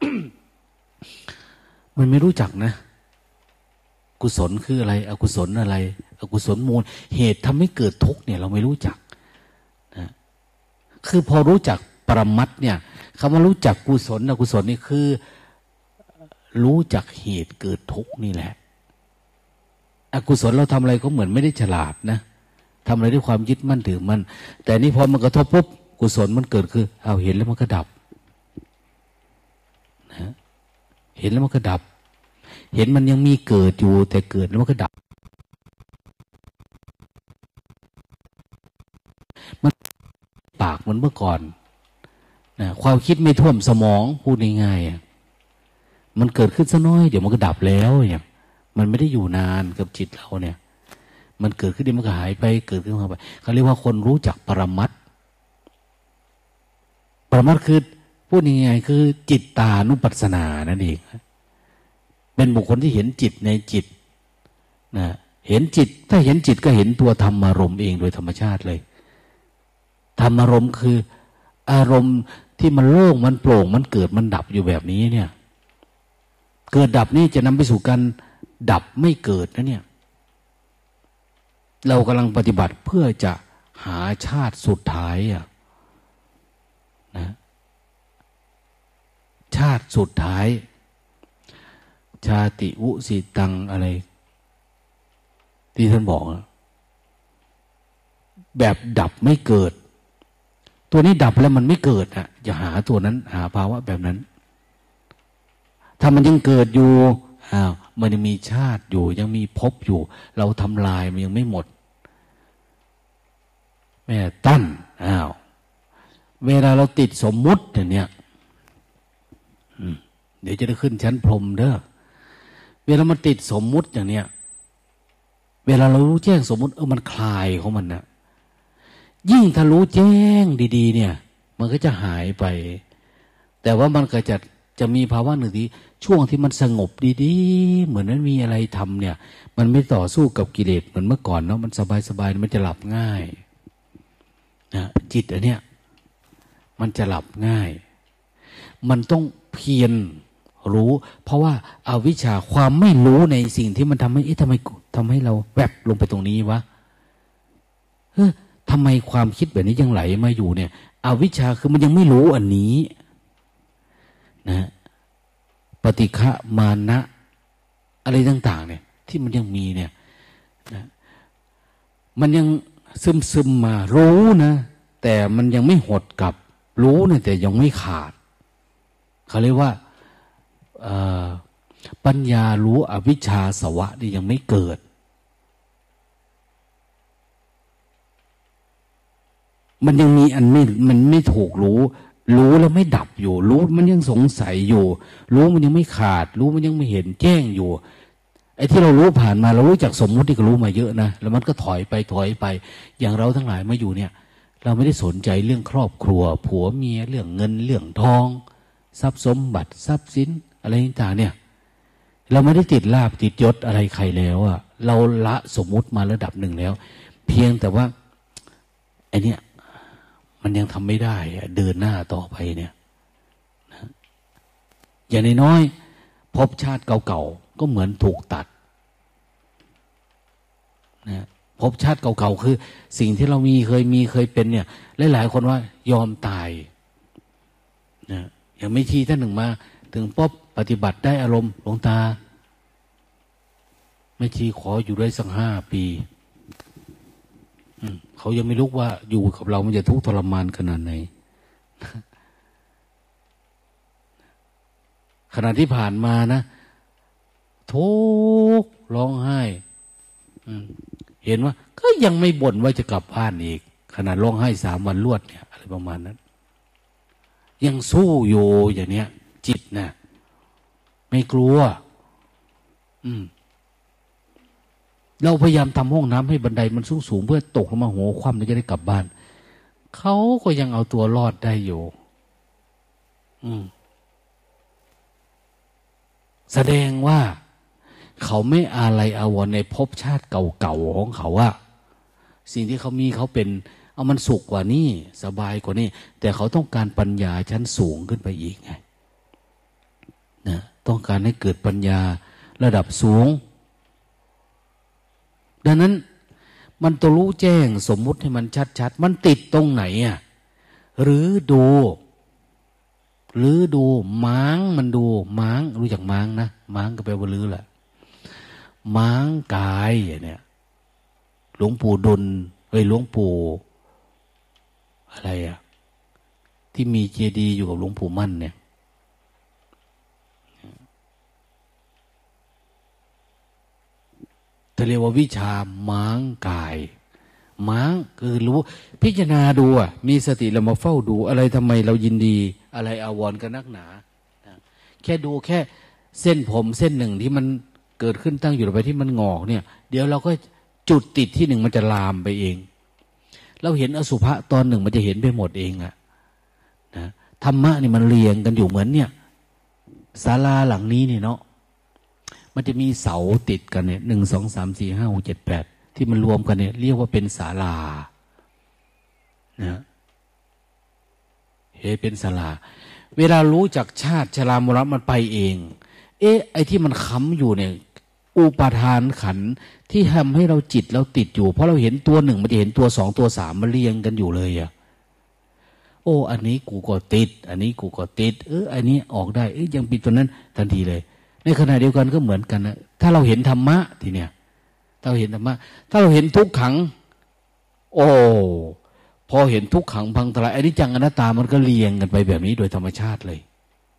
[SPEAKER 1] มันไม่รู้จักนะกุศลคืออะไรอกุศลอะไรอกุศลมูลเหตุทำให้เกิดทุกข์เนี่ยเราไม่รู้จักนะคือพอรู้จักปรมัตถ์เนี่ยคำว่ารู้จักกุศลอกุศลนี่คือรู้จักเหตุเกิดทุกข์นี่แหละอกุศลเราทำอะไรก็เหมือนไม่ได้ฉลาดนะทำอะไรด้วยความยึดมั่นถือมั่นแต่นี่พอมันกระทบปุ๊บกุศลมันเกิดคือเอาเห็นแล้วมันก็ดับนะเห็นแล้วมันก็ดับเห็นมันยังมีเกิดอยู่แต่เกิดแล้วมันก็ดับมันปากมันเมื่อก่อนนะความคิดไม่ท่วมสมองพูดง่ายๆมันเกิดขึ้นสักน้อยเดี๋ยวมันก็ดับแล้วเนี่ยมันไม่ได้อยู่นานกับจิตเราเนี่ยมันเกิดขึ้นเดี๋ยวมันก็หายไปเกิดขึ้นมาไปเขาเรียกว่าคนรู้จักปรมัตถ์ปรมัตถ์คือพูดง่ายๆคือจิตตานุปัสสนานั่นเองเป็นบุคคลที่เห็นจิตในจิตนะเห็นจิตถ้าเห็นจิตก็เห็นตัวธรรมารมณ์เองโดยธรรมชาติเลยธรรมารมณ์คืออารมณ์ที่มันโล่งมันโปร่งมันเกิดมันดับอยู่แบบนี้เนี่ยเกิดดับนี่จะนำไปสู่การดับไม่เกิดนะเนี่ยเรากำลังปฏิบัติเพื่อจะหาชาติสุดท้ายอะนะชาติสุดท้ายชาติวุสิตังอะไรที่ท่านบอกแบบดับไม่เกิดตัวนี้ดับแล้วมันไม่เกิดอ่ะอย่าหาตัวนั้นหาภาวะแบบนั้นถ้ามันยังเกิดอยู่อ้าวมันยังมีชาติอยู่ยังมีภพอยู่เราทำลายมันยังไม่หมดแม่ตั้นอ้าวเวลาเราติดสมมุติอย่างเนี้ยเดี๋ยวจะได้ขึ้นชั้นพรหมเด้อเวลามันติดสมมุติอย่างเนี้ยเวลาเรารู้แจ้งสมมุติเออมันคลายของมันนะยิ่งถ้ารู้แจ้งดีๆเนี่ยมันก็จะหายไปแต่ว่ามันก็จะจะมีภาวะหนึ่งที่ช่วงที่มันสงบดีๆเหมือนนั้นมีอะไรทำเนี่ยมันไม่ต่อสู้กับกิเลสเหมือนเมื่อก่อนเนาะมันสบายๆมันจะหลับง่ายนะจิตอันเนี้ยมันจะหลับง่ายมันต้องเพียรรู้เพราะว่าอาวิชชาความไม่รู้ในสิ่งที่มันทำให้เอ๊ะทำไมทำให้เราแวบลงไปตรงนี้วะเฮ้ยทำไมความคิดแบบนี้ยังไหลมาอยู่เนี่ยอวิชชาคือมันยังไม่รู้อันนี้นะปฏิฆะมานะอะไรต่างๆเนี่ยที่มันยังมีเนี่ยนะมันยังซึมซึมมารู้นะแแต่มันยังไม่หดกลับรู้เนี่ยแต่ยังไม่ขาดเขาเรียกว่าปัญญารู้อวิชชาสวะนี่ยังไม่เกิดมันยังมีอันไม่มันไม่ถูกรู้รู้แล้วไม่ดับอยู่รู้มันยังสงสัยอยู่รู้มันยังไม่ขาดรู้มันยังไม่เห็นแจ้งอยู่ไอ้ที่เรารู้ผ่านมาเรารู้จากสมมุติที่ก็รู้มาเยอะนะแล้วมันก็ถอยไปถอยไปอย่างเราทั้งหลายมาอยู่เนี่ยเราไม่ได้สนใจเรื่องครอบครัวผัวเมียเรื่องเงินเรื่องทองทรัพย์สมบัติทรัพย์สินอะไรต่างๆเนี่ยเราไม่ได้ติดลาภติดยศอะไรใครแล้วอะเราละสมมุติมาระดับหนึ่งแล้วเพียงแต่ว่าไอ้เนี่ยมันยังทำไม่ได้เดินหน้าต่อไปเนี่ยนะอย่างน้อยๆภพชาติเก่าๆก็เหมือนถูกตัดนะภพชาติเก่าๆคือสิ่งที่เรามีเคยมีเคยเป็นเนี่ยหลายๆคนว่ายอมตายนะอย่างไม่ทีท่านหนึ่งมาถึงป๊บปฏิบัติได้อารมณ์หลวงตาไม่ทีขออยู่ได้สักห้าปีเขายังไม่รู้ว่าอยู่กับเรามันจะทุกข์ทรมานขนาดไหนขณะที่ผ่านมานะทุกข์ร้องไห้เห็นว่าก็ยังไม่บ่นว่าจะกลับบ้านอีกขนาดร้องไห้สามวันรวดเนี่ยอะไรประมาณนั้นยังสู้อยู่อย่างเนี้ยจิตนะไม่กลัวอืมเราพยายามทำห้องน้ำให้บันไดมันสูงสูงเพื่อตกลงมาหัวคว่ำแล้วจะได้กลับบ้านเขาก็ยังเอาตัวรอดได้อยู่อืมแสดงว่าเขาไม่อะไรอาวรณ์ในภพชาติเก่าๆของเขาอะสิ่งที่เขามีเขาเป็นเอามันสุขกว่านี้สบายกว่านี้แต่เขาต้องการปัญญาชั้นสูงขึ้นไปอีกไงนะต้องการให้เกิดปัญญาระดับสูงดังนั้นมันต้องรู้แจ้งสมมุติให้มันชัดๆมันติดตรงไหนอ่ะหรือดูหรือดูม้างมันดูม้างรู้จักม้างนะม้างก็แปลว่าลือแหละม้างกายเนี่ยหลวงปู่ดุลเอ้ยหลวงปู่อะไรอ่ะที่มีเจดีย์อยู่กับหลวงปู่มั่นเนี่ยจะเรียกว่าวิชาม้างกายม้างคือรู้พิจารณาดูอ่ะมีสติเรามาเฝ้าดูอะไรทำไมเรายินดีอะไรอาวรณ์กันนักหนาแค่ดูแค่เส้นผมเส้นหนึ่งที่มันเกิดขึ้นตั้งอยู่ไปที่มันงอกเนี่ยเดี๋ยวเราก็จุดติดที่หนึ่งมันจะลามไปเองเราเห็นอสุภะตอนหนึ่งมันจะเห็นไปหมดเองอะนะธรรมะนี่มันเรียงกันอยู่เหมือนเนี่ยศาลาหลังนี้เนี่ยเนาะมันจะมีเสาติดกันเนี่ยหนึ่งสองสามสี่ห้าหกเจ็ดแปดที่มันรวมกันเนี่ยเรียกว่าเป็นศาลานะเฮ้เป็นศาลาเวลารู้จักชาติชรามรณะมันไปเองเอ๊ะไอ้ที่มันค้ำอยู่เนี่ยอุปาทานขันธ์ที่ทำให้เราจิตเราติดอยู่เพราะเราเห็นตัวหนึ่งมันจะเห็นตัวสองตัวสามมันเรียงกันอยู่เลยอะโอ้อันนี้กูก็ติดอันนี้กูก็ติดเอออันนี้ออกได้เอ้ยยังปิดตัวนั้นทันทีเลยในขณะเดียวกันก็เหมือนกันนะถ้าเราเห็นธรรมะทีเนี้ยถ้าเราเห็นธรรมะถ้าเราเห็นทุกขังโอ้พอเห็นทุกขังพังทลายอนิจจังอนัตตามันก็เรียงกันไปแบบนี้โดยธรรมชาติเลย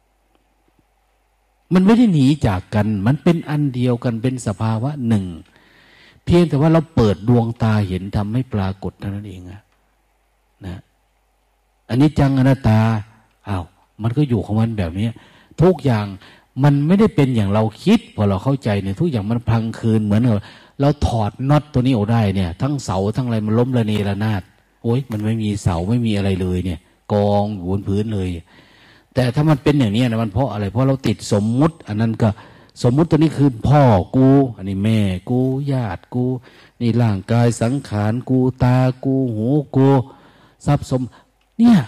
[SPEAKER 1] มันไม่ได้หนีจากกันมันเป็นอันเดียวกันเป็นสภาวะหนึ่งเพียงแต่ว่าเราเปิดดวงตาเห็นทำให้ปรากฏเท่านั้นเองอะนะอนิจจังอนัตตาอ้าวมันก็อยู่ของมันแบบนี้ทุกอย่างมันไม่ได้เป็นอย่างเราคิดพอเราเข้าใจเนี่ยทุกอย่างมันพังคืนเหมือนเราเราถอดน็อตตัวนี้ออกได้เนี่ยทั้งเสาทั้งอะไรมันล้มระเนระนาดโอ๊ยมันไม่มีเสาไม่มีอะไรเลยเนี่ยกองอยู่บนพื้นเลยแต่ถ้ามันเป็นอย่างนี้นะมันเพราะอะไรเพราะเราติดสมมุติอันนั้นก็สมมุติตัวนี้คือพ่อกูอันนี้แม่กูญาติกูนี่ร่างกายสังขารกูตากูหูกูทรัพย์สมเนี่ย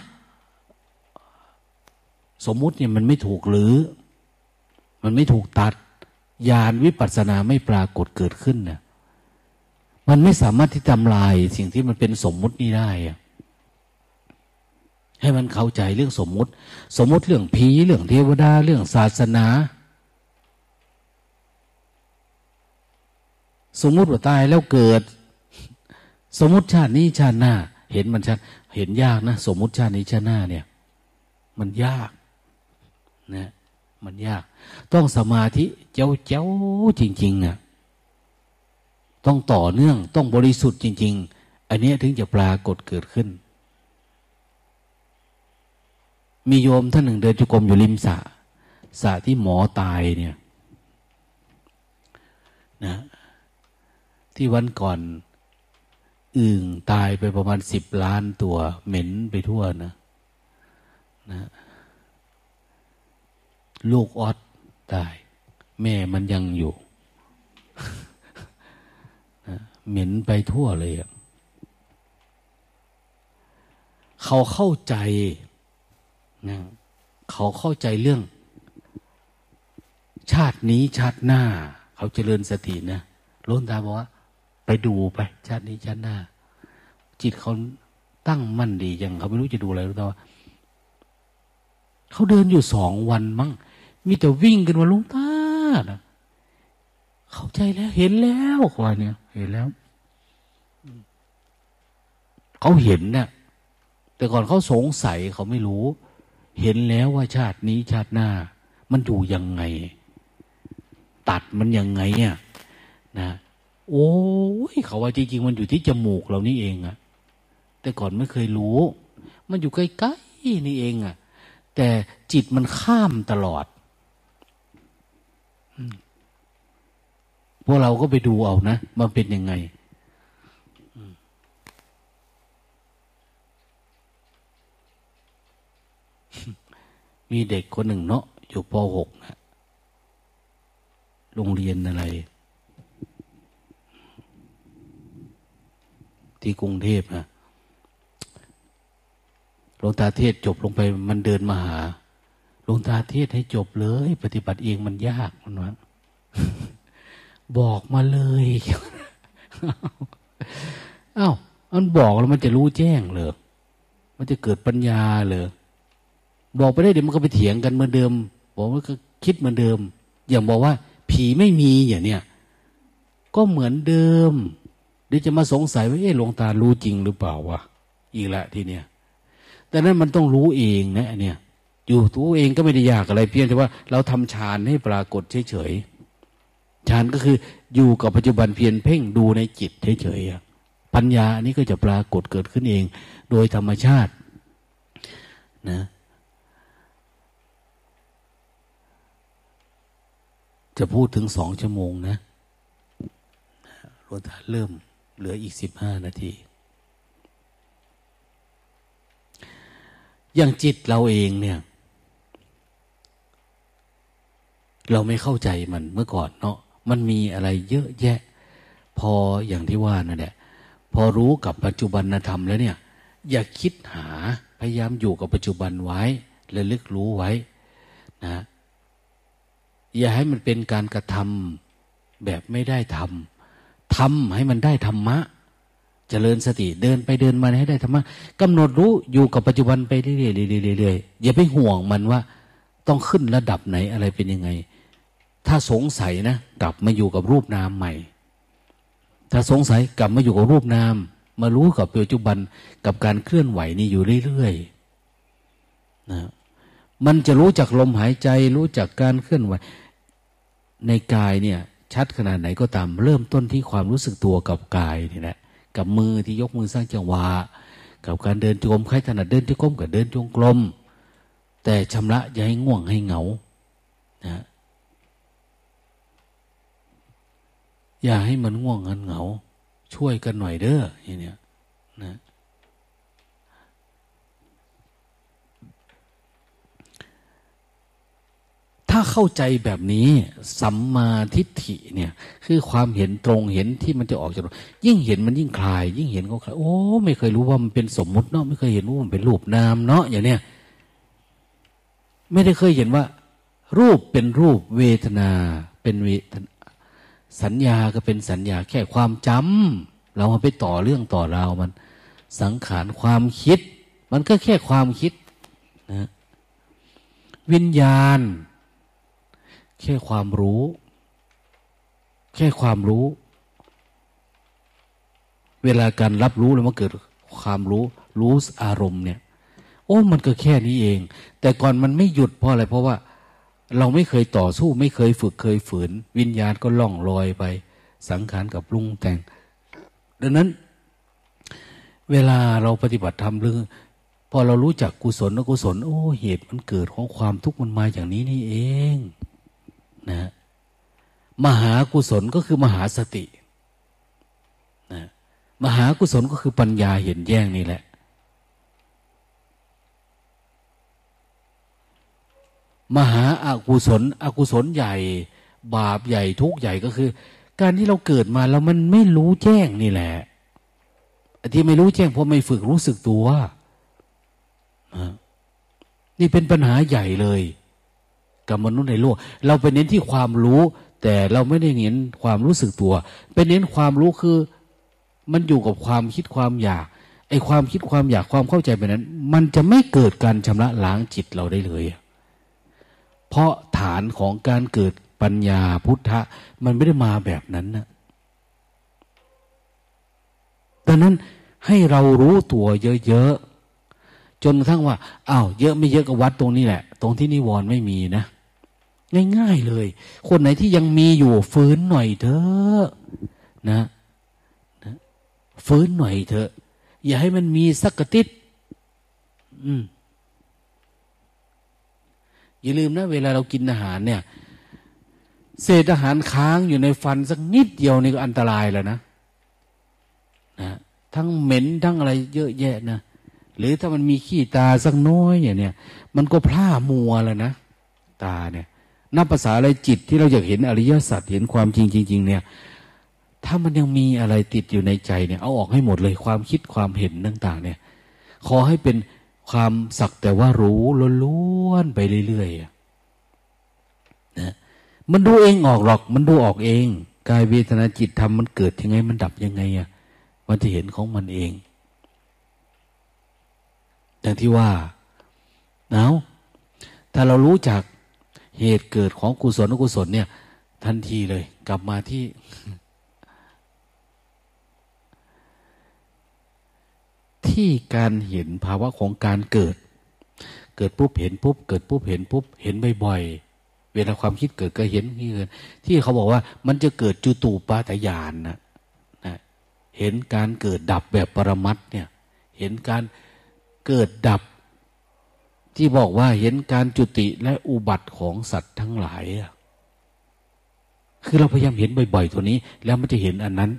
[SPEAKER 1] สมมุติเนี่ยมันไม่ถูกหรือมันไม่ถูกตัดญาณวิปัสสนาไม่ปรากฏเกิดขึ้นเนี่ยมันไม่สามารถที่ทำลายสิ่งที่มันเป็นสมมุตินี้ได้ให้มันเข้าใจเรื่องสมมุติสมมุติเรื่องผีเรื่องเทวดาเรื่องศาสนาสมมุติว่าตายแล้วเกิดสมมุติชาตินี้ชาติหน้าเห็นมันชัดเห็นยากนะสมมุติชาตินี้ชาติหน้าเนี่ยมันยากนะมันยากต้องสมาธิเจ้าเจ้าจริงๆอ่ะต้องต่อเนื่องต้องบริสุทธิ์จริงๆอันนี้ถึงจะปรากฏเกิดขึ้นมีโยมท่านหนึ่งเดินจุกรมอยู่ริมสระสระที่หมอตายเนี่ยนะที่วันก่อนอึ่งตายไปประมาณสิบล้านตัวเหม็นไปทั่วนะนะลูกออสตายแม่มันยังอยู่ นะเหม็นไปทั่วเลยอ่ะเขาเข้าใจนะเขาเข้าใจเรื่องชาตินี้ชาติหน้าเขาเจริญสตินะหลวงตาบอกว่าไปดูไปชาตินี้ชาติหน้าจิตเขาตั้งมั่นดีอย่างเขาไม่รู้จะดูอะไรหรอกแต่ว่าเขาเดินอยู่สองวันมั้งมีแต่วิ่งกันว่าหลวงตานะเข้าใจแล้วเห็นแล้วเขาว่าเนี่ยเห็นแล้วเขาเห็นเนี่ยแต่ก่อนเขาสงสัยเขาไม่รู้เห็นแล้วว่าชาตินี้ชาติหน้ามันอยู่ยังไงตัดมันยังไงเนี่ยนะโอ้ยเขาว่าจริงๆมันอยู่ที่จมูกเรานี่เองอะแต่ก่อนไม่เคยรู้มันอยู่ใกล้ๆนี่เองอะแต่จิตมันข้ามตลอดพวกเราก็ไปดูเอานะมันเป็นยังไงมีเด็กคนหนึ่งเนาะอยู่ป หก นะโรงเรียนอะไรที่กรุงเทพนะหลวงตาเทศจบลงไปมันเดินมาหาหลวงตาเทศให้จบเลยปฏิบัติเองมันยากมันวะ บอกมาเลยเอ้ามันบอกแล้วมันจะรู้แจ้งเลยมันจะเกิดปัญญาเลยบอกไปได้เดี๋ยวมันก็ไปเถียงกันเหมือนเดิมบอกว่าก็คิดเหมือนเดิมอย่างบอกว่าผีไม่มีอย่างเนี้ยก็เหมือนเดิมเดี๋ยวจะมาสงสัยว่าเอ๊ะหลวงตารู้จริงหรือเปล่าวะอีกละทีเนี้ยแต่นั้นมันต้องรู้เองนะเนี่ยอยู่ตัวเองก็ไม่ได้ยากอะไรเพียงแต่ว่าเราทำฌานให้ปรากฏเฉยๆฌานก็คืออยู่กับปัจจุบันเพียรเพ่งดูในจิตเฉยๆปัญญาอันนี้ก็จะปรากฏเกิดขึ้นเองโดยธรรมชาตินะจะพูดถึงสองชั่วโมงนะหลวงตาเริ่มเหลืออีกสิบห้านาทีอย่างจิตเราเองเนี่ยเราไม่เข้าใจมันเมื่อก่อนเนาะมันมีอะไรเยอะแยะพออย่างที่ว่านั่นแหละพอรู้กับปัจจุบันธรรมแล้วเนี่ยอย่าคิดหาพยายามอยู่กับปัจจุบันไว้ระลึกรู้ไว้นะอย่าให้มันเป็นการกระทำแบบไม่ได้ทำทำให้มันได้ธรรมะเจริญสติเดินไปเดินมาให้ได้ธรรมะกำหนดรู้อยู่กับปัจจุบันไปเรื่อยๆเรื่อยๆอย่าไปห่วงมันว่าต้องขึ้นระดับไหนอะไรเป็นยังไงถ้าสงสัยนะกลับมาอยู่กับรูปนามใหม่ถ้าสงสัยกลับมาอยู่กับรูปนามมารู้กับปัจจุบันกับการเคลื่อนไหวนี่อยู่เรื่อยๆนะมันจะรู้จักลมหายใจรู้จักการเคลื่อนไหวในกายเนี่ยชัดขนาดไหนก็ตามเริ่มต้นที่ความรู้สึกตัวกับกายนี่แหละกับมือที่ยกมือสร้างจังหวะกับการเดินจงกรมใครถนัดเดินจงกรมกับเดินจงกรมแต่ชำระอย่าให้ง่วงให้เหงานะอย่าให้มันง่วงงันเหงาช่วยกันหน่อยเด้ออย่างเนี้ยนะถ้าเข้าใจแบบนี้สัมมาทิฏฐิเนี่ยคือความเห็นตรงเห็นที่มันจะออกจากยิ่งเห็นมันยิ่งคลายยิ่งเห็นก็คลายโอ้ไม่เคยรู้ว่ามันเป็นสมมุติเนาะไม่เคยเห็นว่ามันเป็นรูปนามเนาะอย่างเนี้ยไม่ได้เคยเห็นว่ารูปเป็นรูปเวทนาเป็นเวทนาสัญญาก็เป็นสัญญาแค่ความจำเราไปต่อเรื่องต่อราวมันสังขารความคิดมันก็แค่ความคิดนะวิญญาณแค่ความรู้แค่ความรู้เวลาการรับรู้แล้วมันเกิดความรู้รู้อารมณ์เนี่ยโอ้มันก็แค่นี้เองแต่ก่อนมันไม่หยุดเพราะอะไรเพราะว่าเราไม่เคยต่อสู้ไม่เคยฝึกเคยฝืนวิญญาณก็ล่องลอยไปสังขารกับปรุงแต่งดังนั้นเวลาเราปฏิบัติธรรมหรือพอเรารู้จักกุศลอกุศลโอ้เหตุมันเกิดของความทุกข์มันมาอย่างนี้นี่เองนะมหากุศลก็คือมหาสตินะมหากุศลก็คือปัญญาเห็นแจ้งนี่แหละมหาอากุศลอกุศลใหญ่บาปใหญ่ทุกข์ใหญ่ก็คือการที่เราเกิดมาแล้วมันไม่รู้แจ้งนี่แหละที่ไม่รู้แจ้งเพราะไม่ฝึกรู้สึกตัวนี่เป็นปัญหาใหญ่เลยกับมนุษย์ในโลกเราไปเน้นที่ความรู้แต่เราไม่ได้เน้นความรู้สึกตัวไปเน้นความรู้คือมันอยู่กับความคิดความอยากไอ้ความคิดความอยากความเข้าใจแบบนั้นมันจะไม่เกิดการชำระล้างจิตเราได้เลยเพราะฐานของการเกิดปัญญาพุทธะมันไม่ได้มาแบบนั้นนะดังนั้นให้เรารู้ตัวเยอะๆจนกระทั่งว่าอ้าวเยอะไม่เยอะก็วัดตรงนี้แหละตรงที่นิวรณ์ไม่มีนะง่ายๆเลยคนไหนที่ยังมีอยู่ฟื้นหน่อยเถอะนะนะฟื้นหน่อยเถอะอย่าให้มันมีสักกระติดอืมอย่าลืมนะเวลาเรากินอาหารเนี่ยเศษอาหารค้างอยู่ในฟันสักนิดเดียวนี่ก็อันตรายแล้วนะนะทั้งเหม็นทั้งอะไรเยอะแยะนะหรือถ้ามันมีขี้ตาสักน้อยอย่างเนี้ยมันก็พร่ามัวแล้วนะตาเนี่ยนับภาษาอะไรจิตที่เราอยากเห็นอริยสัจเห็นความจริงจริงๆเนี่ยถ้ามันยังมีอะไรติดอยู่ในใจเนี่ยเอาออกให้หมดเลยความคิดความเห็นต่างๆเนี่ยขอให้เป็นความสักแต่ว่ารู้ล้วนๆไปเรื่อยๆนะมันดูเองออกหรอกมันดูออกเองกายเวทนาจิตธรรมมันเกิดยังไงมันดับยังไงอ่ะมันจะเห็นของมันเองอย่างที่ว่าเนาะถ้าเรารู้จักเหตุเกิดของกุศลอกุศลเนี่ยทันทีเลยกลับมาที่ที่การเห็นภาวะของการเกิดเกิดปุ๊บเห็นปุ๊บเกิดปุ๊บเห็นปุ๊บเห็นบ่อยๆเวลาความคิดเกิดก็เห็นที่เกิดที่เขาบอกว่ามันจะเกิดจุตูปาตญาณนะนะเห็นการเกิดดับแบบปรมัตถ์เนี่ยเห็นการเกิดดับที่บอกว่าเห็นการจุติและอุบัติของสัตว์ทั้งหลายคือเราพยายามเห็นบ่อยๆตัวนี้แล้วมันจะเห็นอันนั้น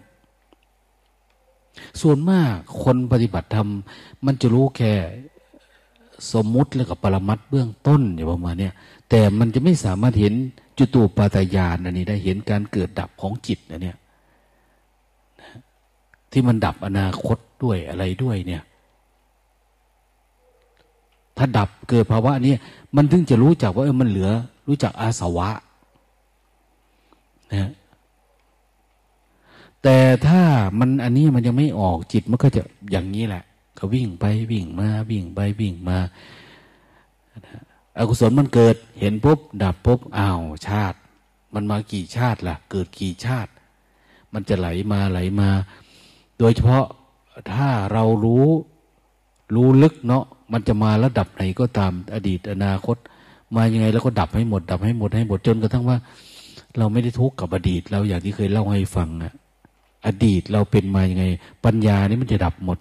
[SPEAKER 1] ส่วนมากคนปฏิบัติธรรมมันจะรู้แค่สมมุติแล้วกับปรมัตถ์เบื้องต้นอย่างประมาณนี้แต่มันจะไม่สามารถเห็นจุตูปาตญาณอันนี้ได้เห็นการเกิดดับของจิตนะเนี่ยที่มันดับอนาคตด้วยอะไรด้วยเนี่ยถ้าดับเกิดภาวะนี้มันถึงจะรู้จักว่าเออมันเหลือรู้จักอาสวะนะแต่ถ้ามันอันนี้มันยังไม่ออกจิตมันก็จะอย่างนี้แหละก็วิ่งไปวิ่งมาวิ่งไปวิ่งมาอกุศลมันเกิดเห็นปุ๊บดับปุ๊บอ้าวชาติมันมากี่ชาติล่ะเกิดกี่ชาติมันจะไหลมาไหลมาโดยเฉพาะถ้าเรารู้รู้ลึกเนาะมันจะมาแล้วดับไหนก็ตามอดีตอนาคตมายังไงแล้วก็ดับให้หมดดับให้หมดให้หมดจนกระทั่งว่าเราไม่ได้ทุกข์กับอดีตเราอย่างที่เคยเล่าให้ฟังอะอดีตเราเป็นมายังไงปัญญานี่มันจะดับหมด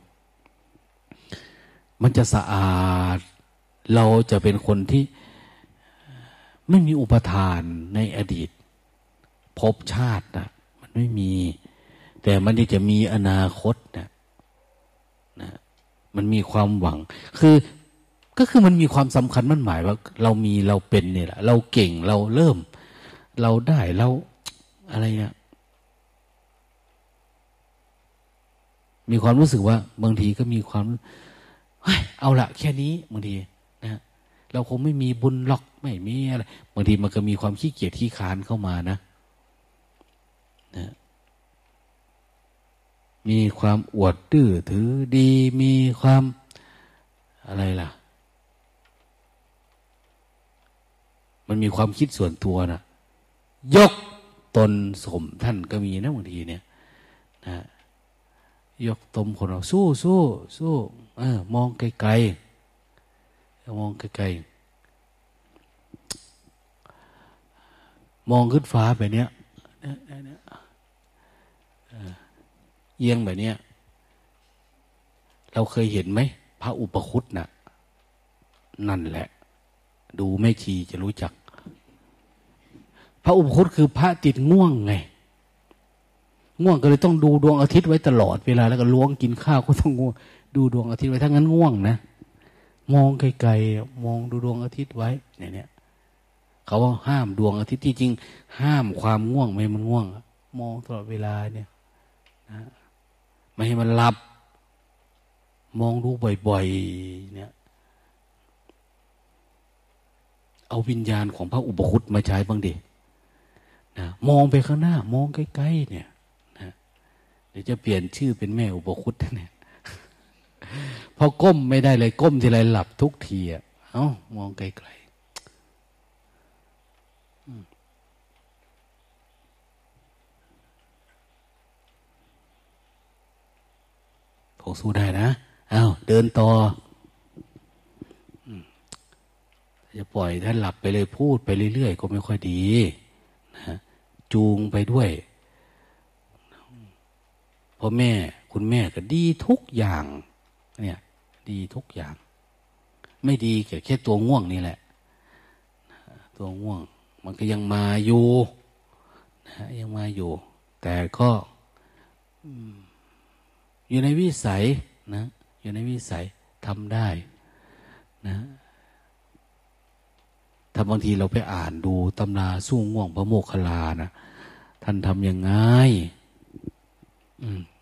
[SPEAKER 1] มันจะสะอาดเราจะเป็นคนที่ไม่มีอุปทานในอดีตภพชาตินะมันไม่มีแต่มันจะมีอนาคตนะนะมันมีความหวังคือก็คือมันมีความสำคัญมันหมายว่าเรามีเราเป็นเนี่ยแหละเราเก่งเราเริ่มเราได้เราอะไรเนี่ยมีความรู้สึกว่าบางทีก็มีความเอาละแค่นี้บางทีนะเราคงไม่มีบุญหรอกไม่มีอะไรบางทีมันก็มีความขี้เกียจขี้ค้านเข้ามานะนะมีความอวดดื้อถือดีมีความอะไรล่ะมันมีความคิดส่วนตัวนะยกตนสมท่านก็มีนะบางทีเนี่ยนะยกตมคนเราสู้สู้สู้เออมองไกลๆมองไกลๆมองขึ้นฟ้าแบบเนี้ยเอียงแบบเนี้ยเราเคยเห็นไหมพระอุปคุตน่ะนั่นแหละดูแม่ชีจะรู้จักพระอุปคุตคือพระติดง่วงไงง่วงก็เลยต้องดูดวงอาทิตย์ไว้ตลอดเวลาแล้วก็ล้วงกินข้าวก็ต้องง่วงดูดวงอาทิตย์ไว้ถ้างั้นง่วงนะมองไกลๆมองดูดวงอาทิตย์ไว้เนี่ยเนี่ยเขาว่าห้ามดวงอาทิตย์ที่จริงห้ามความง่วงไม่ให้มันง่วงมองตลอดเวลาเนี่ยนะไม่ให้มันหลับมองดูบ่อยๆเนี่ยเอาวิญญาณของพระอุปคุตมาใช้บ้างดินะมองไปข้างหน้ามองใกล้ๆเนี่ยนะเดี๋ยวจะเปลี่ยนชื่อเป็นแม่อุปคุตเนี่ยพอก้มไม่ได้เลยก้มทีไรหลับทุกทีอ่ะเอ้ามองไกลๆพอสู้ได้นะอ้าวเดินต่อจะปล่อยท่านหลับไปเลยพูดไปเรื่อยๆก็ไม่ค่อยดีนะจูงไปด้วยพ่อแม่คุณแม่ก็ดีทุกอย่างเนี่ยดีทุกอย่างไม่ดีแค่แค่ตัวง่วงนี่แหละตัวง่วงมันก็ยังมาอยู่นะยังมาอยู่แต่ก็อยู่ในวิสัยนะอยู่ในวิสัยทำได้นะถ้าบางทีเราไปอ่านดูตำราสู้ง่วงพระโมคคัลลานะท่านทำยังไงอืม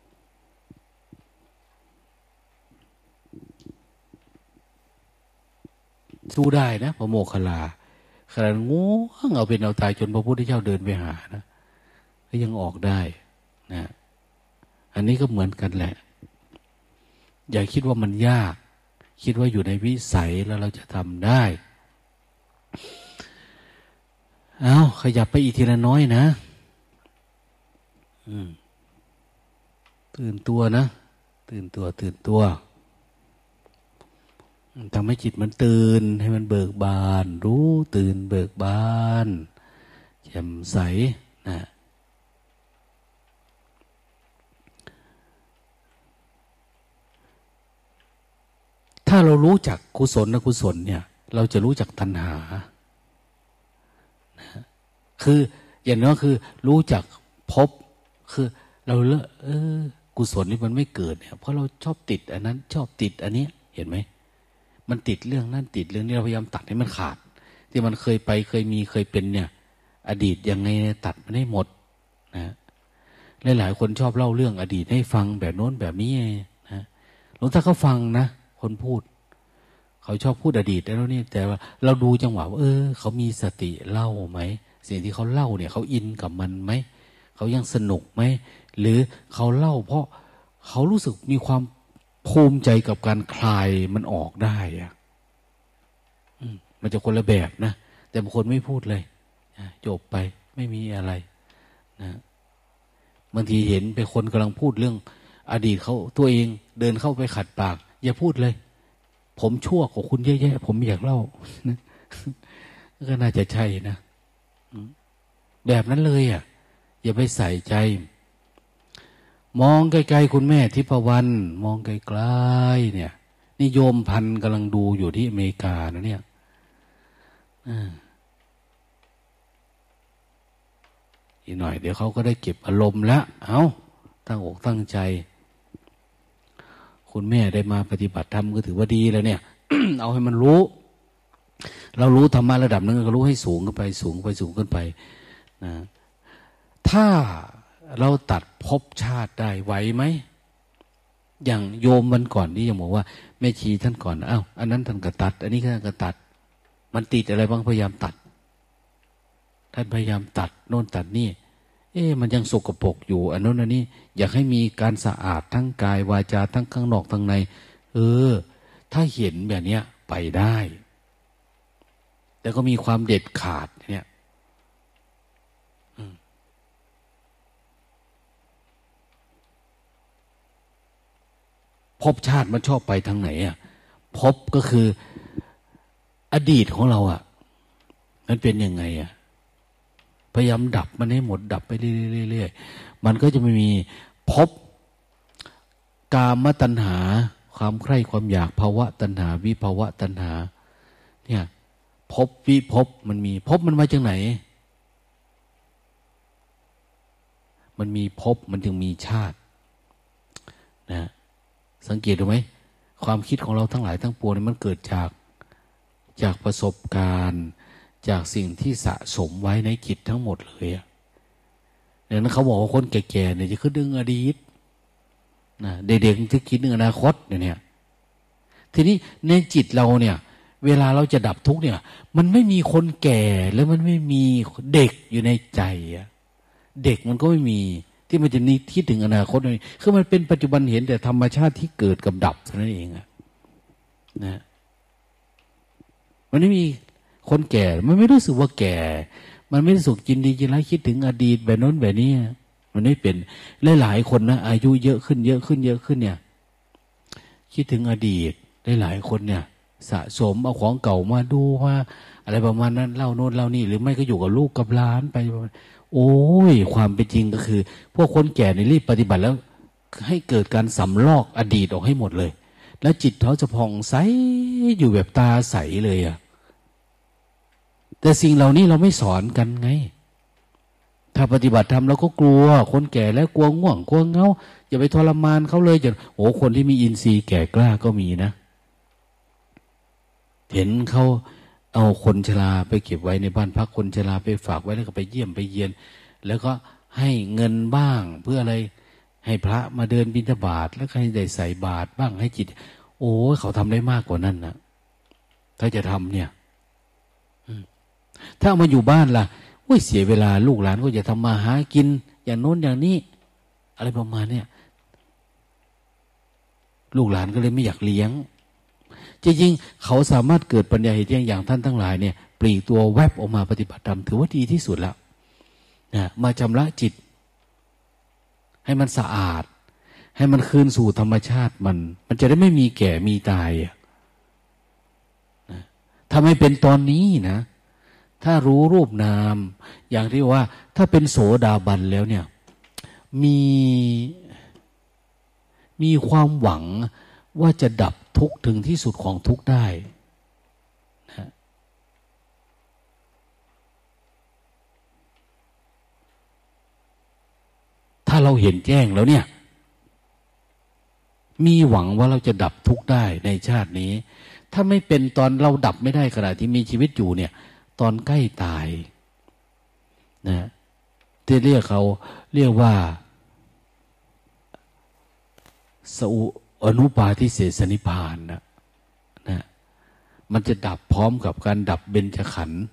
[SPEAKER 1] สู้ได้นะพระโมคคัลลาขนาดง่วงเอาเป็นเอาตายจนพระพุทธเจ้าเดินไปหานะก็ยังออกได้นะอันนี้ก็เหมือนกันแหละอย่าคิดว่ามันยากคิดว่าอยู่ในวิสัยแล้วเราจะทำได้เอาขยับไปอีกทีละน้อยนะอืมตื่นตัวนะตื่นตัวตื่นตัวทำให้จิตมันตื่นให้มันเบิกบานรู้ตื่นเบิกบานแจ่มใสนะถ้าเรารู้จักกุศลอกุศลเนี่ยเราจะรู้จักตัณหานะคืออย่างน้อยคือรู้จักพบคือเราเลอะเออกุศลนี่มันไม่เกิดเนี่ยเพราะเราชอบติดอันนั้นชอบติดอันนี้เห็นไหมมันติดเรื่องนั้นติดเรื่องนี้เราพยายามตัดให้มันขาดที่มันเคยไปเคยมีเคยเป็นเนี่ยอดีตยังไงตัดมันให้หมดนะหลายๆคนชอบเล่าเรื่องอดีตให้ฟังแบบโน้นแบบนี้นะหลวงตาเขาฟังนะคนพูดเขาชอบพูดอดีตแล้วนี่แต่ว่าเราดูจังหวะว่าเออเขามีสติเล่าไหมสิ่งที่เขาเล่าเนี่ยเขาอินกับมันไหมเขายังสนุกไหมหรือเขาเล่าเพราะเขารู้สึกมีความภูมิใจกับการคลายมันออกได้อะมันจะคนละแบบนะแต่บางคนไม่พูดเลยจบไปไม่มีอะไรนะบางทีเห็นไปคนกำลังพูดเรื่องอดีตเขาตัวเองเดินเข้าไปขัดปากอย่าพูดเลยผมชั่วกว่าคุณเยอะแยะผมไม่อยากเล่านะก็น่าจะใช่นะแบบนั้นเลยอ่ะอย่าไปใส่ใจมองไกลๆคุณแม่ทิพวรรณมองไกลๆเนี่ยนี่โยมพันกำลังดูอยู่ที่อเมริกานะเนี่ยอีกหน่อยเดี๋ยวเขาก็ได้เก็บอารมณ์แล้วเอาตั้งอกตั้งใจคุณแม่ได้มาปฏิบัติธรรมก็ถือว่าดีแล้วเนี่ย เอาให้มันรู้เรารู้ธรรมะระดับนึงก็รู้ให้สูงขึ้นไปสูงไปสูงขึ้นไปนะถ้าเราตัดภพชาติได้ไหวไหมอย่างโยมวันก่อนนี่ยังบอกว่าแม่ชีท่านก่อนอ้าวอันนั้นท่านก็ตัดอันนี้ท่านก็ตัดมันติดอะไรบ้างพยายามตัดท่านพยายามตัดโน่นตัดนี่เอ๊ะมันยังสกปรกอยู่อันโน้นอันนี้อยากให้มีการสะอาดทั้งกายวาจาทั้งข้างนอกทั้งในเออถ้าเห็นแบบเนี้ยไปได้แต่ก็มีความเด็ดขาดเนี่ยภพชาติมันชอบไปทางไหนอ่ะภพก็คืออดีตของเราอ่ะมันเป็นยังไงอ่ะพยายามดับมันให้หมดดับไปเรื่อยๆมันก็จะไม่มีภพกามตัณหาความใคร่ความอยากภาวะตัณหาวิภาวะตัณหาเนี่ยภพวิภพมันมีภพมันมาจากไหนมันมีภพมันจึงมีชาตินะสังเกตดูไหมความคิดของเราทั้งหลายทั้งปวงมันเกิดจากจากประสบการณ์จากสิ่งที่สะสมไว้ในจิตทั้งหมดเลยอ่ะดังนั้นเขาบอกว่าคนแก่ๆเนี่ยจะคิดเรื่องอดีตนะเด็กๆจะคิดเรื่องอนาคตเนี่ยทีนี้ในจิตเราเนี่ยเวลาเราจะดับทุกข์เนี่ยมันไม่มีคนแก่แล้วมันไม่มีเด็กอยู่ในใจอ่ะเด็กมันก็ไม่มีที่มันจะนิคิดถึงอนาคตเลยคือมันเป็นปัจจุบันเห็นแต่ธรรมชาติที่เกิดกับดับเท่านั้นเองอะนะมันไม่มีคนแก่มันไม่รู้สึกว่าแก่มันไม่รู้สึกจินดีจินร้ายคิดถึงอดีตแบบโน้นแบบนี้มันไม่เป็นหลายๆคนนะอายุเยอะขึ้นเยอะขึ้นเยอะขึ้นเนี่ยคิดถึงอดีตหลายๆคนเนี่ยสะสมเอาของเก่ามาดูว่าอะไรประมาณนั้นเล่าโน้นเล่านี่หรือไม่ก็อยู่กับลูกกับหลานไปโอ้ยความเป็นจริงก็คือพวกคนแก่ในรีบปฏิบัติแล้วให้เกิดการสำลอกอดีตออกให้หมดเลยแล้วจิตเขาจะผ่องใสอยู่แบบตาใสเลยอะแต่สิ่งเหล่านี้เราไม่สอนกันไงถ้าปฏิบัติธรรมเราก็กลัวคนแก่แล้วกลัวง่วงกลัวเงาอย่าไปทรมานเขาเลยจนโอ้คนที่มีอินทรีย์แก่กล้าก็มีนะเห็นเขาเอาคนชราไปเก็บไว้ในบ้านพักคนชราไปฝากไว้แล้วก็ไปเยี่ยมไปเยียนแล้วก็ให้เงินบ้างเพื่ออะไรให้พระมาเดินบิณฑบาตแล้วให้ได้ใส่บาตรบ้างให้จิตโอ้เขาทำได้มากกว่านั้นนะถ้าจะทำเนี่ยถ้าเอามาอยู่บ้านล่ะโอ้ยเสียเวลาลูกหลานก็จะทำมาหากินอย่างโน้นอย่างนี้อะไรประมาณเนี้ยลูกหลานก็เลยไม่อยากเลี้ยงจริงๆเขาสามารถเกิดปัญญาเห็นแจ้งอย่างท่านทั้งหลายเนี่ยปลีกตัวแวบออกมาปฏิบัติธรรมถือว่าดีที่สุดแล้วนะมาชำระจิตให้มันสะอาดให้มันคืนสู่ธรรมชาติมันมันจะได้ไม่มีแก่มีตายนะถ้าไม่เป็นตอนนี้นะถ้ารู้รูปนามอย่างที่ว่าถ้าเป็นโสดาบันแล้วเนี่ยมีมีความหวังว่าจะดับทุกข์ถึงที่สุดของทุกข์ได้นะถ้าเราเห็นแจ้งแล้วเนี่ยมีหวังว่าเราจะดับทุกข์ได้ในชาตินี้ถ้าไม่เป็นตอนเราดับไม่ได้ขณะที่มีชีวิตอยู่เนี่ยตอนใกล้ตายนะที่เรียกเขาเรียกว่าสุอนุปาทิเสสนิพพานนะนะมันจะดับพร้อมกับการดับเบญจขันธ์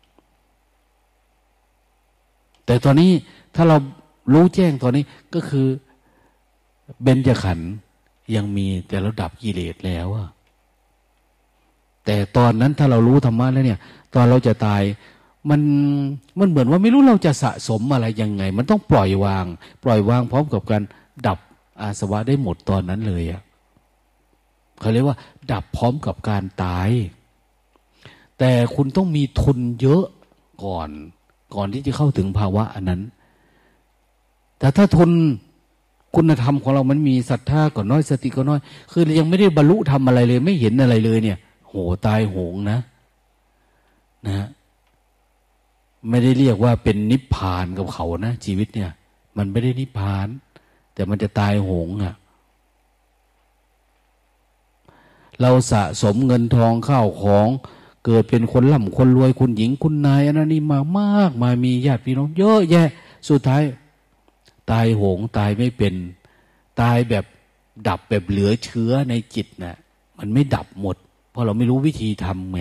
[SPEAKER 1] แต่ตอนนี้ถ้าเรารู้แจ้งตอนนี้ก็คือเบญจขันธ์ยังมีแต่เราดับกิเลสแล้วอะแต่ตอนนั้นถ้าเรารู้ธรรมะแล้วเนี่ยตอนเราจะตายมันมันเหมือนว่าไม่รู้เราจะสะสมอะไรยังไงมันต้องปล่อยวางปล่อยวางพร้อมกับการดับอาสวะได้หมดตอนนั้นเลยอะเขาเรียกว่าดับพร้อมกับการตายแต่คุณต้องมีทุนเยอะก่อนก่อนที่จะเข้าถึงภาวะอันนั้นแต่ถ้าทุนคุณธรรมของเรามันมีศรัทธาก็น้อยสติก็น้อยคือยังไม่ได้บรรลุทำอะไรเลยไม่เห็นอะไรเลยเนี่ยโหตายโหงนะนะไม่ได้เรียกว่าเป็นนิพพานกับเขานะชีวิตเนี่ยมันไม่ได้นิพพานแต่มันจะตายโหงอ่ะเราสะสมเงินทองข้าวของเกิดเป็นคนร่ำคนรวยคุณหญิงคุณนายอันนั้นนี่มามากมามีญาติพี่น้องเยอะแยะสุดท้ายตายโหงตายไม่เป็นตายแบบดับแบบเหลือเชื้อในจิตนะมันไม่ดับหมดเพราะเราไม่รู้วิธีทำไง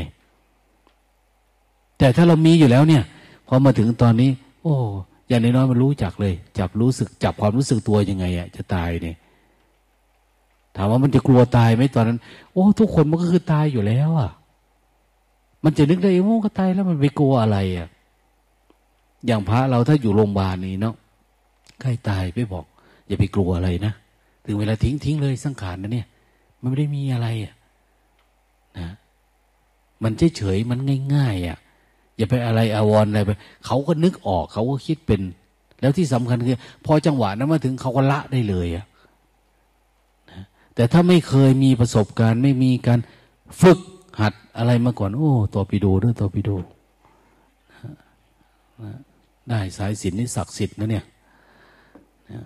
[SPEAKER 1] แต่ถ้าเรามีอยู่แล้วเนี่ยพอมาถึงตอนนี้โอ้อย่างน้อยๆมันรู้จักเลยจับรู้สึกจับความรู้สึกตัวยังไงอะจะตายเนี่ยถามว่ามันจะกลัวตายไหมตอนนั้นโอ้ทุกคนมันก็คือตายอยู่แล้วอะมันจะนึกได้เองว่าก็ตายแล้วมันไปกลัวอะไรอะอย่างพระเราถ้าอยู่โรงพยาบาลนี่เนาะใกล้ตายไปบอกอย่าไปกลัวอะไรนะถึงเวลาทิ้งทิ้งเลยสังขารนะเนี่ยมันไม่ได้มีอะไรนะมันเฉยๆมันง่ายๆอ่ะอย่าไปอะไรอาวรณ์อะไรไปเขาก็นึกออกเขาก็คิดเป็นแล้วที่สำคัญคือพอจังหวะนั้นมาถึงเขาก็ละได้เลยอ่ะนะแต่ถ้าไม่เคยมีประสบการณ์ไม่มีการฝึกหัดอะไรมาก่อนโอ้ตอร์ปิโดด้วยตอร์ปิโดนะได้สายสิญจน์นี่ศักดิ์สิทธิ์นะเนี่ยนะ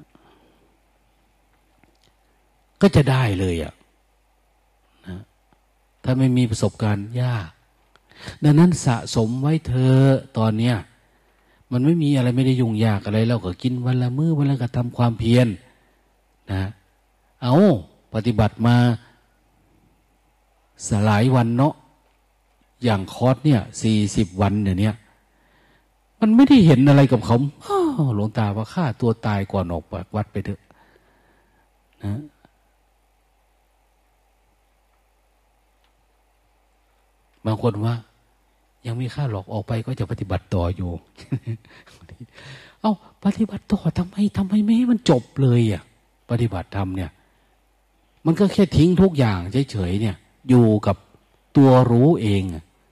[SPEAKER 1] ก็จะได้เลยอ่ะนะถ้าไม่มีประสบการณ์ยากดังนั้นสะสมไว้เธอตอนเนี้ยมันไม่มีอะไรไม่ได้ยุ่งยากอะไรเราก็กินวันละมื้อวันละก็ทำความเพียรนะเอาปฏิบัติมาสลายวันเนาะอย่างคอร์สเนี่ยสี่สิบวันอย่างเนี้ยมันไม่ได้เห็นอะไรกับเขาหลวงตาว่าฆ่าตัวตายก่อนออกจากวัดไปเถอะนะบางคนว่ายังมีค่าหลอกออกไปก็จะปฏิบัติต่ออยู่ เอ้าปฏิบัติต่อทำไมทำไมไม่ให้มันจบเลยอ่ะปฏิบัติธรรมเนี่ยมันก็แค่ทิ้งทุกอย่างเฉยๆเนี่ยอยู่กับตัวรู้เอง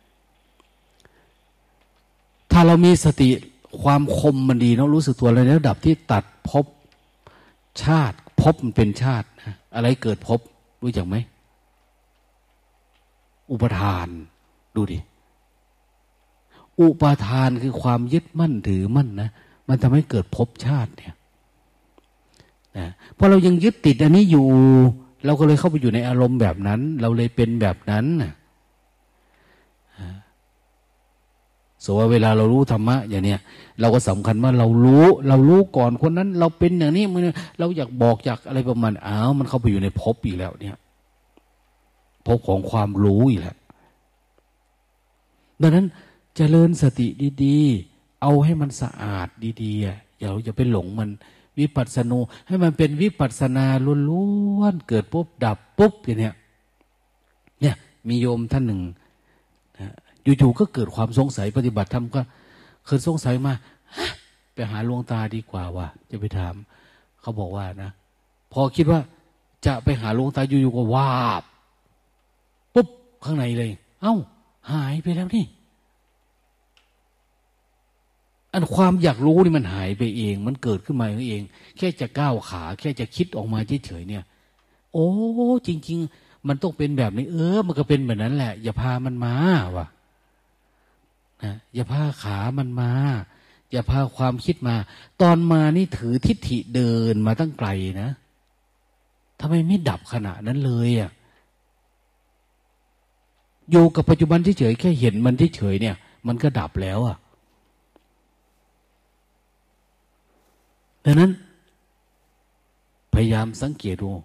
[SPEAKER 1] ถ้าเรามีสติความคมมันดีเนาะรู้สึกตัวในระดับที่ตัดภพชาติภพมันเป็นชาตินะอะไรเกิดภพรู้จักไหมอุปทานดูดิอุปทานคือความยึดมั่นถือมั่นนะมันทำให้เกิดภพชาติเนี่ยนะเพราะเรายังยึดติดอันนี้อยู่เราก็เลยเข้าไปอยู่ในอารมณ์แบบนั้นเราเลยเป็นแบบนั้นนะสมมติว่าเวลาเรารู้ธรรมะอย่างเนี้ยเราก็สำคัญว่าเรารู้เรารู้ก่อนคนนั้นเราเป็นอย่างนี้มันเราอยากบอกอยากอะไรประมาณอ้าวมันเข้าไปอยู่ในภพอีกแล้วเนี่ยภพของความรู้อีกแล้วดังนั้นเจริญสติดีๆเอาให้มันสะอาดดีๆอย่าอย่าไปหลงมันวิปัสสนูให้มันเป็นวิปัสสนาล้วนๆเกิดปุ๊บดับปุ๊บอย่างเนี้ยเนี่ยมีโยมท่านหนึ่งนะอยู่ๆก็เกิดความสงสัยปฏิบัติธรรมก็เคยสงสัยมาไปหาหลวงตาดีกว่าว่ะจะไปถามเขาบอกว่านะพอคิดว่าจะไปหาหลวงตาอยู่ๆก็วาบปุ๊บข้างในเลยเอ้าหายไปแล้วนี่อันความอยากรู้นี่มันหายไปเองมันเกิดขึ้นมาเองแค่จะก้าวขาแค่จะคิดออกมาเฉยๆเนี่ยโอ้จริงๆมันต้องเป็นแบบนี้เออมันก็เป็นแบบนั้นแหละอย่าพามันมาว่ะนะอย่าพาขามันมาอย่าพาความคิดมาตอนมานี่ถือทิฏฐิเดินมาตั้งไกลนะทำไมไม่ดับขณะนั้นเลยอ่ะอยู่กับปัจจุบันเฉยๆแค่เห็นมันเฉยๆเนี่ยมันก็ดับแล้วอ่ะดังนั้นพยายามสังเกตดู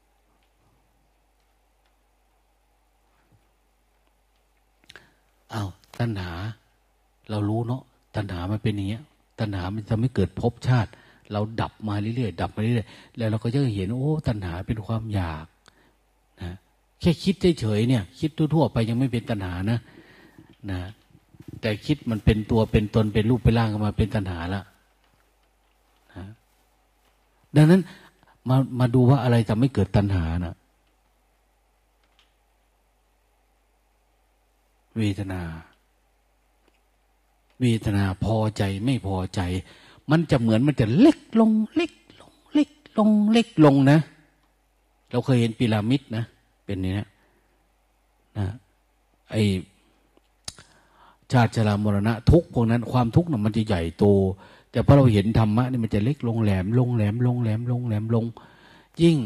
[SPEAKER 1] อ้าวตัณหาเรารู้เนาะตัณหามันเป็นอย่างเงี้ยตัณหามันทำให้เกิดภพชาติเราดับมาเรื่อยๆดับมาเรื่อยๆแล้วเราก็จะเห็นโอ้ตัณหาเป็นความอยากนะแค่คิดเฉยๆเนี่ยคิดทั่วๆไปยังไม่เป็นตัณหานะนะแต่คิดมันเป็นตัวเป็นตนเป็นรูปเป็นร่างขึ้นมาเป็นตัณหาละนะดังนั้นมามาดูว่าอะไรทำให้เกิดตัณหานะเวทนาเวทนาพอใจไม่พอใจมันจะเหมือนมันจะเล็กลงเล็กลงเล็กลงเล็กลงนะเราเคยเห็นพีระมิดนะเป็นอย่างนี้นะไอชาติชรามรณะทุกพวกนั้นความทุกข์น่ะมันจะใหญ่โตแต่พอเราเห็นธรรมะนี่มันจะเล็กลงแหลมลงแหลมลงแหลมลงแหลมลงยิ่ง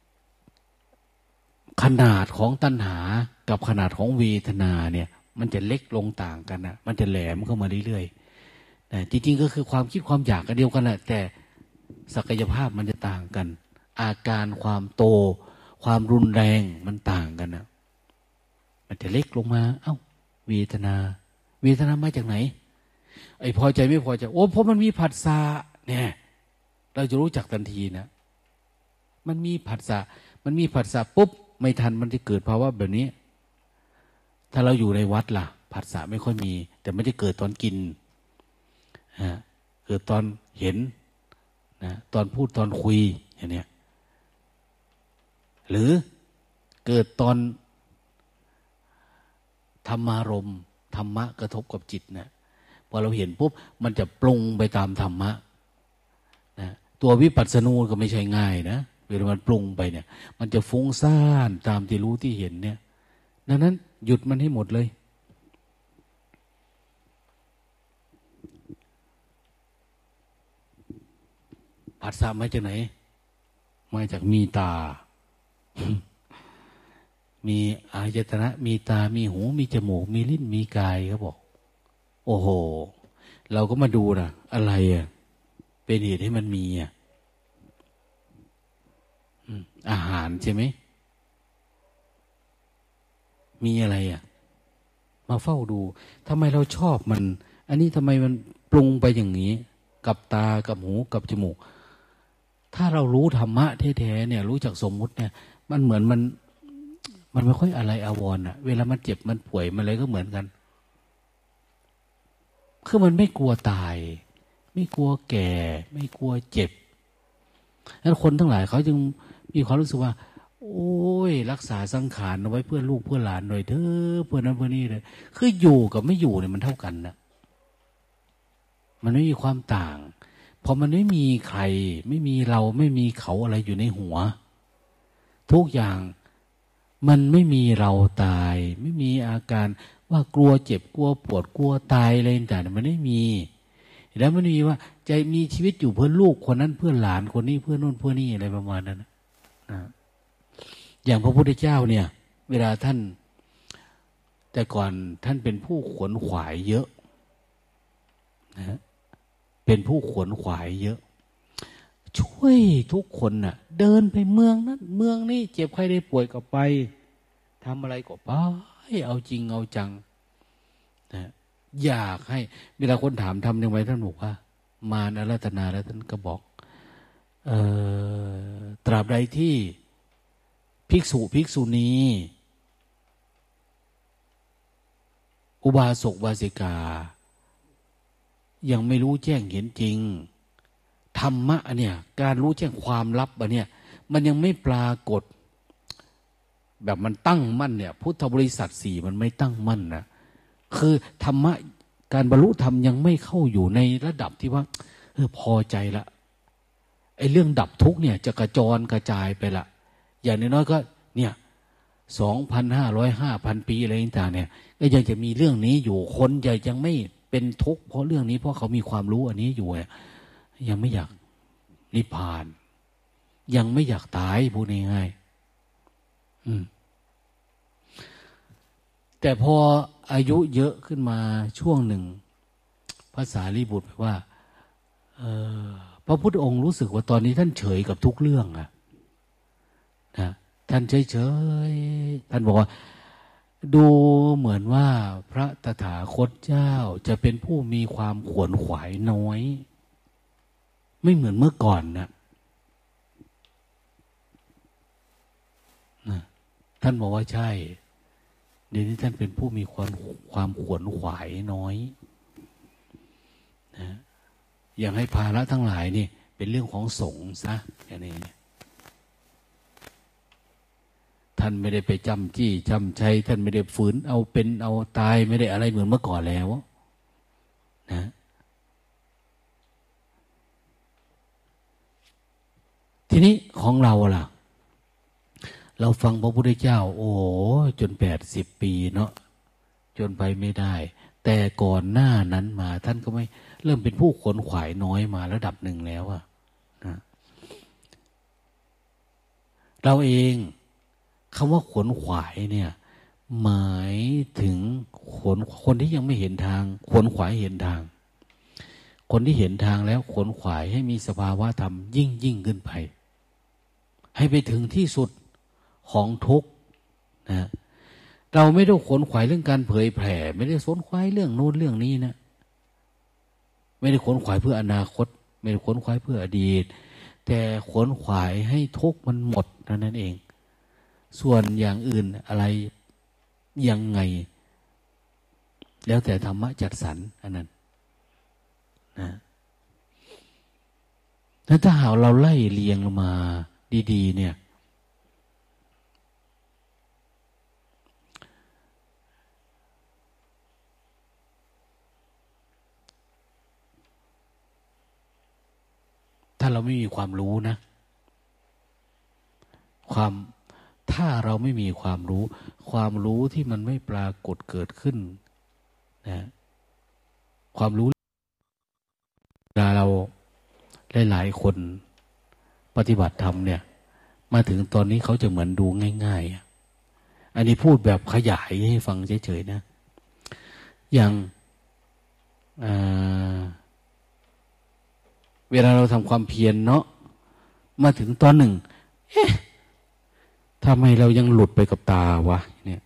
[SPEAKER 1] ขนาดของตัณหากับขนาดของเวทนาเนี่ยมันจะเล็กลงต่างกันนะมันจะแหลมเข้ามาเรื่อยๆนะจริงๆก็คือความคิดความอยากกันเดียวกันแหละแต่ศักยภาพมันจะต่างกันอาการความโตความรุนแรงมันต่างกันนะมันจะเล็กลงมาเอ้าเวทนาเวทนามาจากไหนไอ้พอใจไม่พอใจโอ้เพราะมันมีผัสสะเนี่ยเราจะรู้จักทันทีนะมันมีผัสสะมันมีผัสสะปุ๊บไม่ทันมันจะเกิดภาวะแบบนี้ถ้าเราอยู่ในวัดล่ะผัสสะไม่ค่อยมีแต่ไม่ได้เกิดตอนกินฮะเกิดตอนเห็นนะตอนพูดตอนคุยอย่างเนี้ยหรือเกิดตอนธรรมารมณ์ธรรมะกระทบกับจิตนะพอเราเห็นปุ๊บมันจะปรุงไปตามธรรมะนะตัววิปัสสนูก็ไม่ใช่ง่ายนะเวลามันปรุงไปเนี่ยมันจะฟุ้งซ่านตามที่รู้ที่เห็นเนี่ยดังนั้นหยุดมันให้หมดเลยผัสสะมาจากไหนมาจากมีตา มีอายตนะมีตามีหูมีจมูกมีลิ้นมีกายเขาบอกโอ้โหเราก็มาดูนะอะไรอ่ะเป็นเหตุให้มันมีอ่ะอาหารใช่ไหมมีอะไรอ่ะมาเฝ้าดูทำไมเราชอบมันอันนี้ทำไมมันปรุงไปอย่างนี้กับตากับหูกับจมูกถ้าเรารู้ธรรมะแท้ๆเนี่ยรู้จักสมมุติเนี่ยมันเหมือนมันมันไม่ค่อยอะไรอาวรณ์อ่ะเวลามันเจ็บมันป่วยมันอะไรก็เหมือนกันคือมันไม่กลัวตายไม่กลัวแก่ไม่กลัวเจ็บนั้นคนทั้งหลายเขาจึงมีความรู้สึกว่าโอ้ยรักษาสังขารเอาไว้เพื่อลูกเพื่อหลานหน่อยเถอะเพื่อนั้นเพื่อนี้เลยคืออยู่กับไม่อยู่เนี่ยมันเท่ากันนะมันไม่มีความต่างเพราะมันไม่มีใครไม่มีเราไม่มีเขาอะไรอยู่ในหัวทุกอย่างมันไม่มีเราตายไม่มีอาการว่ากลัวเจ็บกลัวปวดกลัวตายอะไรต่างๆมันไม่มีแล้วมันมีว่าใจมีชีวิตอยู่เพื่อลูกคนนั้นเพื่อหลานคนนี้เพื่อโน่นเพื่อนี่อะไรประมาณนั้นนะอย่างพระพุทธเจ้าเนี่ยเวลาท่านแต่ก่อนท่านเป็นผู้ขวนขวายเยอะนะเป็นผู้ขวนขวายเยอะช่วยทุกคนน่ะเดินไปเมืองนั้นเมืองนี้เจ็บใครได้ป่วยก็ไปทำอะไรก็ไปเอาจริงเอาจังนะอยากให้เวลาคนถามทำยังไงท่านบอกว่ามาอาราธนาแล้วท่านก็บอกเอ่อตราบใดที่ภิกษุภิกษุณีอุบาสกอุบาสิกายังไม่รู้แจ้งเห็นจริงธรรมะเนี่ยการรู้แจ้งความลับอันเนี่ยมันยังไม่ปรากฏแบบมันตั้งมั่นเนี่ยพุทธบริษัทสี่มันไม่ตั้งมั่นนะคือธรรมะการบรรลุธรรมยังไม่เข้าอยู่ในระดับที่ว่าเออพอใจละไอ้เรื่องดับทุกข์เนี่ยจะกระจรกระจายไปละอย่างน้อยๆก็เนี่ยสองพันห้าร้อยห้าพันปีอะไรต่างๆเนี่ยก็ยังจะมีเรื่องนี้อยู่คนใหญ่ยังไม่เป็นทุกข์เพราะเรื่องนี้เพราะเขามีความรู้อันนี้อยู่ยังไม่อยากนิพพานยังไม่อยากตายพูดง่ายๆอืมแต่พออายุเยอะขึ้นมาช่วงหนึ่งพระสารีบุตรบอกว่าพระพุทธองค์รู้สึกว่าตอนนี้ท่านเฉยกับทุกเรื่องอะนะท่านเฉยเฉยท่านบอกว่าดูเหมือนว่าพระตถาคตเจ้าจะเป็นผู้มีความขวนขวายน้อยไม่เหมือนเมื่อก่อนนะนะท่านบอกว่าใช่เดี๋ยวนี้ท่านเป็นผู้มีความความขวนขวายน้อยนะอย่างให้ภาระทั้งหลายนี่เป็นเรื่องของสงฆ์ซะอย่างนี้ท่านไม่ได้ไปจำจี้จำชัยท่านไม่ได้ฝืนเอาเป็นเอาตายไม่ได้อะไรเหมือนเมื่อก่อนแล้วนะทีนี้ของเราล่ะเราฟังพระพุทธเจ้าโอ้จนแปดสิบปีเนาะจนไปไม่ได้แต่ก่อนหน้านั้นมาท่านก็ไม่เริ่มเป็นผู้ขวนขวายน้อยมาระดับหนึ่งแล้วอะนะเราเองคำว่าขวนขวายเนี่ยหมายถึงขวนคนที่ยังไม่เห็นทางขวนขวายเห็นทางคนที่เห็นทางแล้วขวนขวายให้มีสภาวะธรรมยิ่งยิ่งขึ้นไปให้ไปถึงที่สุดของทุกข์นะเราไม่ได้ขวนขวายเรื่องการเผยแผ่ไม่ได้ขวนขวายเรื่องโน้นเรื่องนี้นะไม่ได้ขวนขวายเพื่ออนาคตไม่ได้ขวนขวายเพื่ออดีตแต่ขวนขวายให้ทุกข์มันหมดนั่นเองส่วนอย่างอื่นอะไรยังไงแล้วแต่ธรรมะจัดสรรอันนั้นนะแล้วถ้าหากเราไล่เรียงลงมาดีๆเนี่ยเราไม่มีความรู้นะความถ้าเราไม่มีความรู้ความรู้ที่มันไม่ปรากฏเกิดขึ้นนะความรู้เวลาเราหลายๆคนปฏิบัติธรรมเนี่ยมาถึงตอนนี้เขาจะเหมือนดูง่ายๆอันนี้พูดแบบขยายให้ฟังเฉยๆนะอย่างเวลาเราทำความเพียรเนาะมาถึงตอนหนึ่งเอ๊ะทำไมเรายังหลุดไปกับตาวะเนี่ย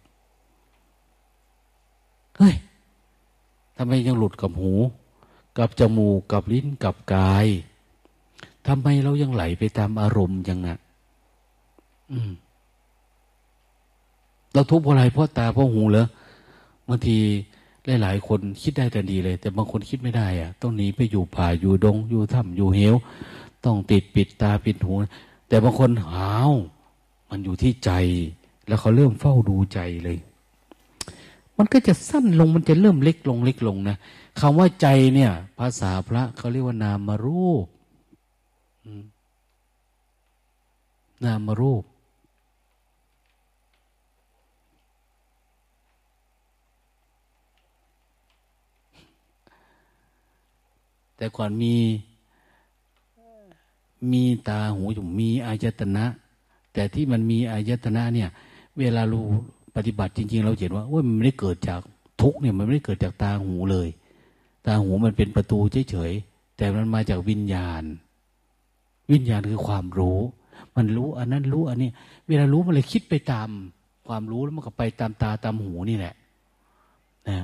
[SPEAKER 1] เฮ้ยทำไมยังหลุดกับหูกับจมูกกับลิ้นกับกายทำไมเรายังไหลไปตามอารมณ์ยังอ่ะอืมเราทุกข์เพราะอะไรเพราะตาเพราะหูเหรอบางทีหลายๆคนคิดได้แต่ดีเลยแต่บางคนคิดไม่ได้อ่ะต้องหนีไปอยู่ป่าอยู่ดงอยู่ถ้ำอยู่เหวต้องติดปิดตาปิดหูแต่บางคนหาวมันอยู่ที่ใจแล้วเขาเริ่มเฝ้าดูใจเลยมันก็จะสั้นลงมันจะเริ่มเล็กลงเล็กลงนะคำว่าใจเนี่ยภาษาพระเขาเรียกว่านามรูปนามรูปแต่ก่อนมีมีตาหูจมูกมีอายตนะแต่ที่มันมีอายตนะเนี่ยเวลาเราปฏิบัติจริงๆเราเห็นว่าโอ้ยมันไม่ได้เกิดจากทุกข์เนี่ยมันไม่ได้เกิดจากตาหูเลยตาหูมันเป็นประตูเฉยๆแต่มันมาจากวิญญาณวิญญาณคือความรู้มันรู้อันนั้นรู้อันนี้เวลารู้มันเลยคิดไปตามความรู้แล้วมันก็ไปตามตาตามหูนี่แหละนะ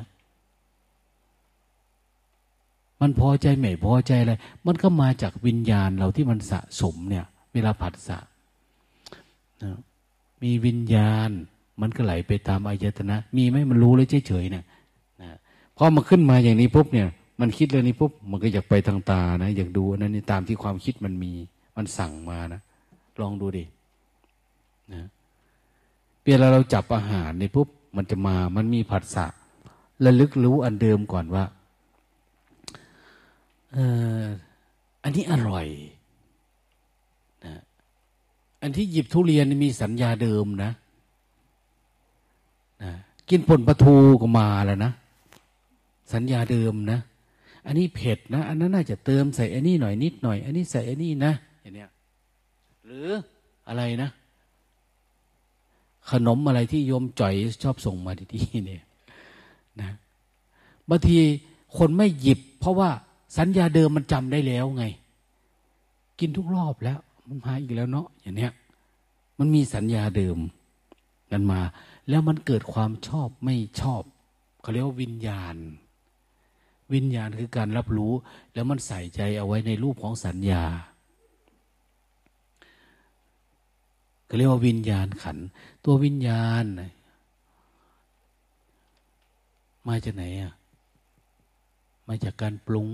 [SPEAKER 1] มันพอใจไม่พอใจอะไรมันก็มาจากวิญญาณเราที่มันสะสมเนี่ยเวลาผัสสะนะมีวิญญาณมันก็ไหลไปตามอายตนะมีไหมมันรู้เลยเฉยๆนะนะพอมาขึ้นมาอย่างนี้ปุ๊บเนี่ยมันคิดเรื่องนี้ปุ๊บมันก็อยากไปทางตานะอยากดูนั่นนี่ตามที่ความคิดมันมีมันสั่งมานะลองดูดินะเวลาเราจับอาหารนี่ปุ๊บมันจะมามันมีผัสสะระลึกรู้อันเดิมก่อนว่าเอออันนี้อร่อยนะอันที่หยิบทุเรียนมีสัญญาเดิมนะนะกินป่นปลาทูก็มาแล้วนะสัญญาเดิมนะอันนี้เผ็ดนะอันนั้นน่าจะเติมใส่อันนี้หน่อยนิดหน่อยอันนี้ใส่อันนี้นะอย่างเนี้ยหรืออะไรนะขนมอะไรที่โยมจ่อยชอบส่งมาที่นี่นะบางทีคนไม่หยิบเพราะว่าสัญญาเดิมมันจำได้แล้วไงกินทุกรอบแล้วมันมาอีกแล้วเนาะอย่างเนี้ยมันมีสัญญาเดิมกันมาแล้วมันเกิดความชอบไม่ชอบเขาเรียกว่าวิญญาณวิญญาณคือการรับรู้แล้วมันใส่ใจเอาไว้ในรูปของสัญญาเขาเรียกว่าวิญญาณขันธ์ตัววิญญาณมาจากไหนอ่ะมาจากการปรุง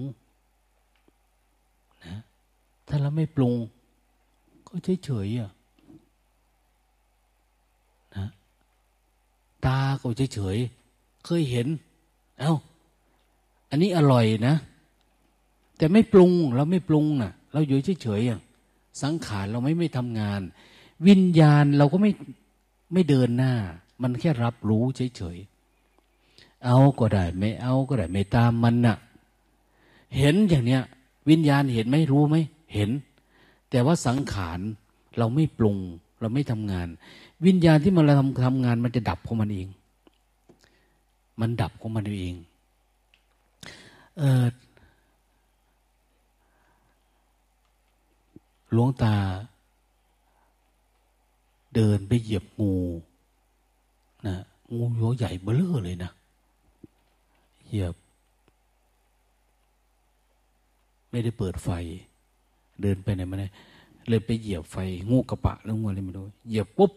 [SPEAKER 1] นะถ้าเราไม่ปรุงก็เฉยๆอ่ะนะตาก็เฉยๆเคยเห็นเอ้าอันนี้อร่อยนะแต่ไม่ปรุงเราไม่ปรุงน่ะเราอยู่เฉยๆอ่ะสังขารเราไม่ไม่ทำงานวิญญาณเราก็ไม่ไม่เดินหน้ามันแค่รับรู้เฉยๆเอาก็ได้ไม่เอาก็ได้ไม่ตามมันน่ะเห็นอย่างเนี้ยวิญญาณเห็นไหมรู้ไหมเห็นแต่ว่าสังขารเราไม่ปรุงเราไม่ทำงานวิญญาณที่มันทำทำงานมันจะดับของมันเองมันดับของมันเองเออหลวงตาเดินไปเหยียบงูนะงูหัวใหญ่เบ้อเร่อเลยนะเหยียบไม่ได้เปิดไฟเดินไปไหนมาไหนเลยไปเหยียบไฟงูกระปะแล้วงูอะไรไม่รู้เหยียบปุ๊บ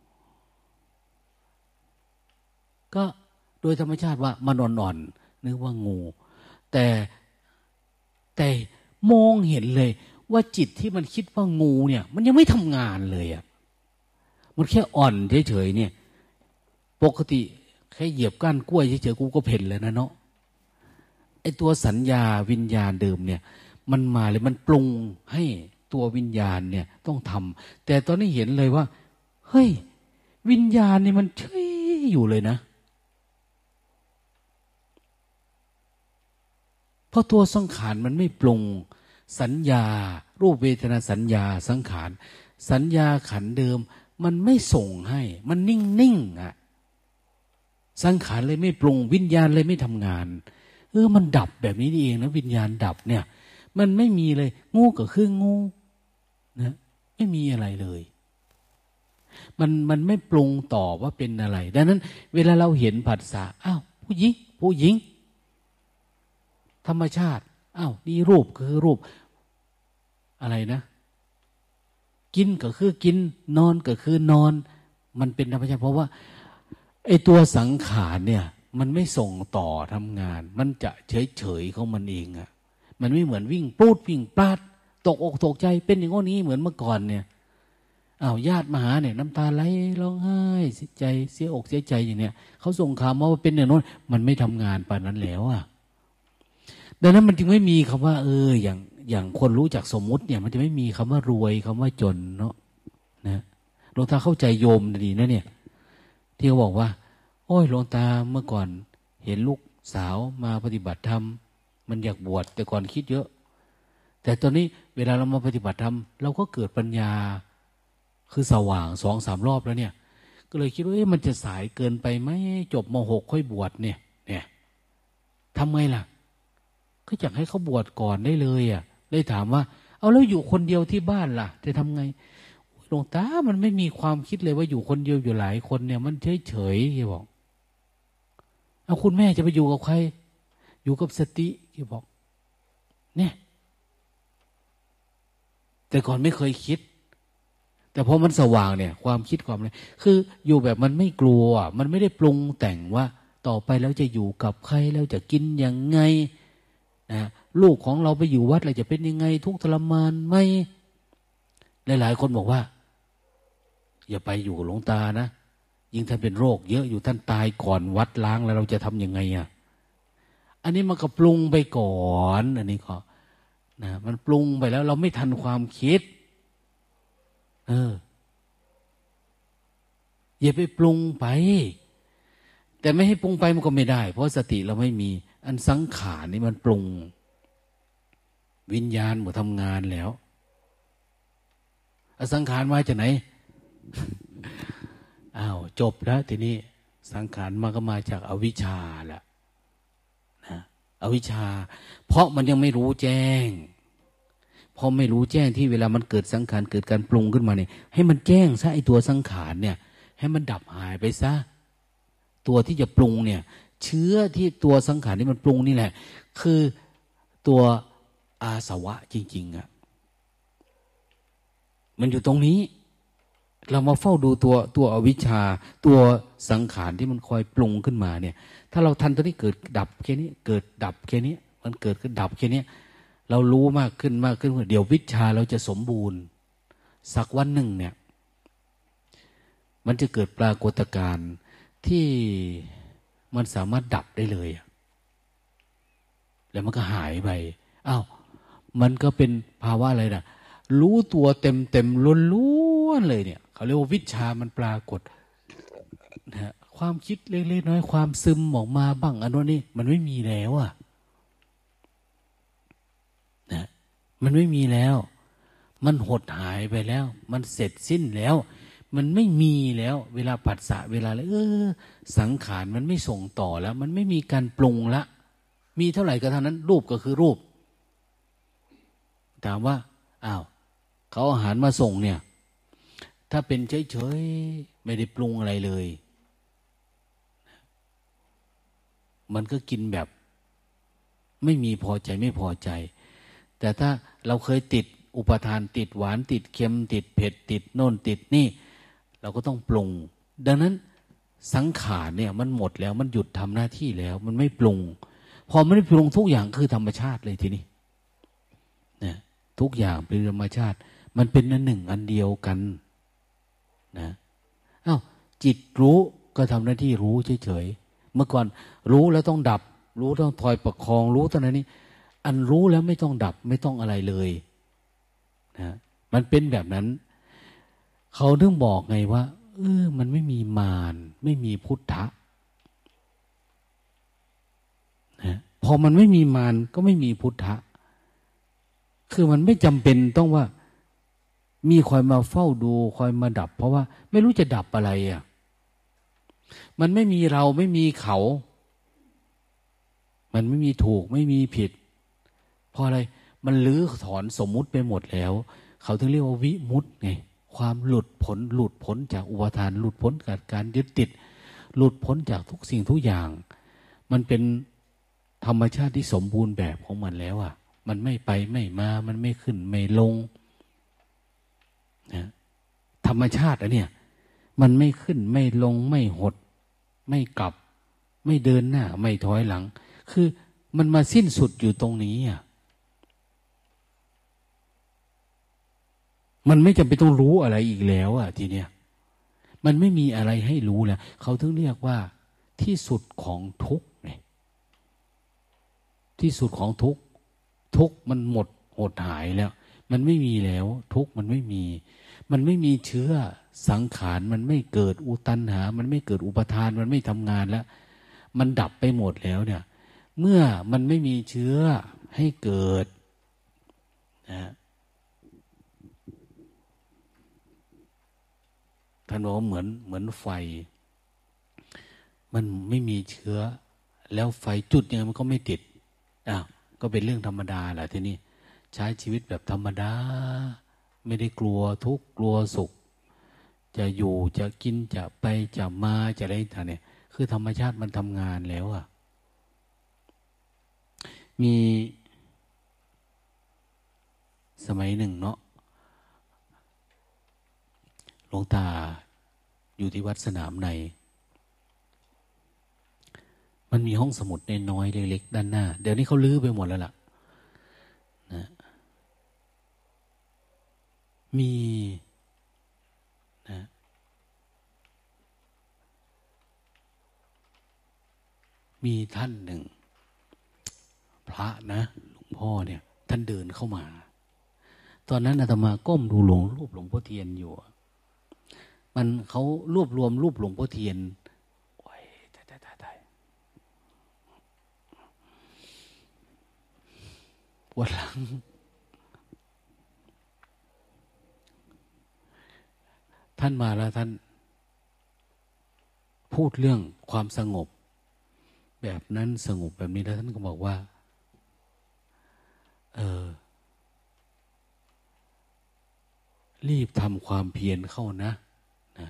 [SPEAKER 1] ก็โดยธรรมชาติว่ามันอ่อนๆนึกว่างูแต่แต่มองเห็นเลยว่าจิตที่มันคิดว่างูเนี่ยมันยังไม่ทำงานเลยอ่ะมันแค่อ่อนเฉยๆเนี่ยปกติแค่เหยียบก้านกล้วยเฉยๆกูก็เพ่นแล้วนะเนาะไอตัวสัญญาวิญญาณเดิมเนี่ยมันมาเลยมันปรุงให้ตัววิญญาณเนี่ยต้องทำแต่ตอนนี้เห็นเลยว่าเฮ้ยวิญญาณนี่มันเฉยอยู่เลยนะเพราะตัวสังขารมันไม่ปรุงสัญญารูปเวทนาสัญญาสังขารสัญญาขันธ์เดิมมันไม่ส่งให้มันนิ่งๆอ่ะสังขารเลยไม่ปรุงวิญญาณเลยไม่ทำงานเออมันดับแบบนี้นี่เองนะวิญญาณดับเนี่ยมันไม่มีเลยงูก็คืองูนะไม่มีอะไรเลยมันมันไม่ปรุงต่อว่าเป็นอะไรดังนั้นเวลาเราเห็นผัสสะอ้าวผู้หญิงผู้หญิงธรรมชาติอ้าวนี่รูปคือรูปอะไรนะกินก็คือกินนอนก็คือนอนมันเป็นธรรมชาติเพราะว่าไอ้ตัวสังขารเนี่ยมันไม่ส่งต่อทำงานมันจะเฉยๆของมันเองอะมันไม่เหมือนวิ่งปลูดวิ่งปลาดตกอกตกใจเป็นอย่างนี้เหมือนเมื่อก่อนเนี่ยอ้าวญาติมาหาเนี่ยน้ำตาไหลร้องไห้เสียใจเสียอกเสียใจอย่างเนี้ยเขาส่งข่าวมาว่าเป็นอย่างโน้นมันไม่ทำงานป่านนั้นแล้วอะดังนั้นมันจึงไม่มีคำว่าเอออย่างอย่างคนรู้จักสมมุติเนี่ยมันจะไม่มีคำว่ารวยคำว่าจนเนาะนะหลวงตาเข้าใจโยมดีนะเนี่ยที่เขาบอกว่าโอ้ยหลวงตาเมื่อก่อนเห็นลูกสาวมาปฏิบัติธรรมมันอยากบวชแต่ก่อนคิดเยอะแต่ตอนนี้เวลาเรามาปฏิบัติธรรมเราก็เกิดปัญญาคือสว่างสองสามรอบแล้วเนี่ยก็เลยคิดว่าเอ๊ะมันจะสายเกินไปไหมจบมหกค่อยบวชเนี่ยเนี่ยทำไงล่ะก็อยากให้เขาบวชก่อนได้เลยอ่ะเลยถามว่าเอาแล้วอยู่คนเดียวที่บ้านล่ะจะทำไงหลวงตามันไม่มีความคิดเลยว่าอยู่คนเดียวอยู่หลายคนเนี่ยมันเฉยเฉยแกบอกเอาคุณแม่จะไปอยู่กับใครอยู่กับสติแกบอกเนี่ยแต่ก่อนไม่เคยคิดแต่พอมันสว่างเนี่ยความคิดความอะไรคืออยู่แบบมันไม่กลัวมันไม่ได้ปรุงแต่งว่าต่อไปแล้วจะอยู่กับใครแล้วจะกินยังไงนะลูกของเราไปอยู่วัดเราจะเป็นยังไงทุกข์ทรมานไหมหลายๆคนบอกว่าอย่าไปอยู่กับหลวงตานะยิ่งท่านเป็นโรคเยอะอยู่ท่านตายก่อนวัดล้างแล้วเราจะทำยังไงอ่ะอันนี้มันก็ปรุงไปก่อนอันนี้ก็นะมันปรุงไปแล้วเราไม่ทันความคิดเอออย่าไปปรุงไปแต่ไม่ให้ปรุงไปมันก็ไม่ได้เพราะสติเราไม่มีอันสังขารนี่มันปรุงวิญญาณหมดทำงานแล้วอสังขารมาจากไหน อ้าวจบแล้วทีนี้สังขารมาก็มาจากอวิชชาแหละนะอวิชชาเพราะมันยังไม่รู้แจ้งพอไม่รู้แจ้งที่เวลามันเกิดสังขารเกิดการปรุงขึ้นมาเนี่ยให้มันแจ้งซะไอ้ตัวสังขารเนี่ยให้มันดับหายไปซะตัวที่จะปรุงเนี่ยเชื้อที่ตัวสังขารที่มันปรุงนี่แหละคือตัวอาสวะจริงๆอ่ะมันอยู่ตรงนี้เรามาเฝ้าดูตัวตัวอวิชชาตัวสังขารที่มันคอยปรุงขึ้นมาเนี่ยถ้าเราทันตัวนี้เกิดดับแค่นี้เกิดดับแค่นี้มันเกิดขึ้นดับแค่นี้เรารู้มากขึ้นมากขึ้นเดี๋ยววิชาเราจะสมบูรณ์สักวันหนึ่งเนี่ยมันจะเกิดปรากฏการณ์ที่มันสามารถดับได้เลยแล้วมันก็หายไปอ้าวมันก็เป็นภาวะอะไรนะรู้ตัวเต็มเต็มล้วนๆเลยเนี่ยเขาเรียกว่าวิชามันปรากฏนะความคิดเล็กๆน้อยความซึมออกมาบ้างอันนู้นนี่มันไม่มีแล้วอ่ะนะมันไม่มีแล้วมันหดหายไปแล้วมันเสร็จสิ้นแล้วมันไม่มีแล้วเวลาผัสสะเวลาอะไรเออสังขารมันไม่ส่งต่อแล้วมันไม่มีการปรุงละมีเท่าไหร่ก็เท่านั้นรูปก็คือรูปถามว่าอ้าวเขาอาหารมาส่งเนี่ยถ้าเป็นเฉยๆไม่ได้ปรุงอะไรเลยมันก็กินแบบไม่มีพอใจไม่พอใจแต่ถ้าเราเคยติดอุปทานติดหวานติดเค็มติดเผ็ดติดโน่นติดนี่เราก็ต้องปรุงดังนั้นสังขารเนี่ยมันหมดแล้วมันหยุดทำหน้าที่แล้วมันไม่ปรุงพอไม่ได้ปรุงทุกอย่างคือธรรมชาติเลยทีนี้นะทุกอย่างเป็นธรรมชาติมันเป็นอันหนึ่งอันเดียวกันนะอ้าวจิตรู้ก็ทำหน้าที่รู้เฉยๆเมื่อก่อนรู้แล้วต้องดับรู้ต้องคอยประคองรู้ตอนนั้นนี้อันรู้แล้วไม่ต้องดับไม่ต้องอะไรเลยนะมันเป็นแบบนั้นเขาถึงบอกไงว่าเออมันไม่มีมารไม่มีพุทธะนะพอมันไม่มีมารก็ไม่มีพุทธะคือมันไม่จำเป็นต้องว่ามีคอยมาเฝ้าดูคอยมาดับเพราะว่าไม่รู้จะดับอะไรอ่ะมันไม่มีเราไม่มีเขามันไม่มีถูกไม่มีผิดเพราะอะไรมันลื้อถอนสมมุติไปหมดแล้วเขาถึงเรียกว่าวิมุตติไงความหลุดพ้นหลุดพ้นจากอุปทานหลุดพ้นจากการยึดติดหลุดพ้นจากทุกสิ่งทุกอย่างมันเป็นธรรมชาติที่สมบูรณ์แบบของมันแล้วอ่ะมันไม่ไปไม่มามันไม่ขึ้นไม่ลงนะธรรมชาติอันเนี้ยมันไม่ขึ้นไม่ลงไม่หดไม่กลับไม่เดินหน้าไม่ถอยหลังคือมันมาสิ้นสุดอยู่ตรงนี้อ่ะมันไม่จำเป็นต้องรู้อะไรอีกแล้วอ่ะทีเนี้ยมันไม่มีอะไรให้รู้แล้วเขาถึงเรียกว่าที่สุดของทุกข์ไงที่สุดของทุกข์ทุกข์มันหมดหดหายแล้วมันไม่มีแล้วทุกข์มันไม่มีมันไม่มีเชื้อสังขารมันไม่เกิดอุตัณหามันไม่เกิดอุปทานมันไม่ทำงานแล้วมันดับไปหมดแล้วเนี่ยเมื่อมันไม่มีเชื้อให้เกิดนะท่านบอกว่าเหมือนเหมือนไฟมันไม่มีเชื้อแล้วไฟจุดยังไงมันก็ไม่ติดอ้าวก็เป็นเรื่องธรรมดาแหละทีนี้ใช้ชีวิตแบบธรรมดาไม่ได้กลัวทุกข์กลัวสุขจะอยู่จะกินจะไปจะมาจะอะไรต่างเนี่ยคือธรรมชาติมันทำงานแล้วอ่ะมีสมัยหนึ่งเนาะหลวงตาอยู่ที่วัดสนามในมันมีห้องสมุดน้อยๆเล็กๆด้านหน้าเดี๋ยวนี้เขาลื้อไปหมดแล้วล่ะนะมีนะมีท่านหนึ่งพระนะหลวงพ่อเนี่ยท่านเดินเข้ามาตอนนั้นอาตมาก้มดูหลวงรูปหลวงพ่อเทียนอยู่มันเขารวบรวมรูปหลวงพ่อเทียนโอ้ยตายตายตายตายปวดหลังท่านมาแล้วท่านพูดเรื่องความสงบแบบนั้นสงบแบบนี้แล้วท่านก็บอกว่าเออรีบทำความเพียรเข้านะนะ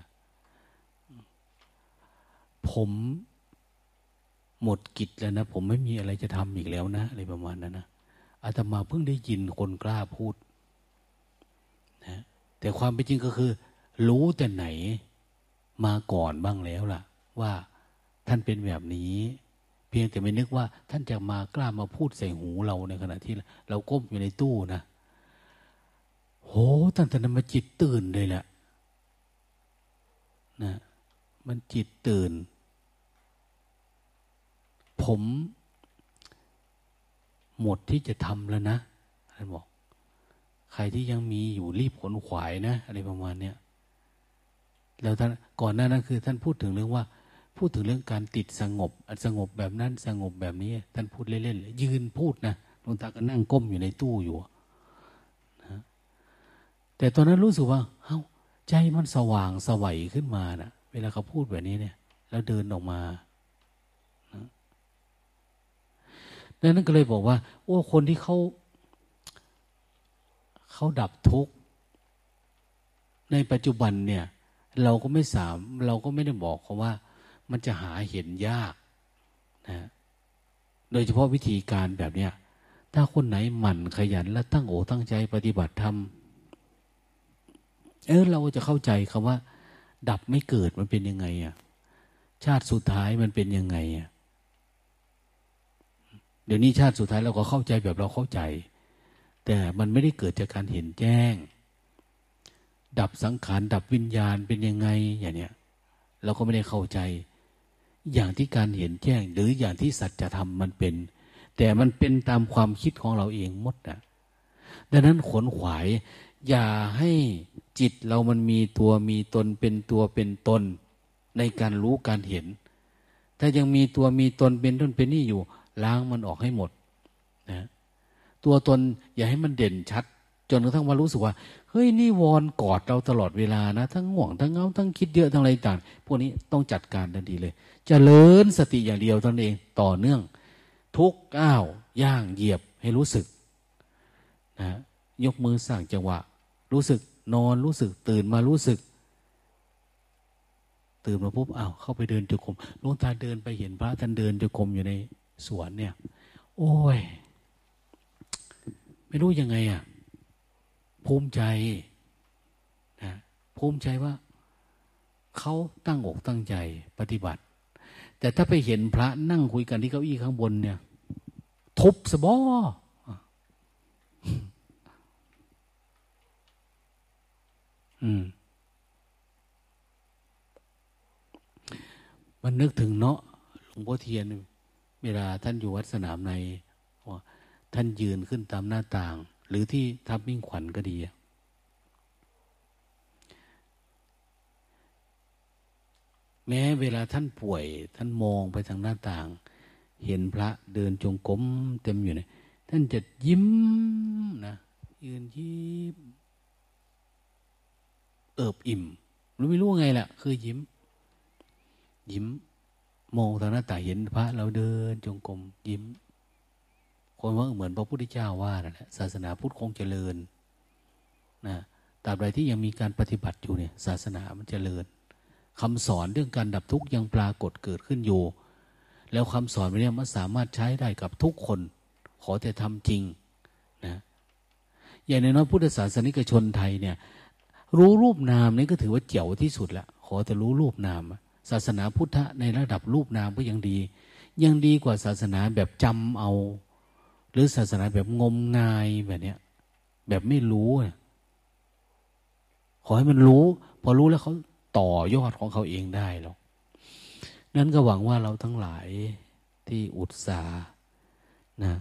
[SPEAKER 1] ผมหมดกิจแล้วนะผมไม่มีอะไรจะทำอีกแล้วนะอะไรประมาณนั้นนะอาตมาเพิ่งได้ยินคนกล้าพูดนะแต่ความเป็นจริงก็คือรู้แต่ไหนมาก่อนบ้างแล้วล่ะว่าท่านเป็นแบบนี้เพียงแต่ไม่นึกว่าท่านจะมากล้ามาพูดใส่หูเราในขณะที่เราก้มอยู่ในตู้นะโหตั้งแต่นั้นมาจิตตื่นเลยแหละนะมันจิตตื่นผมหมดที่จะทำแล้วนะท่านบอกใครที่ยังมีอยู่รีบขนขวายนะอะไรประมาณเนี้ยแล้วท่านก่อนหน้านั้นคือท่านพูดถึงเรื่องว่าพูดถึงเรื่องการติดสงบสงบแบบนั้นสงบแบบนี้ท่านพูดเล่นๆยืนพูดนะหลวงตาก็นั่งก้มอยู่ในตู้อยู่นะแต่ตอนนั้นรู้สึกว่าเฮ้าใจมันสว่างสวัยขึ้นมานะเวลาเขาพูดแบบนี้เนี่ยแล้วเดินออกมานะดังนั้นก็เลยบอกว่าโอ้คนที่เขาเขาดับทุกข์ในปัจจุบันเนี่ยเราก็ไม่สามเราก็ไม่ได้บอกเขาว่ามันจะหาเห็นยากนะโดยเฉพาะวิธีการแบบเนี้ยถ้าคนไหนหมั่นขยันและตั้งอกตั้งใจปฏิบัติธรรมเออเราจะเข้าใจคำว่าดับไม่เกิดมันเป็นยังไงอ่ะชาติสุดท้ายมันเป็นยังไงอ่ะเดี๋ยวนี้ชาติสุดท้ายเราก็เข้าใจแบบเราเข้าใจแต่มันไม่ได้เกิดจากการเห็นแจ้งดับสังขารดับวิญญาณเป็นยังไงอย่างเนี้ยเราก็ไม่ได้เข้าใจอย่างที่การเห็นแจ้งหรืออย่างที่สัจธรรมมันเป็นแต่มันเป็นตามความคิดของเราเองหมดนะดังนั้นขนขวายอย่าให้จิตเรามันมีตัวมีตนเป็นตัวเป็นตนในการรู้การเห็นถ้ายังมีตัวมีตนเป็นตนเป็นนี่อยู่ล้างมันออกให้หมดนะตัวตนอย่าให้มันเด่นชัดจนกระทั่งว่ารู้สึกว่าเฮ้ยนี่วอนกอดเราตลอดเวลานะทั้งห่วงทั้งเงาทั้งคิดเยอะทั้งอะไรต่างพวกนี้ต้องจัดการทันทีเลยจเจริญสติอย่างเดียวตนเองต่อเนื่องทุกก้าวย่างเหยียบให้รู้สึกนะยกมือสั่งจังหวะรู้สึกนอนรู้สึกตื่นมารู้สึกตื่นมาปุ๊บอ้าวเข้าไปเดินจงกรมหลวงตาเดินไปเห็นพระท่านเดินจงกรมอยู่ในสวนเนี่ยโอ้ยไม่รู้ยังไงอ่ะภูมิใจนะภูมิใจว่าเขาตั้งอกตั้งใจปฏิบัติแต่ถ้าไปเห็นพระนั่งคุยกันที่เก้าอี้ข้างบนเนี่ยทุบสะบออืมมันนึกถึงเนาะหลวงพ่อเทียนเวลาท่านอยู่วัดสนามในท่านยืนขึ้นตามหน้าต่างหรือที่ทับมิ่งขวัญก็ดีแม้เวลาท่านป่วยท่านมองไปทางหน้าต่างเห็นพระเดินจงกรมเต็มอยู่เนี่ยท่านจะยิ้มนะยืนยิ้มเอิบอิ่มรู้ไม่รู้ไงล่ะคือยิ้มยิ้มมองทางหน้าต่างเห็นพระเราเดินจงกรมยิ้มคนว่าเหมือนพระพุทธเจ้าว่านั่นแหละศาสนาพุทธคงเจริญนะตราบใดที่ยังมีการปฏิบัติอยู่เนี่ยศาสนามันเจริญคำสอนเรื่องการดับทุกข์ยังปรากฏเกิดขึ้นอยู่แล้วคำสอนนี้มันสามารถใช้ได้กับทุกคนขอแต่ทำจริงนะอย่างน้อยพุทธศาสนิกชนไทยเนี่ยรู้รูปนามนี่ก็ถือว่าเจ๋วที่สุดละขอแต่รู้รูปนามศาสนาพุทธในระดับรูปนามก็ยังดียังดีกว่าศาสนาแบบจำเอาหรือศาสนาแบบงมงายแบบเนี้ยแบบไม่รู้ขอให้มันรู้พอรู้แล้วเขาต่อยอดของเขาเองได้หรอกนั้นก็หวังว่าเราทั้งหลายที่อุตส่าห์นะ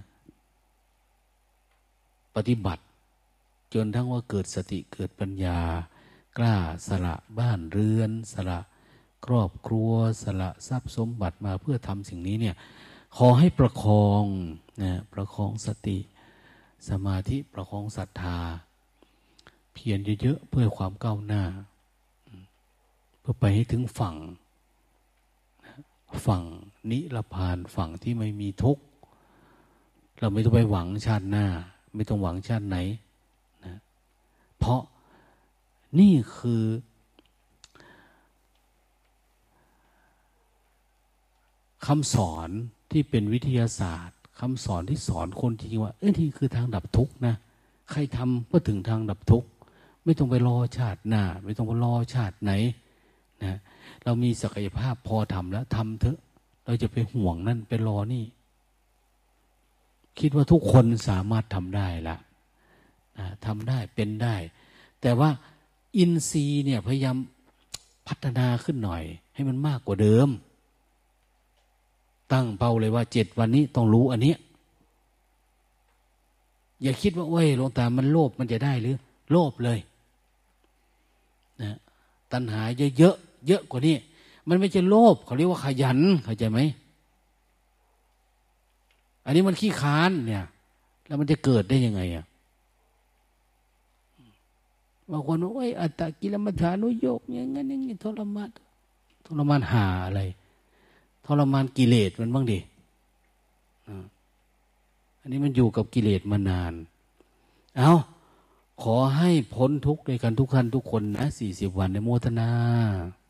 [SPEAKER 1] ปฏิบัติจนทั้งว่าเกิดสติเกิดปัญญากล้าสละบ้านเรือนสละครอบครัวสละทรัพย์สมบัติมาเพื่อทำสิ่งนี้เนี่ยขอให้ประคองนะประคองสติสมาธิประคองศรัทธาเพียรเยอะๆเพื่อความก้าวหน้าเพื่อไปให้ถึงฝั่งฝั่งนิพพานฝั่งที่ไม่มีทุกข์เราไม่ต้องไปหวังชาติหน้าไม่ต้องหวังชาติไหนนะเพราะนี่คือคำสอนที่เป็นวิทยาศาสตร์คำสอนที่สอนคนจริงๆว่าเอ้ยนี่คือทางดับทุกข์นะใครทำก็ถึงทางดับทุกข์ไม่ต้องไปรอชาติหน้าไม่ต้องไปรอชาติไหนนะเรามีศักยภาพพอทำแล้วทำเถอะเราจะไปห่วงนั่นไปรอนี่คิดว่าทุกคนสามารถทำได้ละนะทำได้เป็นได้แต่ว่าอินทรีย์เนี่ยพยายามพัฒนาขึ้นหน่อยให้มันมากกว่าเดิมตั้งเป้าเลยว่าเจ็ดวันนี้ต้องรู้อันนี้อย่าคิดว่าโอ้ยหลวงตามันโลภมันจะได้หรือโลภเลยนะตัณหาเยอะเยอะเยอะกว่านี้มันไม่ใช่โลภเขาเรียกว่าขยันเข้าใจไหมอันนี้มันขี้ค้านเนี่ยแล้วมันจะเกิดได้ยังไงอ่ะบางคนว่าโอ้ยอัตตกิลมัฏฐานุโยคอย่างงั้นอย่างนี้ทรมานทรมานหาอะไรทรมานกิเลสมันบ้างดิอันนี้มันอยู่กับกิเลสมานานเอาขอให้พ้นทุกข์ด้วยกันทุกท่านทุกคนนะสี่สิบวันในโมทนา